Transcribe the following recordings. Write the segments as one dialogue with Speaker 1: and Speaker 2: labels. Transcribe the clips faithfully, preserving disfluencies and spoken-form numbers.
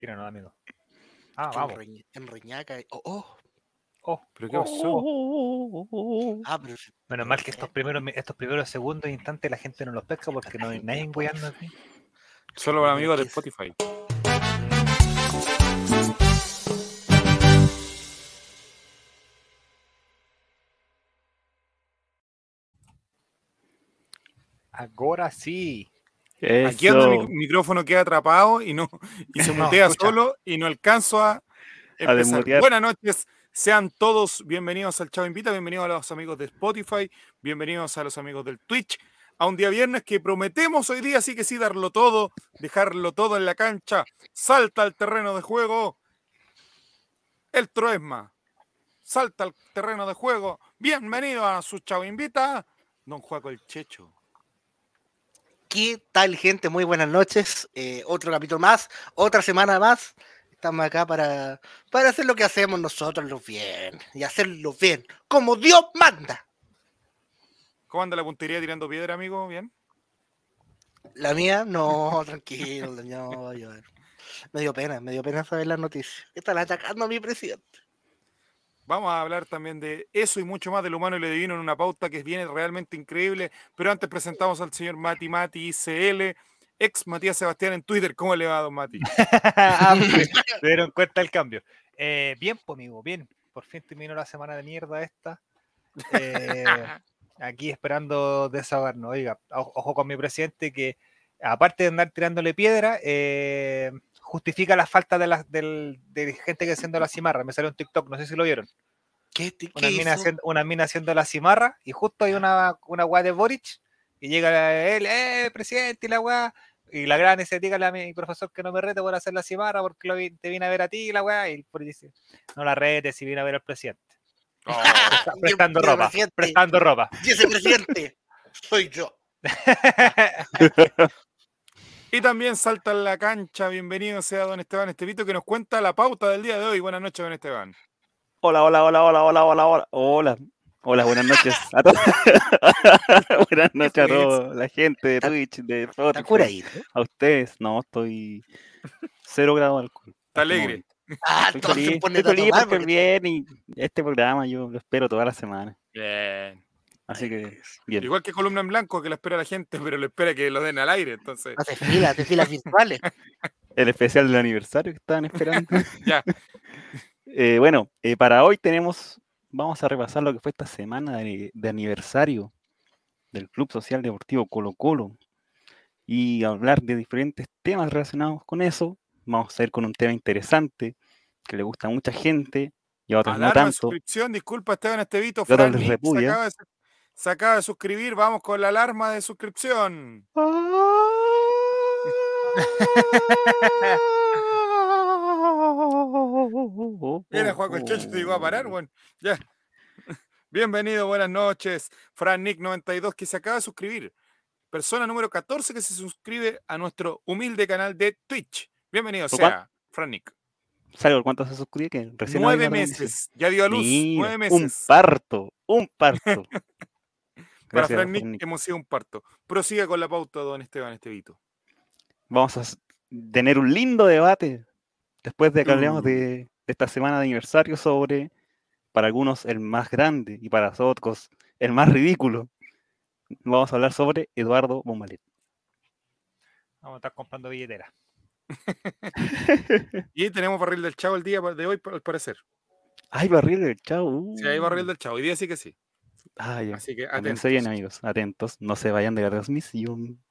Speaker 1: Tíranos, amigo. Ah, vamos.
Speaker 2: En, en Reñaca. Oh, oh.
Speaker 1: Oh,
Speaker 3: ¿Pero qué
Speaker 1: oh,
Speaker 3: pasó?
Speaker 1: oh, oh, oh, oh.
Speaker 2: Ah, pero,
Speaker 1: Menos
Speaker 2: pero
Speaker 1: mal que
Speaker 2: bien.
Speaker 1: estos primeros, estos primeros segundos instantes la gente no los pesca porque no hay nadie guiando aquí.
Speaker 3: Solo para amigos de Spotify.
Speaker 1: Ahora sí.
Speaker 3: Aquí donde mi micrófono queda atrapado y no y se
Speaker 1: No,
Speaker 3: mutea
Speaker 1: escucha.
Speaker 3: solo y no alcanzo a empezar.
Speaker 4: desmutear.
Speaker 3: Buenas noches, sean todos bienvenidos al Chavo Invita, bienvenidos a los amigos de Spotify, bienvenidos a los amigos del Twitch, a un día viernes que prometemos hoy día, sí que sí, darlo todo, dejarlo todo en la cancha, salta al terreno de juego, el Troesma, salta al terreno de juego, bienvenido a su Chavo Invita, don Juaco el Checho.
Speaker 2: ¿Qué tal, gente? Muy buenas noches. Eh, otro capítulo más, otra semana más. Estamos acá para, para hacer lo que hacemos nosotros, lo bien. Y hacerlo bien, como Dios manda.
Speaker 3: ¿Cómo anda la puntería tirando piedra, amigo? ¿Bien?
Speaker 2: La mía, no, tranquilo, no, yo, me dio pena, me dio pena saber las noticias. Están atacando a mi presidente.
Speaker 3: Vamos a hablar también de eso y mucho más del humano y lo divino en una pauta que viene realmente increíble. Pero antes presentamos al señor Mati Mati I C L, ex Matías Sebastián en Twitter. ¿Cómo le va, don Mati?
Speaker 1: Ah, pues, se dieron cuenta del cambio. Eh, bien, pues, amigo, bien. Por fin terminó la semana de mierda esta. Eh, aquí esperando desahogarnos. Oiga, ojo, ojo con mi presidente que, aparte de andar tirándole piedra, eh, justifica la falta de, la, del, de gente que haciendo la cimarra. Me salió un TikTok, no sé si lo vieron.
Speaker 2: ¿Qué, qué
Speaker 1: Una mina,
Speaker 2: hizo?
Speaker 1: haciendo, una mina haciendo la cimarra y justo hay una, una weá de Boric y llega él, eh, presidente, y la weá, y la gran y se dígale a mi profesor que no me rete por hacer la cimarra porque lo vi, te vine a ver a ti y la weá, y el Boric dice, no la rete si vine a ver al presidente.
Speaker 3: Oh.
Speaker 1: Presta, prestando
Speaker 2: Y el
Speaker 1: ropa,
Speaker 2: presidente,
Speaker 1: prestando ropa.
Speaker 2: Y ese presidente soy yo.
Speaker 3: Y también salta en la cancha. Bienvenido sea don Esteban Estevito que nos cuenta la pauta del día de hoy. Buenas noches, don Esteban.
Speaker 4: Hola, hola, hola, hola, hola, hola, hola, hola. Hola, buenas noches a todos. Buenas noches a todos, la gente de Twitch, de
Speaker 2: Está
Speaker 4: Spotify,
Speaker 2: curadito.
Speaker 4: a ustedes. No, estoy cero grado de alcohol.
Speaker 3: Está alegre.
Speaker 2: Ah,
Speaker 4: Estoy
Speaker 2: entonces
Speaker 4: feliz,
Speaker 2: ponete
Speaker 4: estoy
Speaker 2: a
Speaker 4: feliz
Speaker 2: tomar
Speaker 4: porque es
Speaker 2: porque
Speaker 4: bien y este programa yo lo espero toda la semana.
Speaker 3: Bien.
Speaker 4: Así que, bien.
Speaker 3: Igual que Columna en Blanco, que la espera la gente, pero lo espera que lo den al aire. Entonces,
Speaker 2: hace filas, hace filas virtuales.
Speaker 4: El especial del aniversario que estaban esperando.
Speaker 3: ya.
Speaker 4: Eh, bueno, eh, para hoy tenemos, vamos a repasar lo que fue esta semana de, de aniversario del Club Social Deportivo Colo Colo y hablar de diferentes temas relacionados con eso. Vamos a ir con un tema interesante que le gusta a mucha gente y a otros no
Speaker 3: Alarma de
Speaker 4: tanto.
Speaker 3: suscripción. Disculpa, Esteban Estevito.
Speaker 4: Y a otros
Speaker 3: Fran
Speaker 4: les
Speaker 3: Nick se
Speaker 4: repudia.
Speaker 3: acaba de, se acaba de suscribir. Vamos con la alarma de suscripción. Mira, Juaco el Checho te digo a parar, bueno, ya. Bienvenido, buenas noches. Fran Nick noventa y dos que se acaba de suscribir. Persona número catorce que se suscribe a nuestro humilde canal de Twitch. Bienvenido
Speaker 4: ¿Por
Speaker 3: sea, Fran Nick.
Speaker 4: ¿Sabe por cuánto se suscribe? Que recién
Speaker 3: Nueve
Speaker 4: abrí la transmisión.
Speaker 3: meses. Ya dio a luz.
Speaker 4: Mira,
Speaker 3: Nueve
Speaker 4: un
Speaker 3: meses.
Speaker 4: parto, un parto.
Speaker 3: Para
Speaker 4: Gracias,
Speaker 3: Fran Nick
Speaker 4: Fran Nick.
Speaker 3: hemos sido un parto. Prosiga con la pauta, don Esteban Estevito.
Speaker 4: Vamos a s- tener un lindo debate después de que hablemos
Speaker 3: Uh.
Speaker 4: de, de esta semana de aniversario sobre, para algunos, el más grande y para otros, el más ridículo. Vamos a hablar sobre Eduardo Bombalet.
Speaker 1: Vamos a estar comprando billetera.
Speaker 3: Y tenemos barril del Chavo el día de hoy, al parecer.
Speaker 4: Ay, barril del Chavo. Uh.
Speaker 3: Sí, hay barril del Chavo. Hoy día sí que sí.
Speaker 4: Ah, ya.
Speaker 3: Así que
Speaker 4: Pónganse
Speaker 3: atentos.
Speaker 4: bien, amigos. Atentos. No se vayan de la transmisión.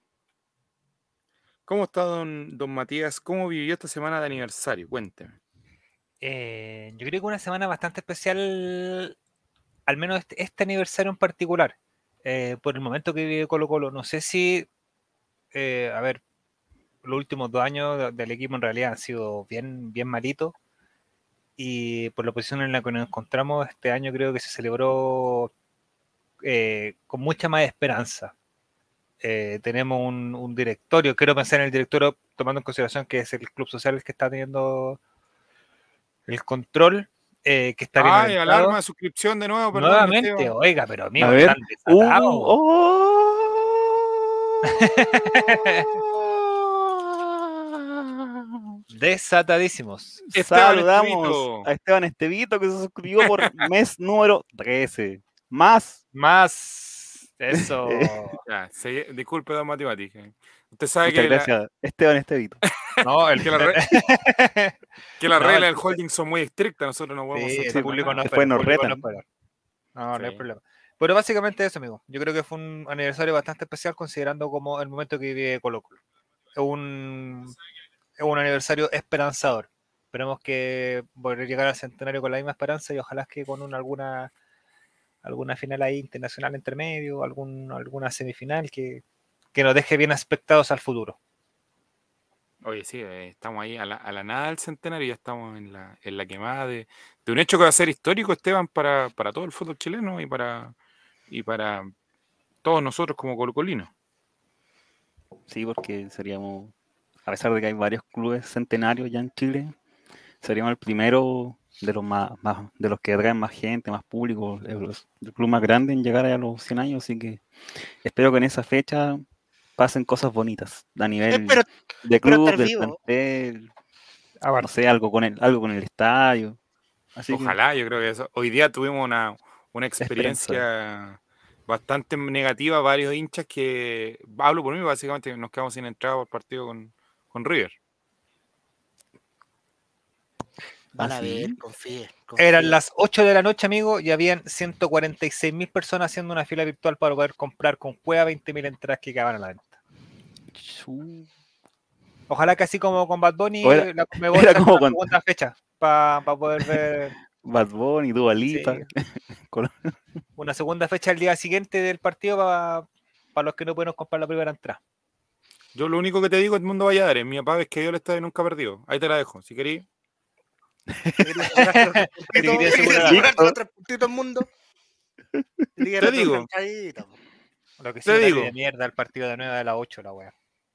Speaker 3: ¿Cómo está don, don Matías? ¿Cómo vivió esta semana de aniversario? Cuénteme.
Speaker 1: Eh, yo creo que una semana bastante especial, al menos este, este aniversario en particular, eh, por el momento que vive Colo Colo. No sé si, eh, a ver, los últimos dos años de- del equipo en realidad han sido bien, bien malitos, y por la posición en la que nos encontramos este año creo que se celebró eh, con mucha más esperanza. Eh, tenemos un, un directorio, quiero pensar en el directorio tomando en consideración que es el club social el que está teniendo el control, eh, que está bien
Speaker 3: Ay,
Speaker 1: orientado.
Speaker 3: alarma de suscripción de nuevo, perdón.
Speaker 1: Nuevamente,
Speaker 3: Esteban.
Speaker 1: oiga, pero amigo,
Speaker 4: A ver.
Speaker 1: están
Speaker 4: Uh,
Speaker 1: desatados.
Speaker 4: oh.
Speaker 1: Desatadísimos.
Speaker 3: Esteban
Speaker 4: Saludamos
Speaker 3: Estevito.
Speaker 4: a Esteban Estevito que se suscribió por mes número trece. Más.
Speaker 1: Más. Eso.
Speaker 3: Ya, se- disculpe, don Matemática. Usted sabe
Speaker 4: Muchas
Speaker 3: que, la,
Speaker 4: gracias, Esteban Estevito.
Speaker 1: No, el
Speaker 3: que la re- que las
Speaker 1: No,
Speaker 3: reglas
Speaker 1: el-
Speaker 3: del holding son muy estrictas. Nosotros no podemos
Speaker 1: Sí,
Speaker 3: hacer
Speaker 1: el
Speaker 4: Sí,
Speaker 1: público no
Speaker 4: después
Speaker 1: espera.
Speaker 4: nos
Speaker 1: el público
Speaker 4: retan.
Speaker 1: no espera. No, no hay
Speaker 3: Sí.
Speaker 1: problema. Pero básicamente eso, amigo. Yo creo que fue un aniversario bastante especial considerando como el momento que vive Colo Colo. Es un, es un aniversario esperanzador. Esperemos que poder llegar al centenario con la misma esperanza y ojalá que con una, alguna alguna final ahí internacional entre medio, algún, alguna semifinal que, que nos deje bien aspectados al futuro.
Speaker 3: Oye, sí, eh, estamos ahí a la, a la nada del centenario, ya estamos en la, en la quemada de, de un hecho que va a ser histórico, Esteban, para, para todo el fútbol chileno y para, y para todos nosotros como colocolinos.
Speaker 4: Sí, porque seríamos, a pesar de que hay varios clubes centenarios ya en Chile, seríamos el primero de los más, más de los que atraen más gente, más público, el, el club más grande en llegar a los cien años, así que espero que en esa fecha pasen cosas bonitas a nivel
Speaker 2: Espero,
Speaker 4: de
Speaker 2: espero
Speaker 4: club,
Speaker 2: estar
Speaker 4: del
Speaker 2: vivo.
Speaker 4: plantel,
Speaker 1: Ah,
Speaker 4: no sé, algo con el, algo con el estadio. Así
Speaker 3: Ojalá, yo creo que eso. Hoy día tuvimos una, una
Speaker 4: Esperanza.
Speaker 3: experiencia bastante negativa, varios hinchas que, hablo por mí, básicamente nos quedamos sin entrada por partido con, con River.
Speaker 2: Van
Speaker 4: ¿Ah,
Speaker 2: a
Speaker 4: sí?
Speaker 2: ver, confíe, confíe.
Speaker 1: eran las ocho de la noche, amigo, y habían ciento cuarenta y seis mil personas haciendo una fila virtual para poder comprar con cueva veinte mil entradas que quedaban a la venta.
Speaker 4: que chu-
Speaker 1: Ojalá que así como con Bad Bunny,
Speaker 4: O era-
Speaker 1: la Conmebol
Speaker 4: era
Speaker 1: saque
Speaker 4: como
Speaker 1: una
Speaker 4: con-
Speaker 1: segunda fecha para poder ver
Speaker 4: Bad Bunny, Dua Lipa.
Speaker 1: sí, una segunda fecha el día siguiente del partido para los que no pudieron comprar la primera entrada.
Speaker 3: Yo lo único que te digo, Edmundo Valladares, mi papá es que yo el estadio nunca ha perdido. Ahí te la dejo, si querés.
Speaker 2: Te quería asegurarte los tres puntitos,
Speaker 1: Te quería
Speaker 2: te quería
Speaker 1: asegurar.
Speaker 2: asegurarte
Speaker 4: Listo.
Speaker 2: los tres puntitos, mundo. Te
Speaker 3: Te digo.
Speaker 1: Lo que sí,
Speaker 3: Te
Speaker 1: horario
Speaker 3: digo.
Speaker 1: de mierda, el partido de nueve a las ocho, la wea.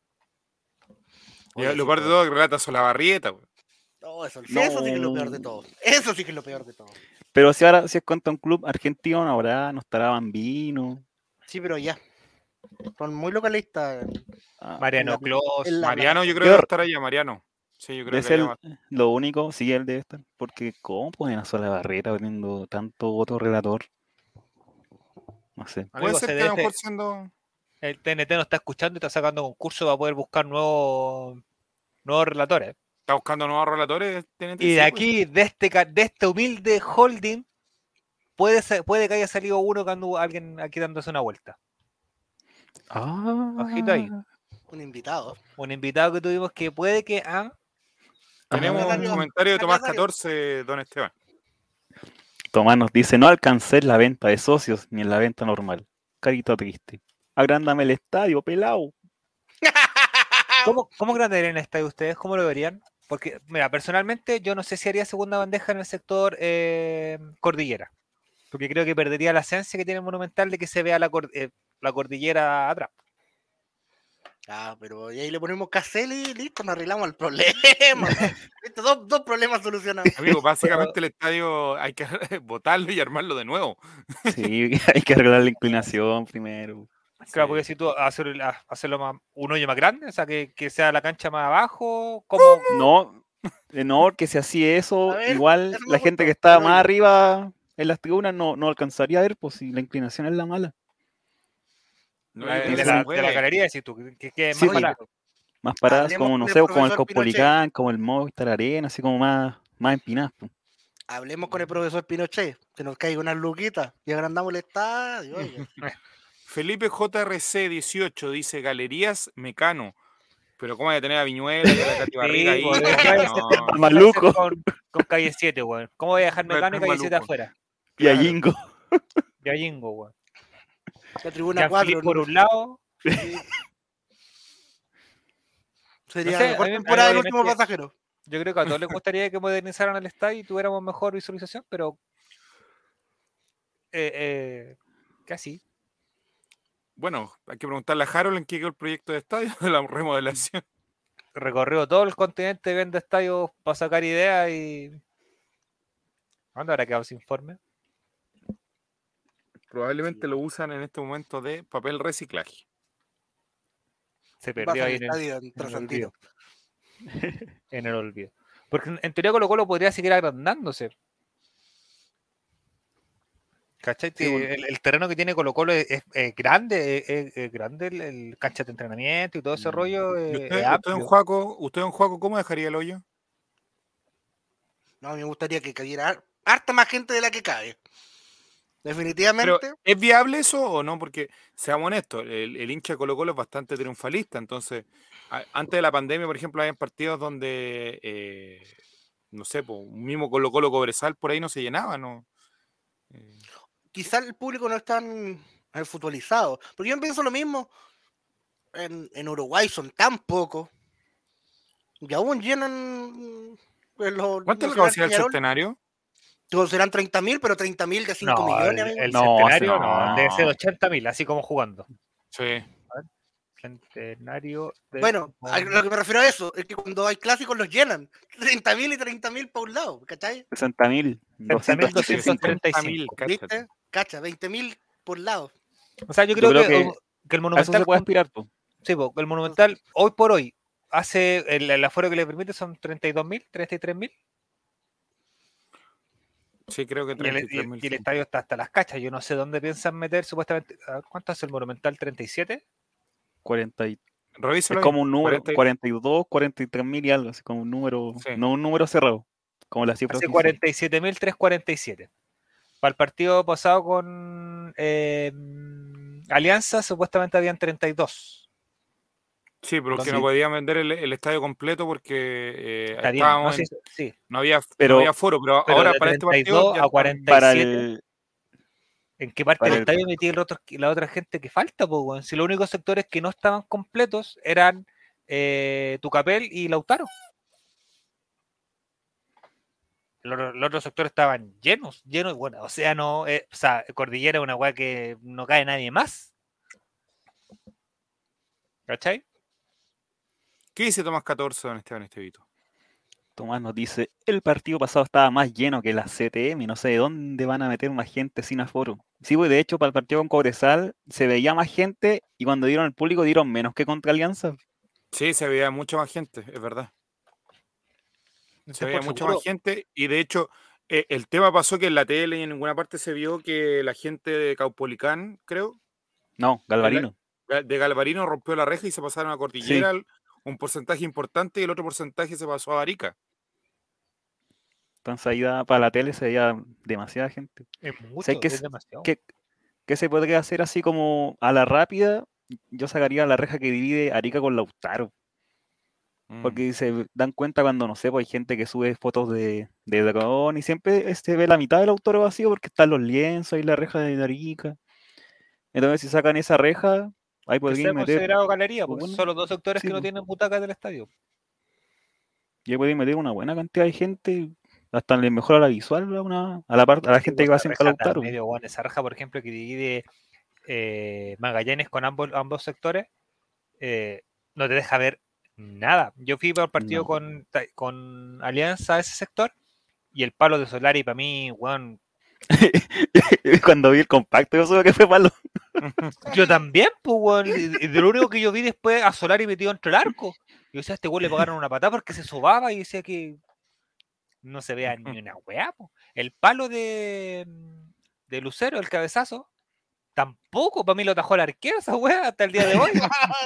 Speaker 3: Y lo peor de todo es que relata Solabarrieta, güey.
Speaker 2: No, eso, sí,
Speaker 4: No.
Speaker 2: eso sí que es lo peor de todo. Eso sí que es lo peor de todo.
Speaker 4: Pero si ahora si es contra un club argentino, no habrá, no estará Bambino.
Speaker 2: Sí, pero ya. Son muy localistas.
Speaker 4: Ah,
Speaker 1: Mariano
Speaker 2: la-
Speaker 1: Clos.
Speaker 2: en la-
Speaker 3: Mariano, yo creo
Speaker 4: Qué
Speaker 3: que va a
Speaker 4: hor-
Speaker 3: estar allá, Mariano. Sí, yo creo
Speaker 4: debe
Speaker 3: que
Speaker 4: ser
Speaker 3: allá va.
Speaker 4: lo único, sí, él debe estar. Porque ¿cómo ponen a Solabarrieta teniendo tanto voto relator? No sé.
Speaker 3: Puede
Speaker 1: Amigo,
Speaker 3: ser que a lo
Speaker 1: C D F,
Speaker 3: mejor siendo.
Speaker 1: el T N T nos está escuchando y está sacando concurso para poder buscar nuevos nuevos relatores.
Speaker 3: Está buscando nuevos relatores. T N T,
Speaker 1: Y
Speaker 3: sí,
Speaker 1: de
Speaker 3: pues.
Speaker 1: aquí, de este, ca- de este humilde holding, puede, ser- puede que haya salido uno que anduvo alguien aquí dándose una vuelta.
Speaker 4: Ah,
Speaker 1: Ojito ahí.
Speaker 2: Un invitado.
Speaker 1: Un invitado que tuvimos que puede que ah,
Speaker 3: Tenemos
Speaker 2: Ah.
Speaker 3: un comentario de Tomás
Speaker 2: Secretario.
Speaker 3: catorce, don Esteban.
Speaker 4: Tomás nos dice, no alcancé la venta de socios ni en la venta normal. Carita triste. Agrándame el estadio, pelao.
Speaker 1: ¿Cómo, cómo grandarían el estadio ustedes? ¿Cómo lo verían? Porque, mira, personalmente yo no sé si haría segunda bandeja en el sector eh, cordillera. Porque creo que perdería la esencia que tiene el Monumental de que se vea la, cor- eh, la cordillera atrás.
Speaker 2: Ah, pero y ahí le ponemos Caselli y listo, nos arreglamos el problema. Listo, dos, dos problemas solucionados.
Speaker 3: Amigo, básicamente el estadio hay que botarlo y armarlo de nuevo.
Speaker 4: Sí, hay que arreglar la inclinación primero.
Speaker 1: Claro,
Speaker 3: Sí.
Speaker 1: porque si tú hacer, a- hacerlo más, un hoyo más grande, o sea, que, que sea la cancha más abajo, como
Speaker 4: No, eh, no, que si así eso,
Speaker 2: A ver,
Speaker 4: igual
Speaker 2: eso me
Speaker 4: la gente
Speaker 2: gustó,
Speaker 4: que está
Speaker 2: el
Speaker 4: más
Speaker 2: hoyo.
Speaker 4: arriba en las tribunas no, no alcanzaría a ver, pues si la inclinación es la mala.
Speaker 3: No,
Speaker 1: la-
Speaker 3: yo creo
Speaker 1: de,
Speaker 3: que
Speaker 1: la,
Speaker 3: se
Speaker 1: de
Speaker 3: puede.
Speaker 1: la galería, decís tú, que, que quede
Speaker 4: Sí,
Speaker 1: más
Speaker 4: pues.
Speaker 1: para
Speaker 4: Más paradas
Speaker 2: Hablemos
Speaker 4: como, no
Speaker 2: con el
Speaker 4: sé, como el
Speaker 2: profesor Pinochet.
Speaker 4: Caupolicán, como el Movistar Arena, así como más, más empinadas. pues.
Speaker 2: Hablemos con el profesor Pinochet, que nos caiga unas luquitas y agrandamos el estadio. Oye.
Speaker 3: Felipe J R C dieciocho dice Galerías Mecano. Pero ¿cómo hay que tener a Viñuela y a la Cati Barriga ahí?
Speaker 1: pues,
Speaker 3: No,
Speaker 1: ¿qué vaya a hacer-
Speaker 3: no.
Speaker 1: qué vaya a hacer
Speaker 4: Maluco.
Speaker 1: Con, con calle siete, weón. ¿Cómo voy a dejar
Speaker 3: Va a
Speaker 1: Mecano y
Speaker 3: estar
Speaker 1: calle siete
Speaker 3: maluco.
Speaker 1: afuera?
Speaker 4: Y a
Speaker 2: Claro.
Speaker 4: Jingo.
Speaker 1: Ya Jingo, weón.
Speaker 2: La tribuna
Speaker 1: Jean-Philippe
Speaker 2: cuatro
Speaker 1: por
Speaker 2: ¿no?
Speaker 1: un lado.
Speaker 2: Sería
Speaker 1: No sé,
Speaker 2: la mejor
Speaker 1: a mí- a mí
Speaker 2: temporada del último
Speaker 1: obviamente-
Speaker 2: pasajero.
Speaker 1: Yo creo que a todos les gustaría que modernizaran el estadio y tuviéramos mejor visualización, pero eh, eh, casi.
Speaker 3: Bueno, hay que preguntarle a Harold en qué quedó el proyecto de estadio de la remodelación.
Speaker 1: Recorrió todo el continente viendo estadios para sacar ideas y. ¿Dónde habrá quedado ese informe?
Speaker 3: Probablemente lo usan en este momento de papel reciclaje.
Speaker 1: Se
Speaker 2: Baja
Speaker 1: perdió
Speaker 2: el
Speaker 1: ahí en el,
Speaker 2: estadio en
Speaker 1: en el
Speaker 2: Trasandino.
Speaker 1: olvido. en el olvido. Porque en teoría Colo Colo podría seguir agrandándose. ¿Cachai?
Speaker 4: Sí, bueno,
Speaker 1: el, el terreno que tiene Colo Colo es, es- es grande, es, es- es grande el, el cancha de entrenamiento y todo ese
Speaker 3: Mm.
Speaker 1: rollo
Speaker 3: ¿Y
Speaker 1: eh, es
Speaker 3: usted, usted, don
Speaker 1: amplio.
Speaker 3: Juaco, usted, don Juaco, cómo dejaría el hoyo?
Speaker 2: No, me gustaría que cabiera har- harta más gente de la que cabe.
Speaker 3: Pero,
Speaker 2: Definitivamente.
Speaker 3: ¿es viable eso o no? Porque, seamos honestos, el, el hincha de Colo Colo es bastante triunfalista. Entonces, a- antes de la pandemia, por ejemplo, había partidos donde, eh, no sé, po, un mismo Colo Colo Cobresal por ahí no se llenaba, ¿no? Eh,
Speaker 2: Quizá el público no es tan eh, futbolizado. Porque yo pienso lo mismo. En, en Uruguay son tan pocos. Y aún llenan eh, los
Speaker 3: ¿Cuánta es la
Speaker 2: Nacional
Speaker 3: capacidad del
Speaker 2: Peñarol.
Speaker 3: Centenario?
Speaker 2: Todos serán treinta mil, pero treinta mil de cinco
Speaker 1: No,
Speaker 2: millones,
Speaker 1: el,
Speaker 2: amigo.
Speaker 1: el
Speaker 4: no, hace
Speaker 1: centenario no, debe ser
Speaker 4: no.
Speaker 1: ochenta mil, así como jugando.
Speaker 3: Sí.
Speaker 1: A ver, centenario de
Speaker 2: Bueno, a lo que me refiero a eso es que cuando hay clásicos los llenan. treinta mil y treinta mil para un lado, ¿cachai?
Speaker 4: sesenta mil,
Speaker 1: sesenta mil
Speaker 4: doscientos treinta y cinco.
Speaker 1: doscientos treinta y
Speaker 3: mil,
Speaker 1: cinco.
Speaker 3: cáchate.
Speaker 2: ¿Viste? Cacha, veinte mil por lado.
Speaker 1: O sea, yo
Speaker 4: Yo
Speaker 1: creo
Speaker 4: creo
Speaker 1: que,
Speaker 4: que
Speaker 1: uh, que el
Speaker 4: a eso se
Speaker 1: Monumental,
Speaker 4: puede
Speaker 1: jun-
Speaker 4: aspirar, pues.
Speaker 1: sí, po, el Monumental hoy por hoy hace el, el aforo que le permite son treinta y dos mil, treinta y tres mil.
Speaker 3: Sí, creo que
Speaker 1: Y el,
Speaker 3: treinta y tres
Speaker 1: y-
Speaker 3: mil.
Speaker 1: y el estadio está hasta las cachas. Yo no sé dónde piensan meter supuestamente. a ver, ¿cuánto hace el Monumental? ¿treinta y siete?
Speaker 4: cuarenta y- es
Speaker 3: Revíselo ahí.
Speaker 4: como un número,
Speaker 3: cuarenta y-
Speaker 4: cuarenta y dos, cuarenta y tres mil y algo, así como un número,
Speaker 3: Sí.
Speaker 4: no un número cerrado, como la cifra
Speaker 1: Hace
Speaker 4: oficial.
Speaker 1: cuarenta y siete mil trescientos cuarenta y siete. Para el partido pasado con eh, Alianza, supuestamente habían treinta y dos.
Speaker 3: Sí, pero es que
Speaker 1: Entonces,
Speaker 3: no
Speaker 4: Sí,
Speaker 3: podían vender el, el estadio completo porque eh,
Speaker 1: está bien, ¿no?
Speaker 3: estábamos
Speaker 1: Sí,
Speaker 3: en,
Speaker 1: sí.
Speaker 3: no había, no
Speaker 4: pero
Speaker 3: había foro, pero
Speaker 1: Pero
Speaker 3: ahora
Speaker 1: de
Speaker 3: para este
Speaker 1: treinta y
Speaker 3: partido
Speaker 1: dos
Speaker 3: ya
Speaker 1: a
Speaker 3: están.
Speaker 4: para
Speaker 1: cuarenta y siete,
Speaker 4: el,
Speaker 1: ¿en qué parte
Speaker 4: para
Speaker 1: del
Speaker 4: el,
Speaker 1: estadio metí el otro, la otra gente que falta, po, weón? Si los únicos sectores que no estaban completos eran eh, Tucapel y Lautaro. Los, los otros sectores estaban llenos, llenos, bueno, o sea, no, eh, o sea, Cordillera es una weá que no cae nadie más. ¿Cachai?
Speaker 3: ¿Qué dice Tomás catorce, don Esteban Estevito?
Speaker 4: Tomás nos dice, el partido pasado estaba más lleno que la C T M, no sé de dónde van a meter más gente sin aforo. Sí, pues de hecho para el partido con Cobresal se veía más gente y cuando dieron el público dieron menos que contra Alianza.
Speaker 3: Sí, se veía mucha más gente, es verdad. Se
Speaker 1: Entonces,
Speaker 3: veía
Speaker 1: por
Speaker 3: mucha más
Speaker 1: seguro,
Speaker 3: gente y de hecho eh, el tema pasó que en la tele y en ninguna parte se vio que la gente de Caupolicán, creo,
Speaker 4: No,
Speaker 3: de, la-
Speaker 4: Galvarino.
Speaker 3: de Galvarino rompió la reja y se pasaron a
Speaker 4: Sí,
Speaker 3: Cordillera, un porcentaje importante y el otro porcentaje se pasó a Arica.
Speaker 4: entonces ahí da- para la tele se veía demasiada gente.
Speaker 1: es
Speaker 4: ¿Sabes
Speaker 1: mucho,
Speaker 4: qué,
Speaker 1: es
Speaker 4: s-
Speaker 1: demasiado.
Speaker 4: qué- qué se podría hacer así como a la rápida? Yo sacaría la reja que divide Arica con Lautaro.
Speaker 3: Mm.
Speaker 4: Porque se dan cuenta cuando, no sé, pues hay gente que sube fotos de, de dragón y siempre se ve la mitad del autor vacío porque están los lienzos y la reja de Arica. Entonces, si sacan esa reja, ahí
Speaker 1: Que sea
Speaker 4: podrían meter,
Speaker 1: considerado galería,
Speaker 4: pues,
Speaker 1: pues
Speaker 4: bueno,
Speaker 1: son los dos sectores
Speaker 4: sí,
Speaker 1: que no
Speaker 4: pues,
Speaker 1: tienen butacas del estadio.
Speaker 4: y ahí podrían meter una buena cantidad de gente, hasta le mejora la visual a, una, a, la,
Speaker 1: Es
Speaker 4: parte,
Speaker 1: que
Speaker 4: a la
Speaker 1: sí,
Speaker 4: gente que
Speaker 1: pues,
Speaker 4: va
Speaker 1: esa
Speaker 4: siempre al
Speaker 1: reja está
Speaker 4: Lautaro.
Speaker 1: medio buena. Esa reja, por ejemplo, que divide eh, Magallanes con ambos, ambos sectores, eh, no te deja ver nada. Yo fui para el partido
Speaker 4: No.
Speaker 1: con, con Alianza a ese sector y el palo de Solari para mí, weón.
Speaker 4: Cuando vi el compacto, yo supe que fue malo.
Speaker 1: Yo también, pues, weón. Y, y de lo único que yo vi después a Solari metido entre el arco. Yo decía, a este weón le pagaron una patada porque se sobaba y decía que no se vea ni una weá, po. El palo de, de Lucero, el cabezazo, tampoco, para mí lo tajó el arquero esa weá hasta el día de hoy.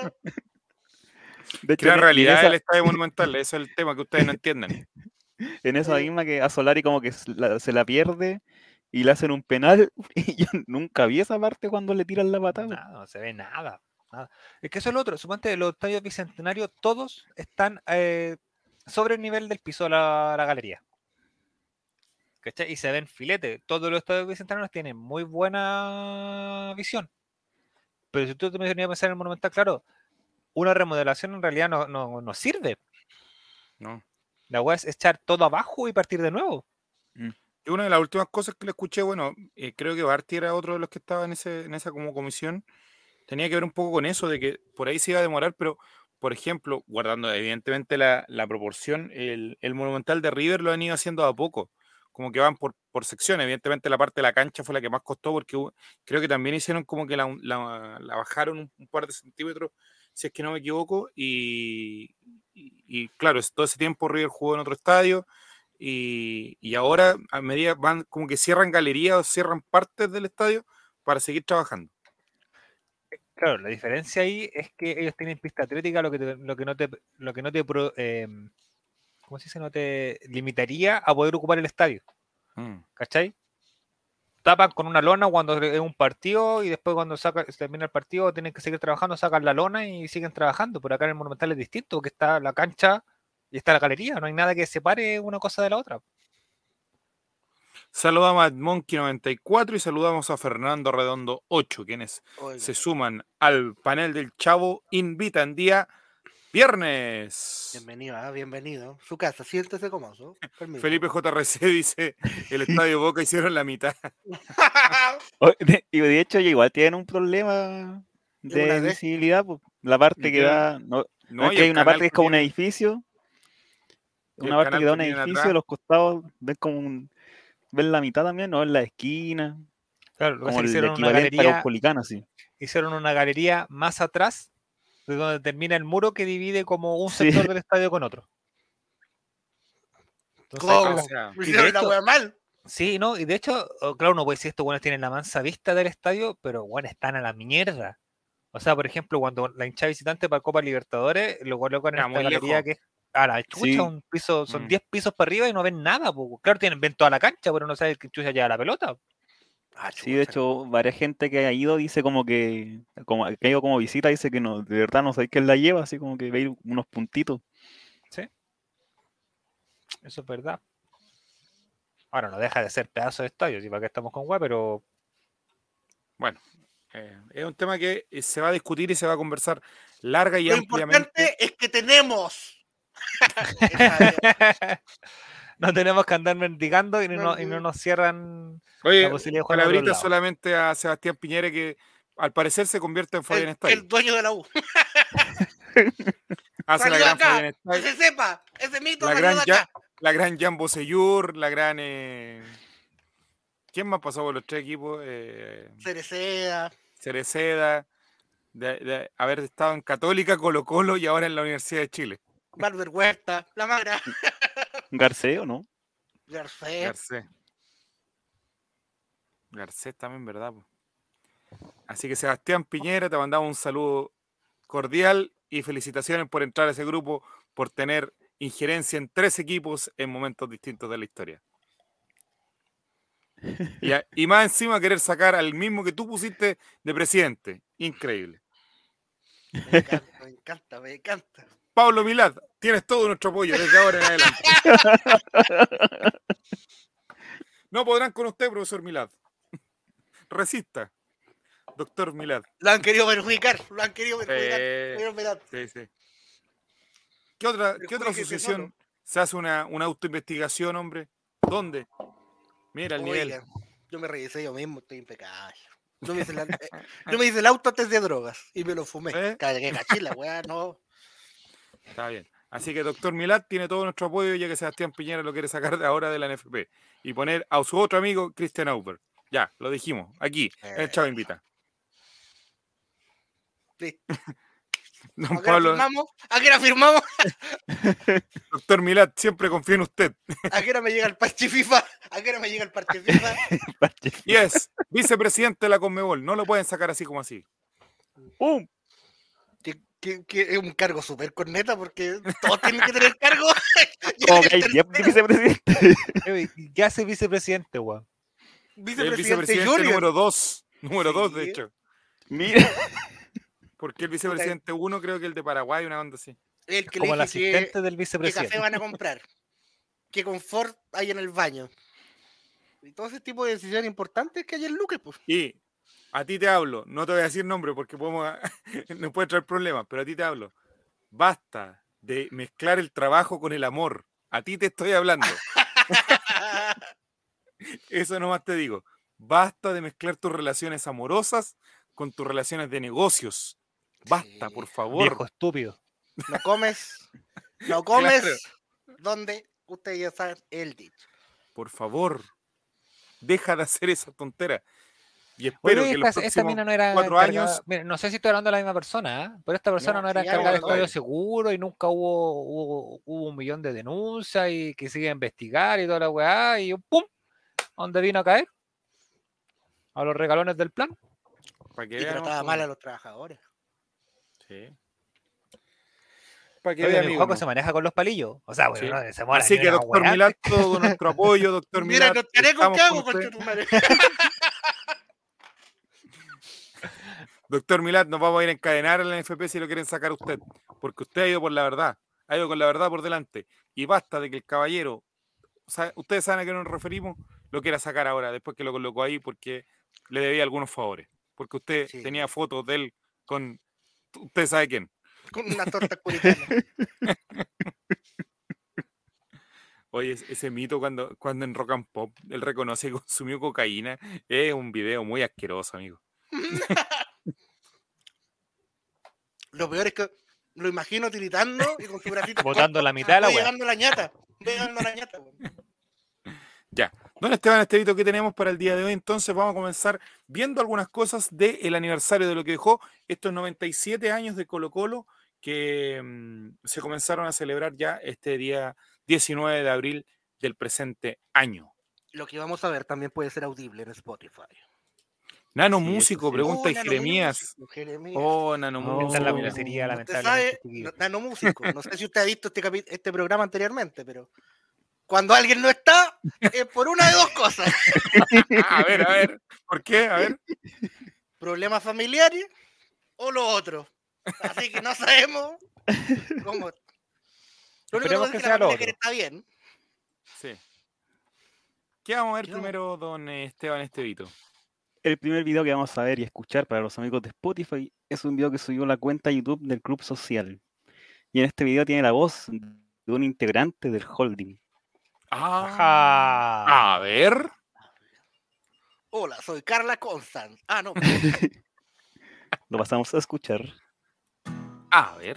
Speaker 4: De hecho,
Speaker 3: Crea
Speaker 4: en, y en
Speaker 3: realidad
Speaker 4: esa,
Speaker 3: el estadio monumental, eso es el tema que ustedes no entienden.
Speaker 4: en esa misma que a Solari como que se la, se la pierde y le hacen un penal, y yo nunca vi esa parte cuando le tiran la patada.
Speaker 1: No, no se ve nada, nada. Es que eso es lo otro. Suponte los estadios bicentenarios todos están eh, sobre el nivel del piso de la, la galería. ¿Cachai? Y se ven filete. Todos los estadios bicentenarios tienen muy buena visión. Pero si tú te ponías a pensar en el Monumental, claro, una remodelación en realidad no, no, no sirve.
Speaker 3: ¿No?
Speaker 1: La weá es echar todo abajo y partir de nuevo.
Speaker 4: Mm.
Speaker 3: Y una de las últimas cosas que le escuché, bueno, eh, creo que Barty era otro de los que estaba en, ese, en esa como comisión, tenía que ver un poco con eso, de que por ahí se iba a demorar, pero, por ejemplo, guardando evidentemente la, la proporción, el, el Monumental de River lo han ido haciendo a poco, como que van por, por secciones, evidentemente la parte de la cancha fue la que más costó, porque hubo- creo que también hicieron como que la, la- la bajaron un, un par de centímetros si es que no me equivoco, y, y, y claro, es, todo ese tiempo River jugó en otro estadio, y, y ahora a medida van como que cierran galerías o cierran partes del estadio para seguir trabajando.
Speaker 1: Claro, la diferencia ahí es que ellos tienen pista atlética, lo que, te- lo que no te, lo que no te, pro- eh, ¿cómo se dice? No te limitaría a poder ocupar el estadio,
Speaker 3: Mm.
Speaker 1: ¿cachai? Tapan con una lona cuando es un partido y después cuando saca, se termina el partido tienen que seguir trabajando, sacan la lona y siguen trabajando. Pero acá en el Monumental es distinto, porque está la cancha y está la galería, no hay nada que separe una cosa de la otra.
Speaker 3: Saludamos a Monkey noventa y cuatro y saludamos a Fernando Redondo ocho, quienes
Speaker 2: Oiga.
Speaker 3: se suman al panel del Chavo Invita en día viernes.
Speaker 2: Bienvenido, ah, bienvenido. Su casa, siéntese cómodo. Permiso.
Speaker 3: Felipe J R C dice, el estadio Boca hicieron la mitad.
Speaker 4: Oh, de- Y de hecho, igual tienen un problema
Speaker 2: ¿Y una
Speaker 4: de
Speaker 2: vez?
Speaker 4: visibilidad, pues. La parte
Speaker 3: Y
Speaker 4: que
Speaker 3: tienen-
Speaker 4: da. No, no
Speaker 3: No,
Speaker 4: es
Speaker 3: y
Speaker 4: que hay
Speaker 3: el
Speaker 4: una
Speaker 3: canal
Speaker 4: parte que es
Speaker 3: que
Speaker 4: como un
Speaker 3: tienen,
Speaker 4: edificio.
Speaker 3: y el
Speaker 4: Una parte
Speaker 3: canal
Speaker 4: que da
Speaker 3: que
Speaker 4: un
Speaker 3: tienen
Speaker 4: edificio,
Speaker 3: atrás.
Speaker 4: los costados ven como un. Ven la mitad también, ¿no? En la esquina.
Speaker 1: Claro, lo que pasa
Speaker 4: Como
Speaker 1: es que
Speaker 4: el
Speaker 1: hicieron una
Speaker 4: equivalente a
Speaker 1: galería,
Speaker 4: Caupolicán, así.
Speaker 1: hicieron una galería más atrás de donde termina el muro que divide como un
Speaker 4: Sí.
Speaker 1: sector del estadio con otro. Entonces,
Speaker 3: Ah, o
Speaker 2: ¿Cómo?
Speaker 3: sea,
Speaker 2: ¿Me
Speaker 1: y de
Speaker 2: hicieron la
Speaker 1: hecho,
Speaker 2: wea mal?
Speaker 1: sí, ¿no? Y de hecho, oh, claro, uno puede decir estos buenos tienen la mansa vista del estadio, pero bueno, están a la mierda. O sea, por ejemplo, cuando la hinchada visitante para Copa Libertadores lo colocan en
Speaker 3: ya,
Speaker 1: esta
Speaker 3: muy
Speaker 1: galería
Speaker 3: lejos.
Speaker 1: que es a la chucha,
Speaker 4: Sí.
Speaker 1: un piso, son
Speaker 3: Mm.
Speaker 1: diez pisos para arriba y no ven nada, pues. Claro, tienen ven toda la cancha, pero no saben que chucha lleva la pelota.
Speaker 2: Ah,
Speaker 4: Sí, de
Speaker 2: chucha.
Speaker 4: hecho, varias gente que ha ido dice como que, como que ha ido como visita, dice que no, de verdad no sabéis quién la lleva, así como que veis unos puntitos.
Speaker 1: Sí, eso es verdad. Ahora no deja de ser pedazo de estadio, si para qué estamos con guay, pero
Speaker 3: Bueno, eh, es un tema que eh, se va a discutir y se va a conversar larga y
Speaker 2: Lo
Speaker 3: ampliamente.
Speaker 2: importante es que tenemos. Esa-
Speaker 1: no tenemos que andar mendigando y no,
Speaker 2: No,
Speaker 1: y no nos cierran la
Speaker 3: Oye,
Speaker 1: posibilidad de jugar en otro
Speaker 3: palabrita
Speaker 1: lado.
Speaker 3: solamente a Sebastián Piñera, que al parecer se convierte en Fabián
Speaker 2: el,
Speaker 3: Estadio.
Speaker 2: el dueño de la U.
Speaker 3: Hace la
Speaker 2: Salió de
Speaker 3: gran
Speaker 2: acá.
Speaker 3: Fabián
Speaker 2: Que
Speaker 3: Estadio.
Speaker 2: se sepa. Ese mito
Speaker 3: La
Speaker 2: salió de
Speaker 3: gran, ya,
Speaker 2: acá.
Speaker 3: la gran Jan Bosellur, la gran... eh, ¿quién más pasó por los tres equipos? Eh,
Speaker 2: Cereceda.
Speaker 3: Cereceda, de, de haber estado en Católica, Colo Colo y ahora en la Universidad de Chile.
Speaker 2: Valver Huerta. La Mara.
Speaker 4: Garceo, ¿no?
Speaker 2: Garcés.
Speaker 3: Garcés. Garcés también, ¿verdad? po? Así que Sebastián Piñera, te mandamos un saludo cordial y felicitaciones por entrar a ese grupo, por tener injerencia en tres equipos en momentos distintos de la historia. Y, a- y más encima querer sacar al mismo que tú pusiste de presidente. Increíble.
Speaker 2: Me encanta, me encanta, me encanta.
Speaker 3: Pablo Milad, tienes todo nuestro apoyo desde ahora en adelante. No podrán con usted, profesor Milad. Resista, doctor Milad.
Speaker 2: Lo han querido perjudicar. Lo han querido perjudicar.
Speaker 3: Eh,
Speaker 2: Señor Merad.
Speaker 3: sí, sí. ¿Qué otra, ¿qué otra
Speaker 2: Perjudíquese
Speaker 3: asociación
Speaker 2: solo.
Speaker 3: se hace una, una autoinvestigación, hombre? ¿Dónde? Mira el nivel.
Speaker 2: Oiga, yo me revisé yo mismo, estoy impecable. Yo me hice, la- eh, yo me hice el auto antes de drogas y me lo fumé.
Speaker 3: ¿Eh?
Speaker 2: Cagué, cachila, weá, no.
Speaker 3: Está bien. Así que doctor Milad tiene todo nuestro apoyo, ya que Sebastián Piñera lo quiere sacar de ahora de la N F P y poner a su otro amigo, Christian Auber. Ya, lo dijimos, aquí, en el Chavo Invita.
Speaker 2: Sí.
Speaker 3: Don
Speaker 2: ¿A qué hora
Speaker 3: Pablo,
Speaker 2: firmamos? ¿A qué hora firmamos?
Speaker 3: doctor Milad, siempre confío en usted.
Speaker 2: ¿A qué hora me llega el parche FIFA? ¿A qué hora me llega el parche FIFA?
Speaker 3: Y es vicepresidente de la Conmebol. No lo pueden sacar así como así.
Speaker 4: ¡Pum!
Speaker 2: Que, que- que es un cargo súper corneta porque todos tienen que tener cargo. Yo
Speaker 4: Como
Speaker 2: era
Speaker 4: que hay
Speaker 2: el
Speaker 4: diez
Speaker 2: tercero,
Speaker 4: vicepresidentes.
Speaker 1: Eh, ¿Qué hace vicepresidente, weón?
Speaker 3: El
Speaker 2: vicepresidente
Speaker 3: vicepresidente
Speaker 2: Junior.
Speaker 3: número dos. Número
Speaker 2: Sí.
Speaker 3: dos, de hecho.
Speaker 4: Mira.
Speaker 3: Porque el vicepresidente uno creo que el de Paraguay, una onda así.
Speaker 2: El que
Speaker 1: Como el
Speaker 2: le dije que,
Speaker 1: asistente del
Speaker 2: qué
Speaker 1: vicepresidente.
Speaker 2: café van a comprar, qué confort hay en el baño. Y todo ese tipo de decisiones importantes que hay en Luque, pues.
Speaker 3: Y a ti te hablo, no te voy a decir nombre porque podemos, nos puede traer problemas, pero a ti te hablo. Basta de mezclar el trabajo con el amor. A ti te estoy hablando. Eso nomás te digo. Basta de mezclar tus relaciones amorosas con tus relaciones de negocios. Basta,
Speaker 2: Sí.
Speaker 3: por favor.
Speaker 1: Viejo estúpido.
Speaker 2: No comes, no comes
Speaker 3: Claro.
Speaker 2: donde usted ya sabe el dicho.
Speaker 3: Por favor. Deja de hacer esa tontera. Y espero
Speaker 1: Oye,
Speaker 3: que los
Speaker 1: esta, esta
Speaker 3: próximos
Speaker 1: mina no era
Speaker 3: cuatro
Speaker 1: encargada-
Speaker 3: años...
Speaker 1: Mira, no sé si estoy hablando de la misma persona, ¿eh? Pero esta persona no,
Speaker 2: No,
Speaker 1: era
Speaker 2: sí, ya
Speaker 1: encargada de
Speaker 3: no,
Speaker 1: Estadio
Speaker 3: no.
Speaker 1: Seguro y nunca hubo, hubo, hubo un millón de denuncias y que sigue a investigar y toda la weá y ¡pum! ¿Dónde vino a caer? A los regalones del plan.
Speaker 3: Para que
Speaker 2: Y
Speaker 3: vean,
Speaker 2: trataba
Speaker 3: amigo.
Speaker 2: mal a los trabajadores.
Speaker 3: Sí. Para que
Speaker 1: Oye,
Speaker 3: vean,
Speaker 1: mi
Speaker 3: amigo.
Speaker 1: juego
Speaker 3: ¿no?
Speaker 1: se maneja con los palillos. O sea, bueno,
Speaker 3: Sí.
Speaker 1: no se muera
Speaker 3: Así
Speaker 1: ni
Speaker 3: que,
Speaker 1: una
Speaker 3: doctor
Speaker 1: weá.
Speaker 3: Milat, todo nuestro apoyo, doctor
Speaker 2: Mira,
Speaker 3: Milat.
Speaker 2: no estaré con
Speaker 3: estamos
Speaker 2: qué hago,
Speaker 3: con usted.
Speaker 2: concha tu madre.
Speaker 3: Doctor Milat, nos vamos a ir a encadenar en la N F P si lo quieren sacar usted, porque usted ha ido por la verdad, ha ido con la verdad por delante, y basta de que el caballero, ¿sabe? Ustedes saben a qué nos referimos, lo quiera sacar ahora, después que lo colocó ahí, porque le debía algunos favores, porque usted
Speaker 2: Sí.
Speaker 3: tenía fotos de él con, usted sabe quién.
Speaker 2: Con una torta curitana.
Speaker 3: Oye, ese- ese mito cuando, cuando en Rock and Pop él reconoce que consumió cocaína, es un video muy asqueroso, amigo.
Speaker 2: Lo peor es que lo imagino tiritando y con su bracito
Speaker 1: Botando
Speaker 2: corto,
Speaker 1: la mitad de la
Speaker 2: voy
Speaker 1: weá.
Speaker 2: llegando a la ñata. Voy llegando a la ñata, weón.
Speaker 3: Ya, don Esteban Estevito, ¿qué tenemos para el día de hoy? Entonces vamos a comenzar viendo algunas cosas del aniversario de lo que dejó estos noventa y siete años de Colo Colo que mmm, se comenzaron a celebrar ya este día diecinueve de abril del presente año.
Speaker 2: Lo que vamos a ver también puede ser audible en Spotify.
Speaker 3: Nano
Speaker 4: Sí, eso
Speaker 3: Músico,
Speaker 4: sí.
Speaker 3: pregunta
Speaker 2: Oh,
Speaker 3: y
Speaker 2: Nano
Speaker 3: Jeremías.
Speaker 2: Músico, Jeremías.
Speaker 3: Oh, Nano
Speaker 4: Oh.
Speaker 1: Esta es la
Speaker 3: Músico.
Speaker 1: piratería,
Speaker 2: Usted
Speaker 1: lamentablemente.
Speaker 2: sabe,
Speaker 1: chiquillos.
Speaker 2: no- Nano Músico. No sé si usted ha visto este, capi- este programa anteriormente, pero cuando alguien no está, es por una de dos cosas.
Speaker 3: Ah, a ver, a ver. ¿Por qué? A ver.
Speaker 2: Problemas familiares o lo otro. Así que no sabemos cómo. Lo único
Speaker 1: Esperemos
Speaker 2: que
Speaker 1: que
Speaker 2: es
Speaker 1: sea
Speaker 2: la
Speaker 1: lo
Speaker 2: familia
Speaker 1: otro.
Speaker 2: quiere está bien.
Speaker 3: Sí. ¿Qué vamos a ver
Speaker 2: ¿Qué
Speaker 3: primero, don Esteban Estevito?
Speaker 4: El primer video que vamos a ver y escuchar para los amigos de Spotify es un video que subió la cuenta YouTube del Club Social. Y en este video tiene la voz de un integrante del holding.
Speaker 3: Ah,
Speaker 1: Ajá.
Speaker 3: a ver.
Speaker 2: Hola, soy Carla Constance. Ah, no.
Speaker 4: Lo pasamos a escuchar.
Speaker 3: A ver.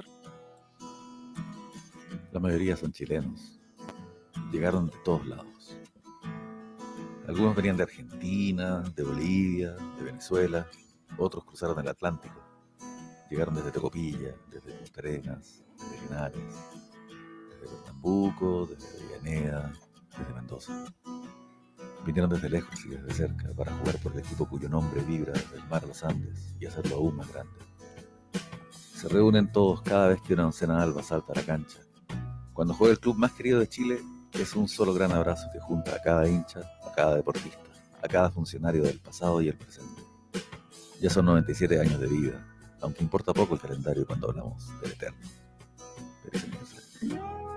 Speaker 5: La mayoría son chilenos. Llegaron de todos lados. Algunos venían de Argentina, de Bolivia, de Venezuela. Otros cruzaron el Atlántico. Llegaron desde Tocopilla, desde Punta Arenas, desde Linares, desde Pernambuco, desde Avellaneda, desde Mendoza. Vinieron desde lejos y desde cerca para jugar por el equipo cuyo nombre vibra desde el mar a los Andes y hacerlo aún más grande. Se reúnen todos cada vez que una oncena alba salta a la cancha. Cuando juega el club más querido de Chile, es un solo gran abrazo que junta a cada hincha, a cada deportista, a cada funcionario del pasado y el presente. Ya son noventa y siete años de vida, aunque importa poco el calendario cuando hablamos del eterno. Feliz aniversario.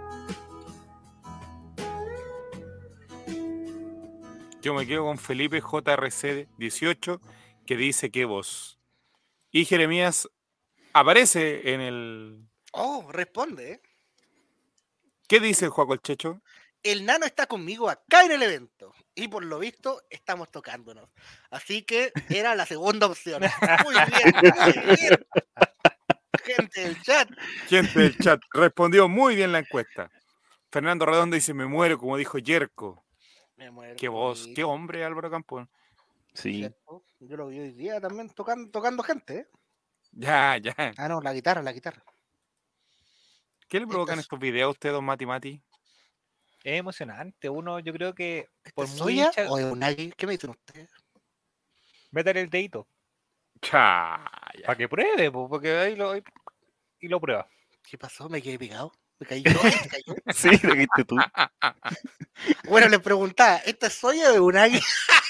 Speaker 3: Yo me quedo con Felipe J R C dieciocho, que dice que vos. Y Jeremías aparece en el...
Speaker 2: Oh, responde, ¿eh?
Speaker 3: ¿Qué dice el Juaco el Checho?
Speaker 2: El Nano está conmigo acá en el evento. Y por lo visto, estamos tocándonos. Así que era la segunda opción. Muy bien, muy bien. Gente del chat.
Speaker 3: Gente del chat respondió muy bien la encuesta. Fernando Redondo dice, me muero, como dijo Yerko.
Speaker 2: Me muero.
Speaker 3: Qué voz,
Speaker 2: Sí,
Speaker 3: qué hombre Álvaro Campos.
Speaker 4: Sí.
Speaker 2: ¿cierto? Yo lo vi hoy día también tocando, tocando gente, ¿eh?
Speaker 3: Ya, ya.
Speaker 2: Ah, no, la guitarra, la guitarra.
Speaker 3: ¿Qué le provocan
Speaker 2: Estas-
Speaker 3: estos videos a usted, don Mati Mati?
Speaker 1: Es emocionante. Uno, yo creo que
Speaker 2: ¿Este
Speaker 1: por
Speaker 2: es
Speaker 1: muy
Speaker 2: Soya
Speaker 1: hincha,
Speaker 2: o es Unagi? ¿Qué me dicen ustedes?
Speaker 1: métale el dedito
Speaker 3: Cha, ya.
Speaker 1: para que pruebe, po, porque ahí lo, y lo prueba.
Speaker 2: ¿Qué pasó? ¿Me quedé picado? ¿Me caí yo? ¿Me cayó?
Speaker 4: Sí, lo dijiste tú.
Speaker 2: Bueno, les preguntaba, ¿esta es soya o es Unagi?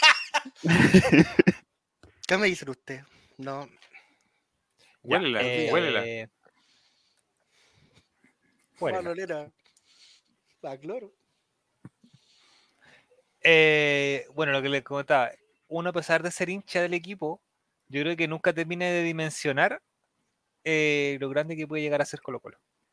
Speaker 2: ¿Qué me dicen ustedes? No.
Speaker 1: Ya,
Speaker 3: Huélela,
Speaker 1: eh,
Speaker 3: huélela.
Speaker 1: huélela.
Speaker 2: Bueno, era. La cloro.
Speaker 1: Eh, bueno, lo que les comentaba, uno a pesar de ser hincha del equipo, yo creo que nunca termina de dimensionar eh, lo grande que puede llegar a ser Colo Colo.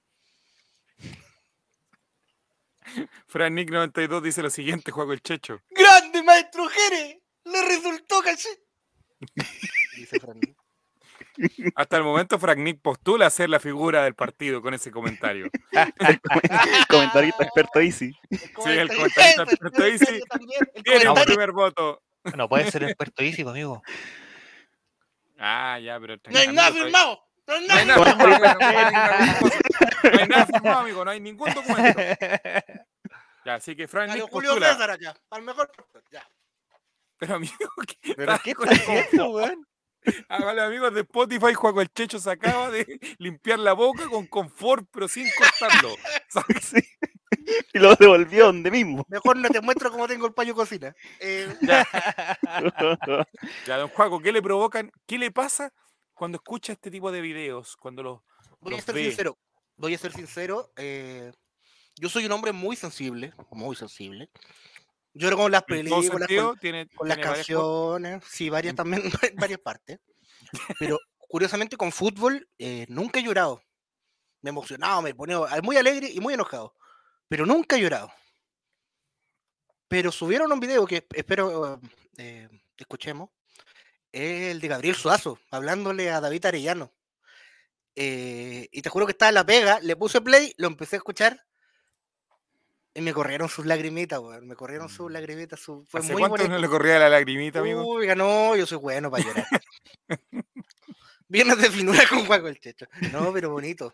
Speaker 3: Fran Nick noventa y dos dice lo siguiente, Juaco el Checho.
Speaker 2: ¡Grande, maestro Jere! ¡Le resultó caché! Dice Fran.
Speaker 3: Hasta el momento Frank Nick postula a ser la figura del partido con ese comentario.
Speaker 4: El comentarista experto Easy.
Speaker 3: Sí, el comentarista experto ahí sí.
Speaker 2: También, el
Speaker 3: Tiene un
Speaker 2: comentario.
Speaker 3: primer voto.
Speaker 1: No puede ser expertoísimo, amigo.
Speaker 3: Ah, ya, pero
Speaker 2: No hay
Speaker 3: amigo,
Speaker 2: nada
Speaker 3: pero-
Speaker 2: firmado. No hay
Speaker 3: No hay
Speaker 2: nada.
Speaker 3: nada firmado, amigo, no hay ninguna cosa. No hay nada firmado, amigo, no hay ningún documento. Ya, así que Frank
Speaker 2: Mario
Speaker 3: Nick
Speaker 2: Julio
Speaker 3: postula.
Speaker 2: César acá. Al mejor. Ya.
Speaker 3: Pero amigo, ¿qué
Speaker 1: ¿Pero
Speaker 3: tal
Speaker 1: qué
Speaker 3: con
Speaker 1: está
Speaker 3: el
Speaker 1: haciendo, weón?
Speaker 3: Hágale, amigos de Spotify, Juaco el Checho se acaba de limpiar la boca con confort, pero sin cortarlo. ¿Sabes?
Speaker 4: Sí. Y lo devolvió donde mismo.
Speaker 2: Mejor no te muestro cómo tengo el paño cocina. Eh,
Speaker 3: Ya, ya, don Juaco, ¿qué le provocan? ¿Qué le pasa cuando escucha este tipo de videos? Cuando los,
Speaker 2: voy a
Speaker 3: los
Speaker 2: ser
Speaker 3: ve.
Speaker 2: sincero. Voy a ser sincero. eh, yo soy un hombre muy sensible. Muy sensible. Lloro con las
Speaker 3: En todo
Speaker 2: películas, con,
Speaker 3: sentido, tiene,
Speaker 2: con las
Speaker 3: tiene varias cosas.
Speaker 2: canciones. Sí, varias
Speaker 3: En-
Speaker 2: también, en varias partes. Pero curiosamente con fútbol eh, nunca he llorado. Me he emocionado, me he ponido muy alegre y muy enojado. Pero nunca he llorado. Pero subieron un video que espero eh, escuchemos. Es el de Gabriel Suazo, hablándole a David Arellano. Eh, y te juro que estaba en la pega, le puse play, lo empecé a escuchar y me corrieron sus lagrimitas, weón. Me corrieron sus lagrimitas. Su... Fue
Speaker 3: ¿Hace
Speaker 2: muy
Speaker 3: cuánto
Speaker 2: bonito.
Speaker 3: no le corría la lagrimita, amigo?
Speaker 2: Uy, no, yo soy bueno para llorar. Vienes de finura con Juaco el Checho. No, pero bonito.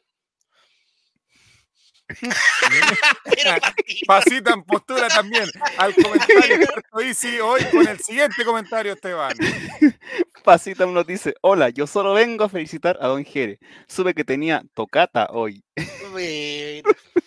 Speaker 2: Pero Martín,
Speaker 3: Pasita en postura también al comentario experto Easy hoy con el siguiente comentario, Esteban.
Speaker 4: Pasita nos dice, hola, yo solo vengo a felicitar a Don Jere. Supe que tenía tocata hoy.
Speaker 2: bueno.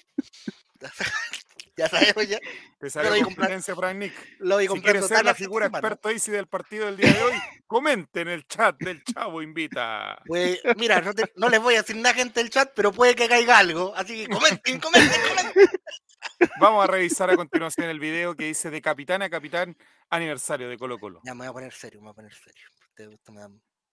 Speaker 2: Ya sabemos ya.
Speaker 3: Te
Speaker 2: Lo
Speaker 3: salió
Speaker 2: voy, a comprar,
Speaker 3: competencia, Frank Nick.
Speaker 2: lo voy
Speaker 3: Si
Speaker 2: comprando
Speaker 3: quieres ser
Speaker 2: tan
Speaker 3: la
Speaker 2: esta
Speaker 3: figura
Speaker 2: semana.
Speaker 3: experto Easy del partido del día de hoy, comente en el chat del Chavo Invita.
Speaker 2: Pues, mira, no, te- no les voy a decir nada gente del chat, pero puede que caiga algo. Así que comenten, comenten, comenten.
Speaker 3: Vamos a revisar a continuación el video que dice de capitán a capitán aniversario de Colo Colo.
Speaker 2: Ya me voy a poner serio, me voy a poner serio. Esto- esto me da-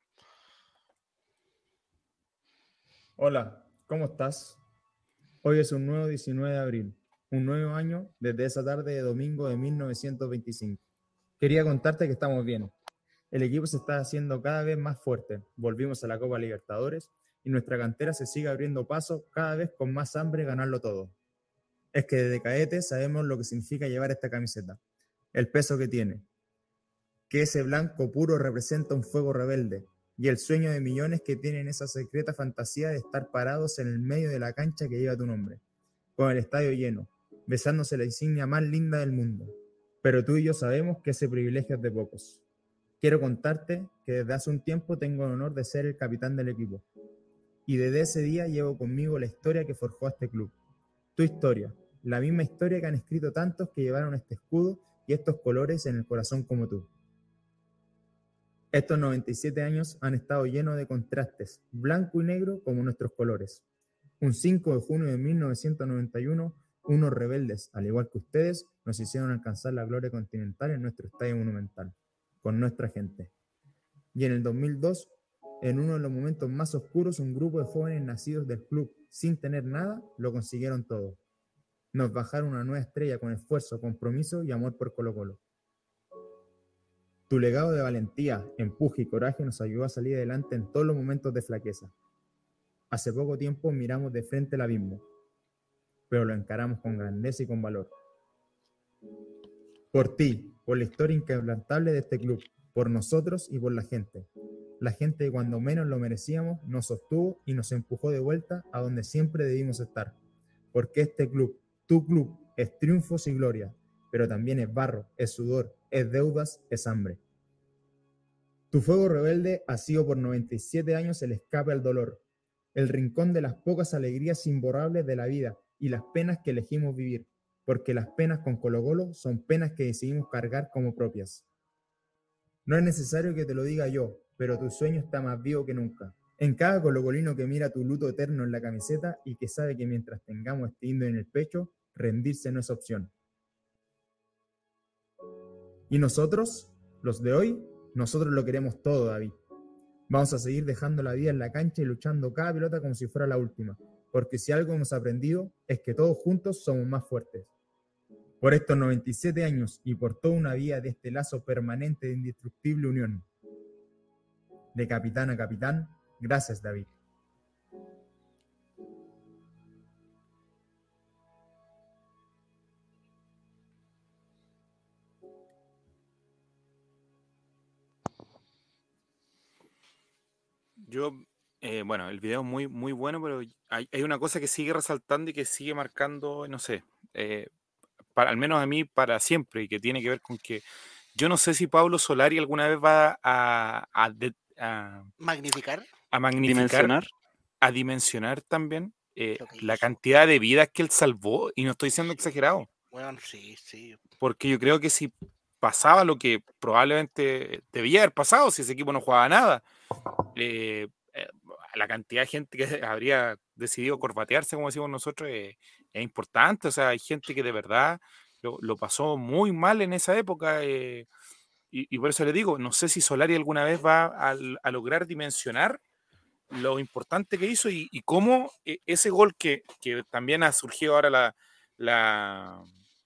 Speaker 6: Hola, ¿cómo estás? Hoy es un nuevo diecinueve de abril, un nuevo año desde esa tarde de domingo de mil novecientos veinticinco. Quería contarte que estamos bien. El equipo se está haciendo cada vez más fuerte. Volvimos a la Copa Libertadores y nuestra cantera se sigue abriendo paso cada vez con más hambre de ganarlo todo. Es que desde Caete sabemos lo que significa llevar esta camiseta, el peso que tiene, que ese blanco puro representa un fuego rebelde y el sueño de millones que tienen esa secreta fantasía de estar parados en el medio de la cancha que lleva tu nombre, con el estadio lleno, besándose la insignia más linda del mundo. Pero tú y yo sabemos que ese privilegio es de pocos. Quiero contarte que desde hace un tiempo tengo el honor de ser el capitán del equipo. Y desde ese día llevo conmigo la historia que forjó a este club. Tu historia, la misma historia que han escrito tantos que llevaron este escudo y estos colores en el corazón como tú. Estos noventa y siete años han estado llenos de contrastes, blanco y negro como nuestros colores. Un cinco de junio de mil novecientos noventa y uno, unos rebeldes, al igual que ustedes, nos hicieron alcanzar la gloria continental en nuestro estadio monumental, con nuestra gente. Y en el dos mil dos, en uno de los momentos más oscuros, un grupo de jóvenes nacidos del club, sin tener nada, lo consiguieron todo. Nos bajaron una nueva estrella con esfuerzo, compromiso y amor por Colo Colo. Tu legado de valentía, empuje y coraje nos ayudó a salir adelante en todos los momentos de flaqueza. Hace poco tiempo miramos de frente el abismo, pero lo encaramos con grandeza y con valor. Por ti, por la historia inquebrantable de este club, por nosotros y por la gente. La gente que cuando menos lo merecíamos nos sostuvo y nos empujó de vuelta a donde siempre debimos estar. Porque este club, tu club, es triunfos y gloria, pero también es barro, es sudor, es deudas, es hambre. Tu fuego rebelde ha sido por noventa y siete años el escape al dolor, el rincón de las pocas alegrías imborrables de la vida y las penas que elegimos vivir, porque las penas con Colo Colo son penas que decidimos cargar como propias. No es necesario que te lo diga yo, pero tu sueño está más vivo que nunca. En cada colocolino que mira tu luto eterno en la camiseta y que sabe que mientras tengamos este indio en el pecho, rendirse no es opción. Y nosotros, los de hoy, nosotros lo queremos todo, David. Vamos a seguir dejando la vida en la cancha y luchando cada pelota como si fuera la última, porque si algo hemos aprendido es que todos juntos somos más fuertes. Por estos noventa y siete años y por toda una vida de este lazo permanente de indestructible unión. De capitán a capitán, gracias, David.
Speaker 3: Yo, eh, bueno, el video es muy, muy bueno, pero hay, hay una cosa que sigue resaltando y que sigue marcando, no sé, eh, para, al menos a mí para siempre, y que tiene que ver con que yo no sé si Pablo Solari alguna vez va a, a, de- a-
Speaker 2: Magnificar
Speaker 3: a magnificar,
Speaker 4: Dimensionar.
Speaker 3: a dimensionar también eh,
Speaker 2: lo que
Speaker 3: la
Speaker 2: hizo.
Speaker 3: cantidad de vidas que él salvó, y no estoy siendo exagerado,
Speaker 2: Bueno, sí, sí.
Speaker 3: porque yo creo que si pasaba lo que probablemente debía haber pasado, si ese equipo no jugaba nada, eh, eh, la cantidad de gente que habría decidido corbatearse, como decimos nosotros, eh, es importante. O sea, hay gente que de verdad lo, lo pasó muy mal en esa época. eh, y, y por eso le digo, no sé si Solari alguna vez va a, a lograr dimensionar lo importante que hizo y, y cómo eh, ese gol que, que también ha surgido ahora la, la,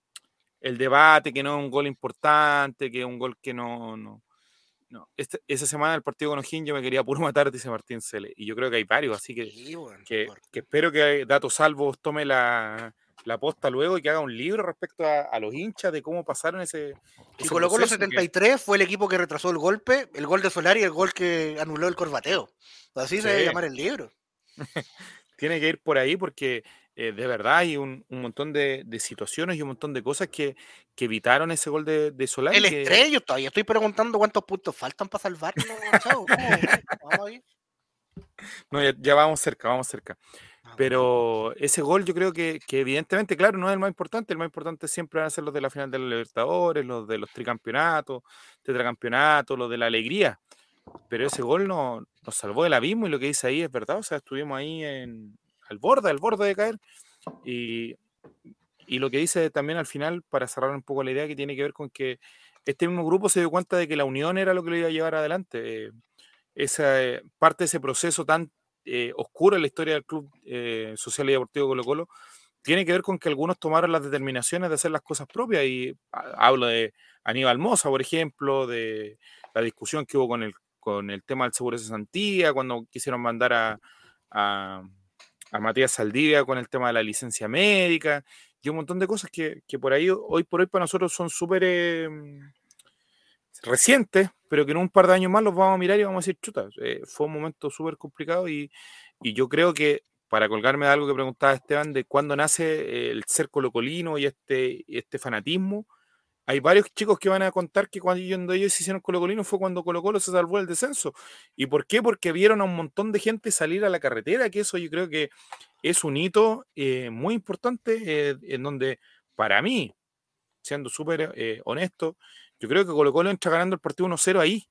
Speaker 3: el debate, que no es un gol importante, que es un gol que no, no, no, este- esa semana del partido con O'Higgins yo me quería puro matar, dice Martín Cele. Y yo creo que hay varios, así que,
Speaker 2: Sí, bueno,
Speaker 3: que,
Speaker 2: por-
Speaker 3: que espero que Datos Salvos tome la, la posta luego y que haga un libro respecto a, a los hinchas de cómo pasaron ese,
Speaker 2: Si
Speaker 3: ese
Speaker 2: colocó los
Speaker 3: proceso.
Speaker 2: setenta
Speaker 3: Que,
Speaker 2: y tres fue el equipo que retrasó el golpe, el gol de Solari y el gol que anuló el corbateo. Así se debe
Speaker 3: sí,
Speaker 2: llamar el libro.
Speaker 3: tiene que ir por ahí porque eh, de verdad hay un, un montón de, de situaciones y un montón de cosas que, que evitaron ese gol de, de Solari.
Speaker 2: El
Speaker 3: Que
Speaker 2: estrello, todavía estoy preguntando cuántos puntos faltan para salvarlo, chavo. ¿Cómo? ¿Cómo? Vamos ahí.
Speaker 3: no, ya, ya vamos cerca, vamos cerca.
Speaker 2: Vamos.
Speaker 3: Pero ese gol yo creo que, que evidentemente, claro, no es el más importante. El más importante siempre van a ser los de la final de la Libertadores, los de los tricampeonatos, tetracampeonatos, los de la alegría. Pero ese gol no, nos salvó del abismo y lo que dice ahí es verdad. O sea, estuvimos ahí en, al borde, al borde de caer. Y, y lo que dice también al final, para cerrar un poco la idea, que tiene que ver con que este mismo grupo se dio cuenta de que la unión era lo que lo iba a llevar adelante. Eh, esa eh, parte de ese proceso tan eh, oscuro en la historia del Club eh, Social y Deportivo Colo Colo tiene que ver con que algunos tomaron las determinaciones de hacer las cosas propias. Y a- hablo de Aníbal Mosa, por ejemplo, de la discusión que hubo con el, con el tema del seguro de cesantía, cuando quisieron mandar a, a, a Matías Saldivia con el tema de la licencia médica y un montón de cosas que, que por ahí, hoy por hoy, para nosotros son súper eh, recientes, pero que en un par de años más los vamos a mirar y vamos a decir, chuta, eh, fue un momento súper complicado. Y, y yo creo que, para colgarme de algo que preguntaba Esteban, de cuándo nace el ser colocolino y este, y este fanatismo, hay varios chicos que van a contar que cuando ellos se hicieron colocolinos fue cuando Colo Colo se salvó del descenso. ¿Y por qué? Porque vieron a un montón de gente salir a la carretera, que eso yo creo que es un hito eh, muy importante, eh, en donde, para mí, siendo súper eh, honesto, yo creo que Colo Colo entra ganando el partido uno cero ahí.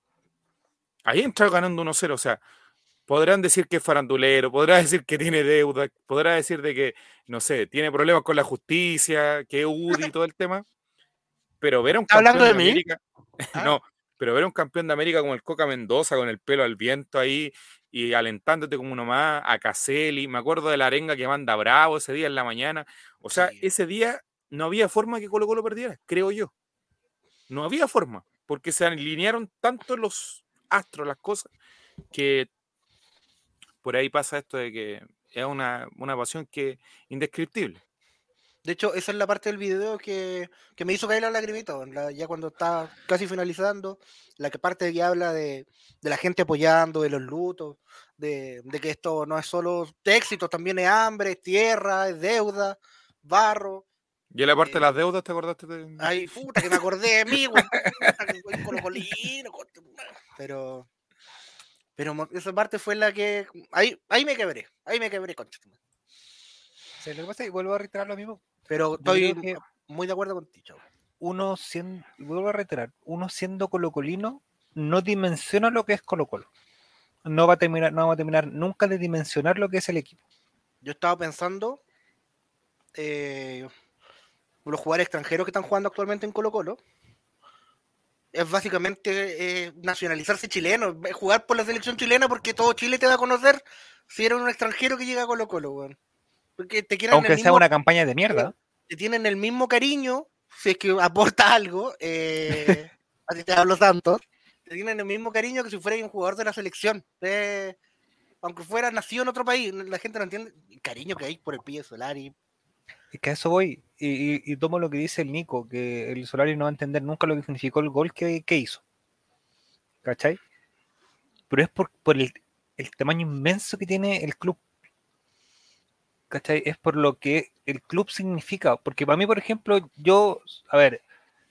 Speaker 3: Ahí entra ganando uno cero. O sea, podrán decir que es farandulero, podrá decir que tiene deuda, podrá decir de que, no sé, tiene problemas con la justicia, que es U D I y todo el tema, pero ver a un
Speaker 2: ¿Está hablando
Speaker 3: campeón
Speaker 2: de
Speaker 3: de
Speaker 2: mí?
Speaker 3: América,
Speaker 2: Ah,
Speaker 3: no, pero ver a un campeón de América como el Coca Mendoza, con el pelo al viento ahí y alentándote como uno más, a Caselli, me acuerdo de la arenga que manda Bravo ese día en la mañana. O sea,
Speaker 2: sí.
Speaker 3: ese día no había forma que Colo Colo perdiera, creo yo. No había forma, porque se alinearon tanto los astros, las cosas, que por ahí pasa esto de que es una, una pasión que indescriptible.
Speaker 2: De hecho, esa es la parte del video que, que me hizo caer la lagrimita, weón, la- ya cuando está casi finalizando, la que parte que habla de, de la gente apoyando, de los lutos, de, de que esto no es solo de éxito, también es hambre, es tierra, es deuda, barro.
Speaker 3: Y en la parte de las
Speaker 2: eh,
Speaker 3: deudas, ¿te acordaste de...?
Speaker 2: Ay, puta, que me acordé de mí, weón, puta, que soy colocolino, concha tu madre. pero, pero mo- esa parte fue la que, ahí, ahí me quebré, ahí me quebré, concha tu madre.
Speaker 1: Sí, lo que pasa es que vuelvo a reiterar lo mismo.
Speaker 2: Pero
Speaker 1: Yo creo
Speaker 2: estoy
Speaker 1: que
Speaker 2: muy de acuerdo contigo, chavo.
Speaker 1: uno siendo, vuelvo a reiterar, uno siendo colocolino no dimensiona lo que es Colo Colo. No va a terminar, no va a terminar nunca de dimensionar lo que es el equipo.
Speaker 2: Yo estaba pensando, eh, los jugadores extranjeros que están jugando actualmente en Colo Colo, es básicamente eh, nacionalizarse chileno, es jugar por la selección chilena porque todo Chile te va a conocer si eres un extranjero que llega a Colo Colo, weón. Porque te quieren el
Speaker 1: Aunque sea
Speaker 2: mismo,
Speaker 1: una campaña de mierda.
Speaker 2: te tienen el mismo cariño, si es que aporta algo, eh, a ti te hablo Santos, te tienen el mismo cariño que si fueras un jugador de la selección. eh, aunque fuera nacido en otro país, la gente no entiende el cariño que hay por el Pillo Solari.
Speaker 1: Es que a eso voy. Y, y- y tomo lo que dice el Nico, que el Solari no va a entender nunca lo que significó el gol que, que hizo. ¿Cachai? Pero es por, por el, el tamaño inmenso que tiene el club. ¿Cachai? Es por lo que el club significa. Porque para mí, por ejemplo, yo, a ver,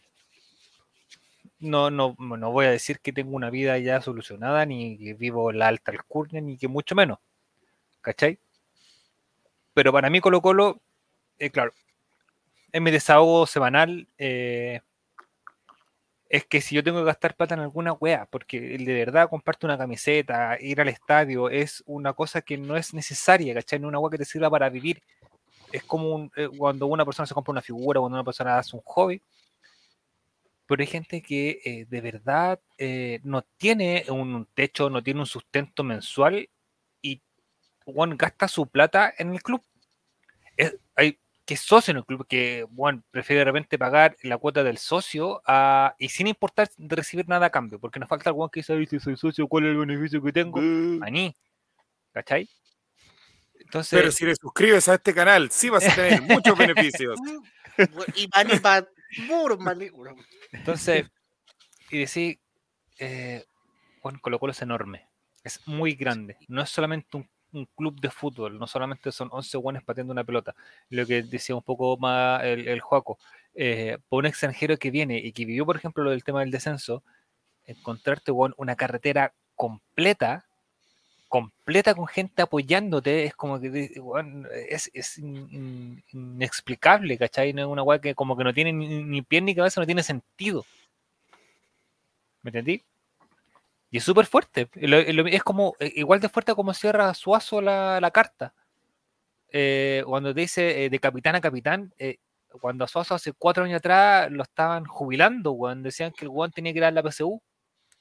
Speaker 1: no, no, no voy a decir que tengo una vida ya solucionada, ni que vivo la alta alcurnia, ni que mucho menos. ¿Cachai? Pero para mí Colo Colo, eh, claro, en mi desahogo semanal, eh, es que si yo tengo que gastar plata en alguna wea, porque de verdad comprarte una camiseta, ir al estadio, es una cosa que no es necesaria, ¿cachai? No es una wea que te sirva para vivir. Es como un, eh, cuando una persona se compra una figura, cuando una persona hace un hobby. Pero hay gente que eh, de verdad eh, no tiene un techo, no tiene un sustento mensual y bueno, gasta su plata en el club. Es, hay que es socio en el club, que bueno, prefiere de repente pagar la cuota del socio a, y sin importar de recibir nada a cambio, porque nos falta algún que dice, si soy socio, ¿cuál es el beneficio que tengo? Maní, ¿cachai? Entonces,
Speaker 3: pero si le suscribes a este canal, sí vas a tener muchos beneficios.
Speaker 2: Y maní para puros maní.
Speaker 1: Entonces, y decir, eh, bueno, Colo Colo es enorme, es muy grande, no es solamente un un club de fútbol, no solamente son once guanes pateando una pelota, lo que decía un poco más el, el Joaco, eh, por un extranjero que viene y que vivió, por ejemplo, lo del tema del descenso, encontrarte con una carretera completa, completa con gente apoyándote, es como que bueno, es, es in, in, inexplicable, ¿cachai? No es una guay que como que no tiene ni, ni pie ni cabeza, no tiene sentido. ¿Me entendí? Y es súper fuerte. Es como igual de fuerte como cierra Suazo la, la carta. Eh, cuando te dice eh, de capitán a capitán, eh, cuando a Suazo hace cuatro años atrás lo estaban jubilando, cuando decían que el Juan tenía que ir a la P S U.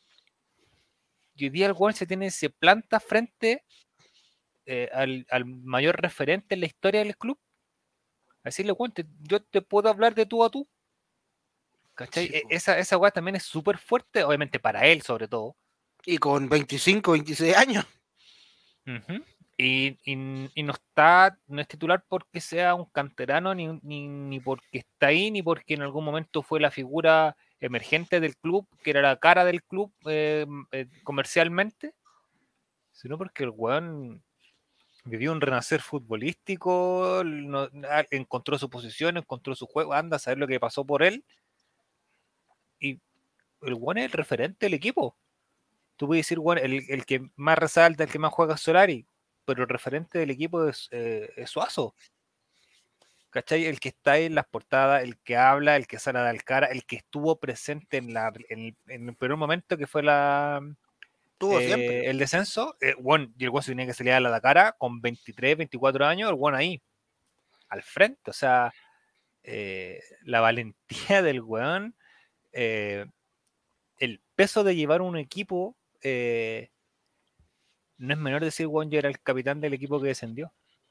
Speaker 1: Y hoy día el Juan se tiene, se planta frente eh, al, al mayor referente en la historia del club. A decirle, Juan, te, yo te puedo hablar de tú a tú. ¿Cachai? Sí, esa esa weá también es súper fuerte, obviamente para él sobre todo.
Speaker 2: Y con veinticinco, veintiséis años.
Speaker 1: Uh-huh. Y, y, y no está, no es titular porque sea un canterano, ni, ni, ni porque está ahí, ni porque en algún momento fue la figura emergente del club, que era la cara del club eh, eh, comercialmente, sino porque el weón vivió un renacer futbolístico, no, encontró su posición, encontró su juego, anda a saber lo que pasó por él, y el weón es el referente del equipo. Tú puedes decir, bueno, el, el que más resalta, el que más juega es Solari, pero el referente del equipo es, eh, es Suazo. ¿Cachai? El que está ahí en las portadas, el que habla, el que sale a dar cara, el que estuvo presente en, la, en, en el primer momento que fue la
Speaker 2: Tuvo
Speaker 1: eh,
Speaker 2: siempre.
Speaker 1: el descenso. Eh, bueno, y el Guaso tenía que salir a la cara con veintitrés, veinticuatro años, el bueno ahí, al frente. O sea, eh, la valentía del weón, eh, el peso de llevar un equipo. Eh, no es menor decir, Juan, yo era el capitán del equipo que descendió.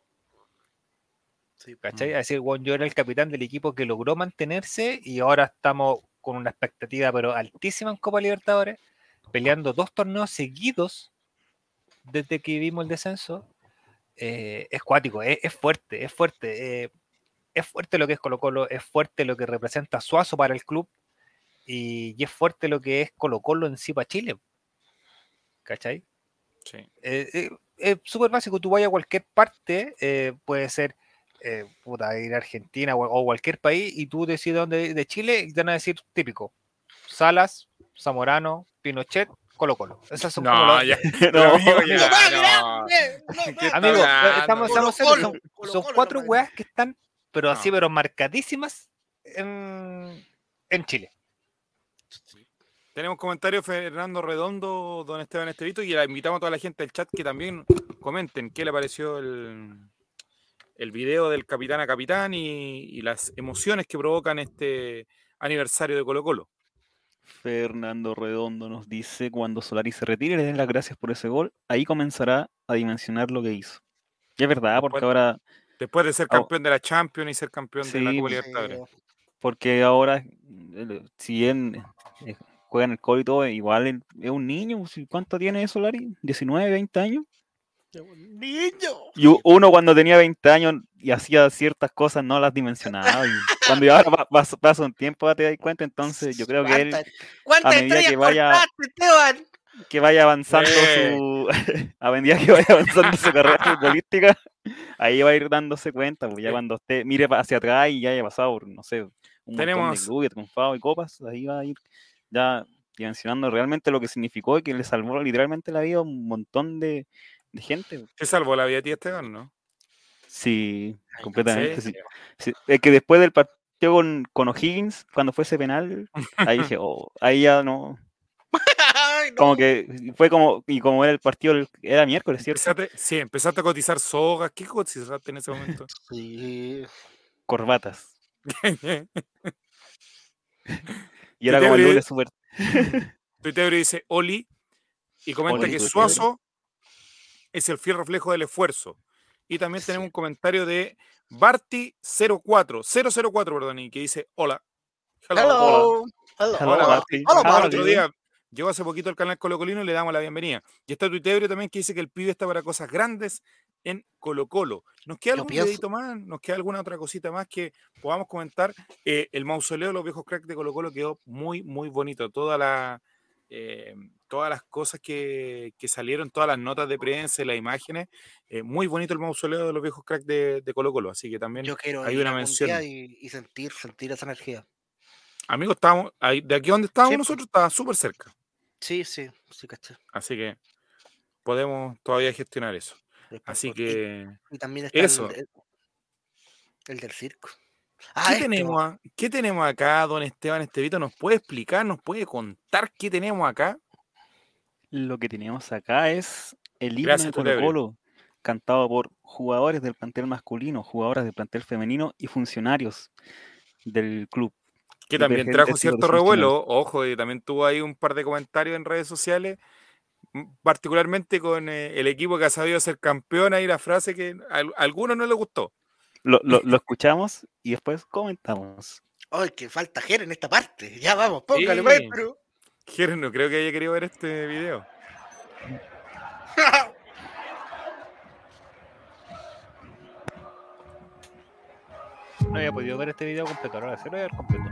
Speaker 1: Sí. ¿Cachai? Es decir, Juan, yo era el capitán del equipo que logró mantenerse y ahora estamos con una expectativa pero altísima en Copa Libertadores, peleando dos torneos seguidos desde que vimos el descenso. Eh, es cuático, es, es fuerte, es fuerte. Eh, es fuerte lo que es Colo Colo, es fuerte lo que representa Suazo para el club y, y es fuerte lo que es Colo Colo en sí para Chile. ¿Cachai?
Speaker 3: Sí.
Speaker 1: Eh, eh, es súper básico, tú vayas a cualquier parte, eh, puede ser eh, puta, ir a Argentina o, o cualquier país y tú decides dónde de Chile y te van a decir típico, Salas, Zamorano, Pinochet, Colo Colo. Esas son
Speaker 3: no,
Speaker 1: como los...
Speaker 3: ya,
Speaker 4: no,
Speaker 3: amigo, ya,
Speaker 2: no.
Speaker 3: no.
Speaker 1: Amigo,
Speaker 3: hablando?
Speaker 1: estamos,
Speaker 2: Colo,
Speaker 1: estamos serios,
Speaker 2: Colo,
Speaker 1: son,
Speaker 2: Colo,
Speaker 1: son
Speaker 2: Colo,
Speaker 1: cuatro
Speaker 2: no,
Speaker 1: weas que están, pero
Speaker 3: no.
Speaker 1: así, pero marcadísimas en, en Chile.
Speaker 3: Tenemos comentarios Fernando Redondo, don Esteban Estevito, y la invitamos a toda la gente del chat que también comenten qué le pareció el, el video del capitán a capitán y, y las emociones que provocan este aniversario de Colo Colo.
Speaker 4: Fernando Redondo nos dice, cuando Solari se retire y le den las gracias por ese gol, ahí comenzará a dimensionar lo que hizo. Y es verdad, porque
Speaker 3: después,
Speaker 4: ahora...
Speaker 3: Después de ser campeón de la Champions y ser campeón
Speaker 4: sí,
Speaker 3: de la Copa Libertadores.
Speaker 4: Porque ahora, si bien juega en el Colo y todo, igual es un niño. ¿Cuánto tiene Solari? ¿diecinueve, veinte años?
Speaker 2: Niño.
Speaker 4: Y uno cuando tenía veinte años y hacía ciertas cosas no las dimensionaba. Y cuando ya ahora pasa un tiempo te das cuenta, entonces yo creo que él, a medida que vaya...
Speaker 2: Esteban?
Speaker 4: que vaya avanzando
Speaker 3: Eh.
Speaker 4: su. A medida que vaya avanzando su carrera futbolística, ahí va a ir dándose cuenta, pues ya
Speaker 3: Sí.
Speaker 4: cuando usted mire pa- hacia atrás y ya haya pasado por, no sé, un montón de
Speaker 3: Tenemos-
Speaker 4: clubes, triunfado y copas, ahí va a ir ya dimensionando realmente lo que significó y que le salvó literalmente la vida a un montón de, de gente.
Speaker 3: ¿Te salvó la vida a ti, Esteban, no?
Speaker 4: Sí,
Speaker 2: Ay,
Speaker 4: completamente.
Speaker 3: sí.
Speaker 4: Sí. Sí, es que después del partido con, con O'Higgins, cuando fue ese penal, ahí dije, oh, ahí ya no.
Speaker 2: Ay, no.
Speaker 4: Como que fue como, y como era el partido, el- era miércoles, ¿cierto?
Speaker 3: Empezaste, sí, empezaste a cotizar sogas. ¿Qué cotizaste en ese momento?
Speaker 2: Sí.
Speaker 4: Corbatas. Y era
Speaker 3: Tuitebri-
Speaker 4: como el lunes súper.
Speaker 3: Tuitebri dice Oli y comenta
Speaker 4: Oli,
Speaker 3: que
Speaker 4: Tuitebri.
Speaker 3: Suazo es el fiel reflejo del esfuerzo. Y también
Speaker 2: Sí.
Speaker 3: tenemos un comentario de Barty cero cuatro, cero cero cuatro, perdón, y que dice hola. Hello.
Speaker 2: Hello. Hello.
Speaker 4: Hello,
Speaker 3: Hola,
Speaker 4: Barty.
Speaker 2: Hola,
Speaker 3: El
Speaker 2: Barty.
Speaker 3: otro día llegó hace poquito al canal Colo Colino y le damos la bienvenida. Y está Tuitebri también que dice que el pibe está para cosas grandes en Colo Colo. ¿Nos queda
Speaker 2: Yo
Speaker 3: algún
Speaker 2: pienso-
Speaker 3: videito más? ¿Nos queda alguna otra cosita más que podamos comentar? Eh, el mausoleo de los viejos cracks de Colo Colo quedó muy, muy bonito. Toda la, eh, todas las cosas que, que salieron, todas las notas de prensa, las imágenes. eh, muy bonito el mausoleo de los viejos cracks de, de Colo Colo. Así que también
Speaker 2: Yo quiero
Speaker 3: hay
Speaker 2: ir
Speaker 3: una
Speaker 2: algún
Speaker 3: mención.
Speaker 2: día y, y sentir, sentir esa energía.
Speaker 3: Amigos, estábamos ahí, de aquí donde estábamos
Speaker 2: Sí,
Speaker 3: nosotros, estaba súper cerca.
Speaker 2: Sí, sí, sí, caché.
Speaker 3: Así que podemos todavía gestionar eso.
Speaker 2: Después,
Speaker 3: Así
Speaker 2: por-
Speaker 3: que,
Speaker 2: Y, y también está
Speaker 3: eso.
Speaker 2: El, el, el del circo.
Speaker 3: ¿qué,
Speaker 2: Ah, esto.
Speaker 3: tenemos, a- ¿qué tenemos acá, don Esteban Estevito? ¿Nos puede explicar, nos puede contar qué tenemos acá?
Speaker 4: Lo que tenemos acá es el himno
Speaker 3: Gracias,
Speaker 4: de Colo
Speaker 3: Tuitebri.
Speaker 4: Colo, cantado por jugadores del plantel masculino, jugadoras del plantel femenino y funcionarios del club.
Speaker 3: Que
Speaker 4: Y
Speaker 3: también
Speaker 4: presidente
Speaker 3: trajo
Speaker 4: de
Speaker 3: cierto
Speaker 4: los funcionarios.
Speaker 3: revuelo. Ojo, y también tuvo ahí un par de comentarios en redes sociales, m- particularmente con eh, el equipo que ha sabido ser campeón. Ahí la frase que a, a algunos no les gustó.
Speaker 4: Lo, lo- lo escuchamos y después comentamos.
Speaker 2: Ay, que falta Jere en esta parte. Ya vamos, póngale,
Speaker 3: Sí.
Speaker 2: maestro.
Speaker 3: Jero, no creo que haya querido ver este video.
Speaker 1: No había podido ver este video completo, ahora sí lo voy a ver completo.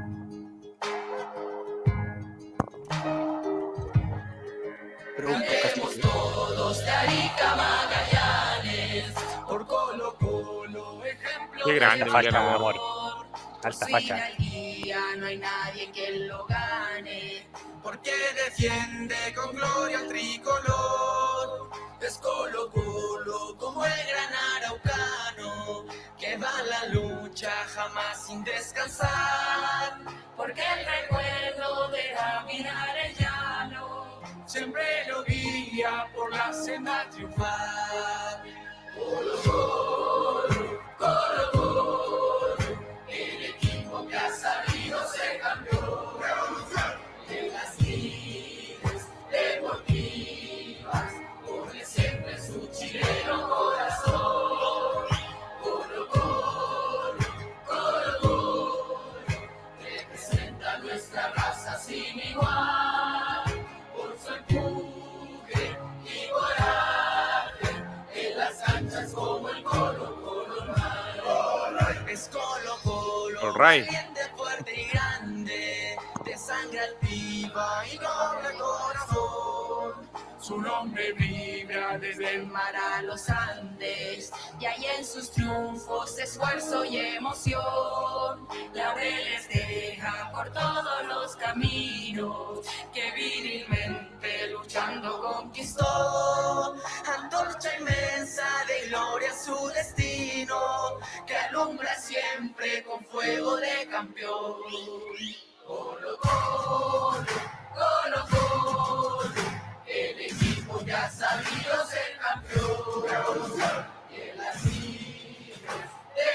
Speaker 2: Pero un poco así.
Speaker 7: Todos de Arica a Magallanes, por Colo Colo, ejemplo
Speaker 3: Qué grande,
Speaker 7: de
Speaker 1: falta,
Speaker 3: Emiliano
Speaker 1: mi
Speaker 3: Amor.
Speaker 1: amor.
Speaker 7: Por
Speaker 1: Alta
Speaker 7: sin
Speaker 1: facha.
Speaker 7: al guía no hay nadie que lo gane, porque defiende con gloria al tricolor. Es Colo Colo como el gran araucano, que va a la lucha jamás sin descansar, porque el recuerdo de David Arellano siempre lo guía por la senda triunfal. Colo Colo, Colo Colo, el equipo que ha sabido ser campeón. En las ligas deportivas, pone siempre su chileno corazón. Colo Colo, Colo Colo, representa nuestra raza sin igual, por su empuje y coraje, en las canchas como el Colo Colo Mal. Es Colo Colo,
Speaker 3: All right.
Speaker 7: valiente, fuerte y grande, de sangre altiva y noble corazón. Su nombre vibra desde el mar a los Andes, y hay en sus triunfos esfuerzo y emoción. Laureles deja por todos los caminos que virilmente luchando conquistó. Antorcha inmensa de gloria su destino, que alumbra siempre con fuego de campeón. Colo Colo, Colo Colo, el equipo ya ha sabido ser campeón. Y en las ligas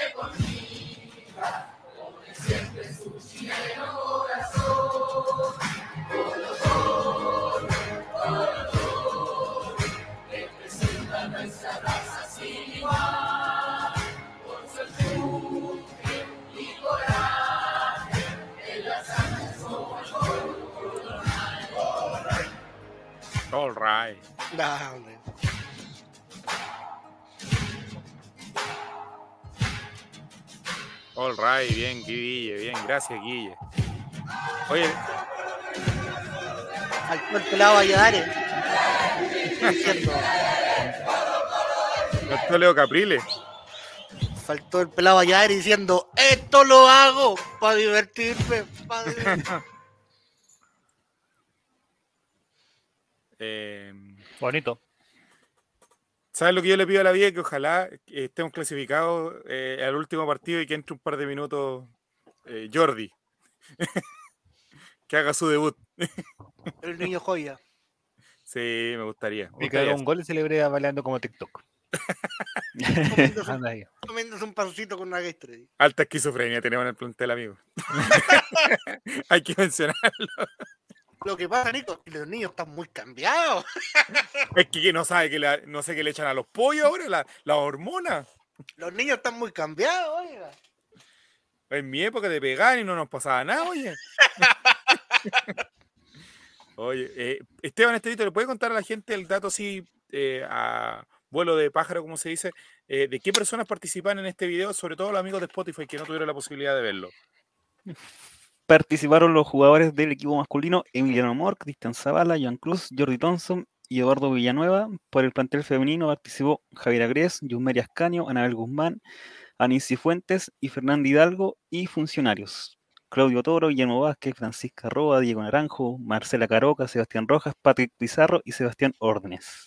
Speaker 7: deportivas pone siempre su chileno corazón. Colo Colo, Colo Colo, representa nuestra raza sin igual, por su empuje y coraje, en las canchas como el Colo Colo Mal.
Speaker 3: All right.
Speaker 2: Nah, hombre.
Speaker 3: All right. Bien, Guille. Bien, gracias, Guille. Oye,
Speaker 2: Faltó el pelado Valladares. Diciendo,
Speaker 3: Faltó Leo Capriles.
Speaker 2: faltó el pelado allá diciendo, esto lo hago para divertirme. Pa divertirme.
Speaker 3: Eh,
Speaker 1: Bonito.
Speaker 3: ¿Sabes lo que yo le pido a la vida? Que ojalá eh, estemos clasificados eh, al último partido y que entre un par de minutos eh, Jordi. Que haga su debut.
Speaker 2: El niño joya.
Speaker 3: Sí, me gustaría. me
Speaker 1: Y que haga
Speaker 3: gustaría.
Speaker 1: un gol y celebre bailando como TikTok.
Speaker 2: Comiéndose,
Speaker 1: Anda ahí.
Speaker 2: comiéndose un pancito con una Gatorade.
Speaker 3: Alta esquizofrenia tenemos en el plantel, amigo. Hay que mencionarlo.
Speaker 2: Lo que pasa, Nico, es que los niños están muy cambiados.
Speaker 3: Es que que no sabe que le, no sé qué le echan a los pollos ahora, la, la hormona.
Speaker 2: Los niños están muy cambiados, oiga.
Speaker 3: En mi época te pegaban y no nos pasaba nada, oye. Oye, eh, Esteban Estevito, ¿le puede contar a la gente el dato así eh, a vuelo de pájaro, como se dice, eh, de qué personas participan en este video, sobre todo los amigos de Spotify que no tuvieron la posibilidad de verlo?
Speaker 4: Participaron los jugadores del equipo masculino Emiliano Amor, Cristian Zavala, Joan Cruz, Jordi Thompson y Eduardo Villanueva. Por el plantel femenino participó Javier Agrés, Yusmeria Ascanio, Anabel Guzmán, Anisi Fuentes y Fernando Hidalgo y funcionarios. Claudio Toro, Guillermo Vázquez, Francisca Roa, Diego Naranjo, Marcela Caroca, Sebastián Rojas, Patrick Pizarro y Sebastián Órdenes.